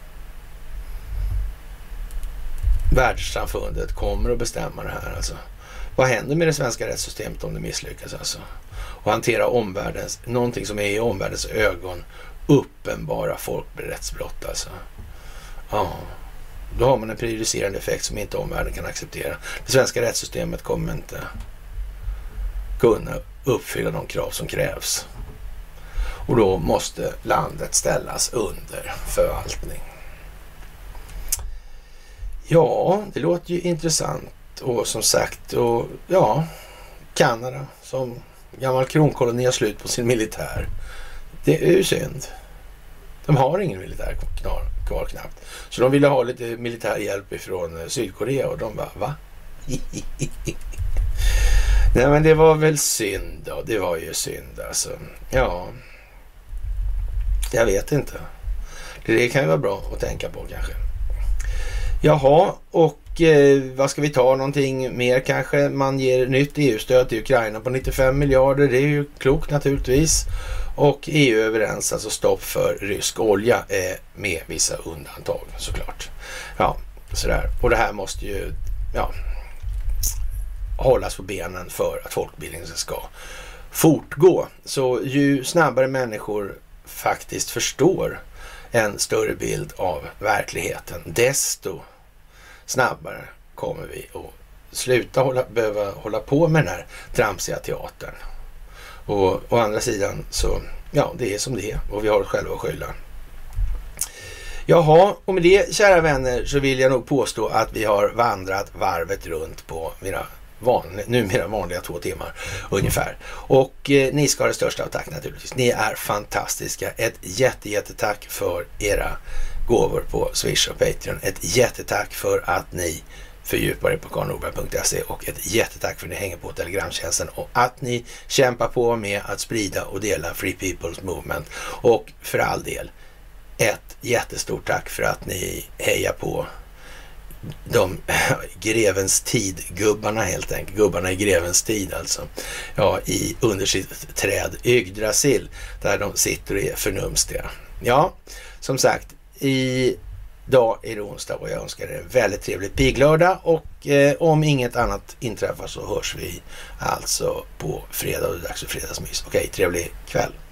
Världssamfundet kommer att bestämma det här alltså. Vad händer med det svenska rättssystemet om det misslyckas alltså? Och hantera omvärldens, någonting som är i omvärldens ögon uppenbara folkrättsbrott alltså. Ja. Då har man en prejudicerande effekt som inte omvärlden kan acceptera. Det svenska rättssystemet kommer inte kunna uppfylla de krav som krävs. Och då måste landet ställas under förvaltning. Ja, det låter ju intressant. Och som sagt, och ja, Kanada som gammal kronkoloni har slut på sin militär. Det är ju synd. De har ingen militär kvar knappt. Så de ville ha lite militär hjälp ifrån Sydkorea och de bara, va? Nej men det var väl synd då. Det var ju synd alltså. Ja. Jag vet inte. Det kan ju vara bra att tänka på kanske. Jaha, och eh, vad ska vi ta? Någonting mer kanske? Man ger nytt E U-stöd till Ukraina på nittiofem miljarder. Det är ju klokt naturligtvis. Och E U överens, alltså stopp för rysk olja eh, med vissa undantag såklart. Ja, sådär. Och det här måste ju ja, hållas på benen för att folkbildningen ska fortgå. Så ju snabbare människor faktiskt förstår en större bild av verkligheten, desto snabbare kommer vi att sluta hålla, behöva hålla på med den här tramsiga teatern. Och å andra sidan så, ja, det är som det är och vi har oss själva att skylla. Jaha, och med det, kära vänner, så vill jag nog påstå att vi har vandrat varvet runt på mina vanliga, numera vanliga två timmar ungefär. Och eh, ni ska ha det största av tack naturligtvis. Ni är fantastiska. Ett jätte, jättetack för era gåvor på Swish och Patreon. Ett jättetack för att ni fördjupar er på karl norberg punkt se och ett jättetack för att ni hänger på Telegramtjänsten och att ni kämpar på med att sprida och dela Free People's Movement. Och för all del, ett jättestort tack för att ni hejar på de grevens tid-gubbarna helt enkelt. Gubbarna i grevens tid alltså. Ja, i under sitt träd Yggdrasil där de sitter och är förnumstiga. Ja, som sagt, idag är det onsdag och jag önskar er en väldigt trevlig piglördag och eh, om inget annat inträffar så hörs vi alltså på fredag och det är dags för fredagsmys. Okej, trevlig kväll.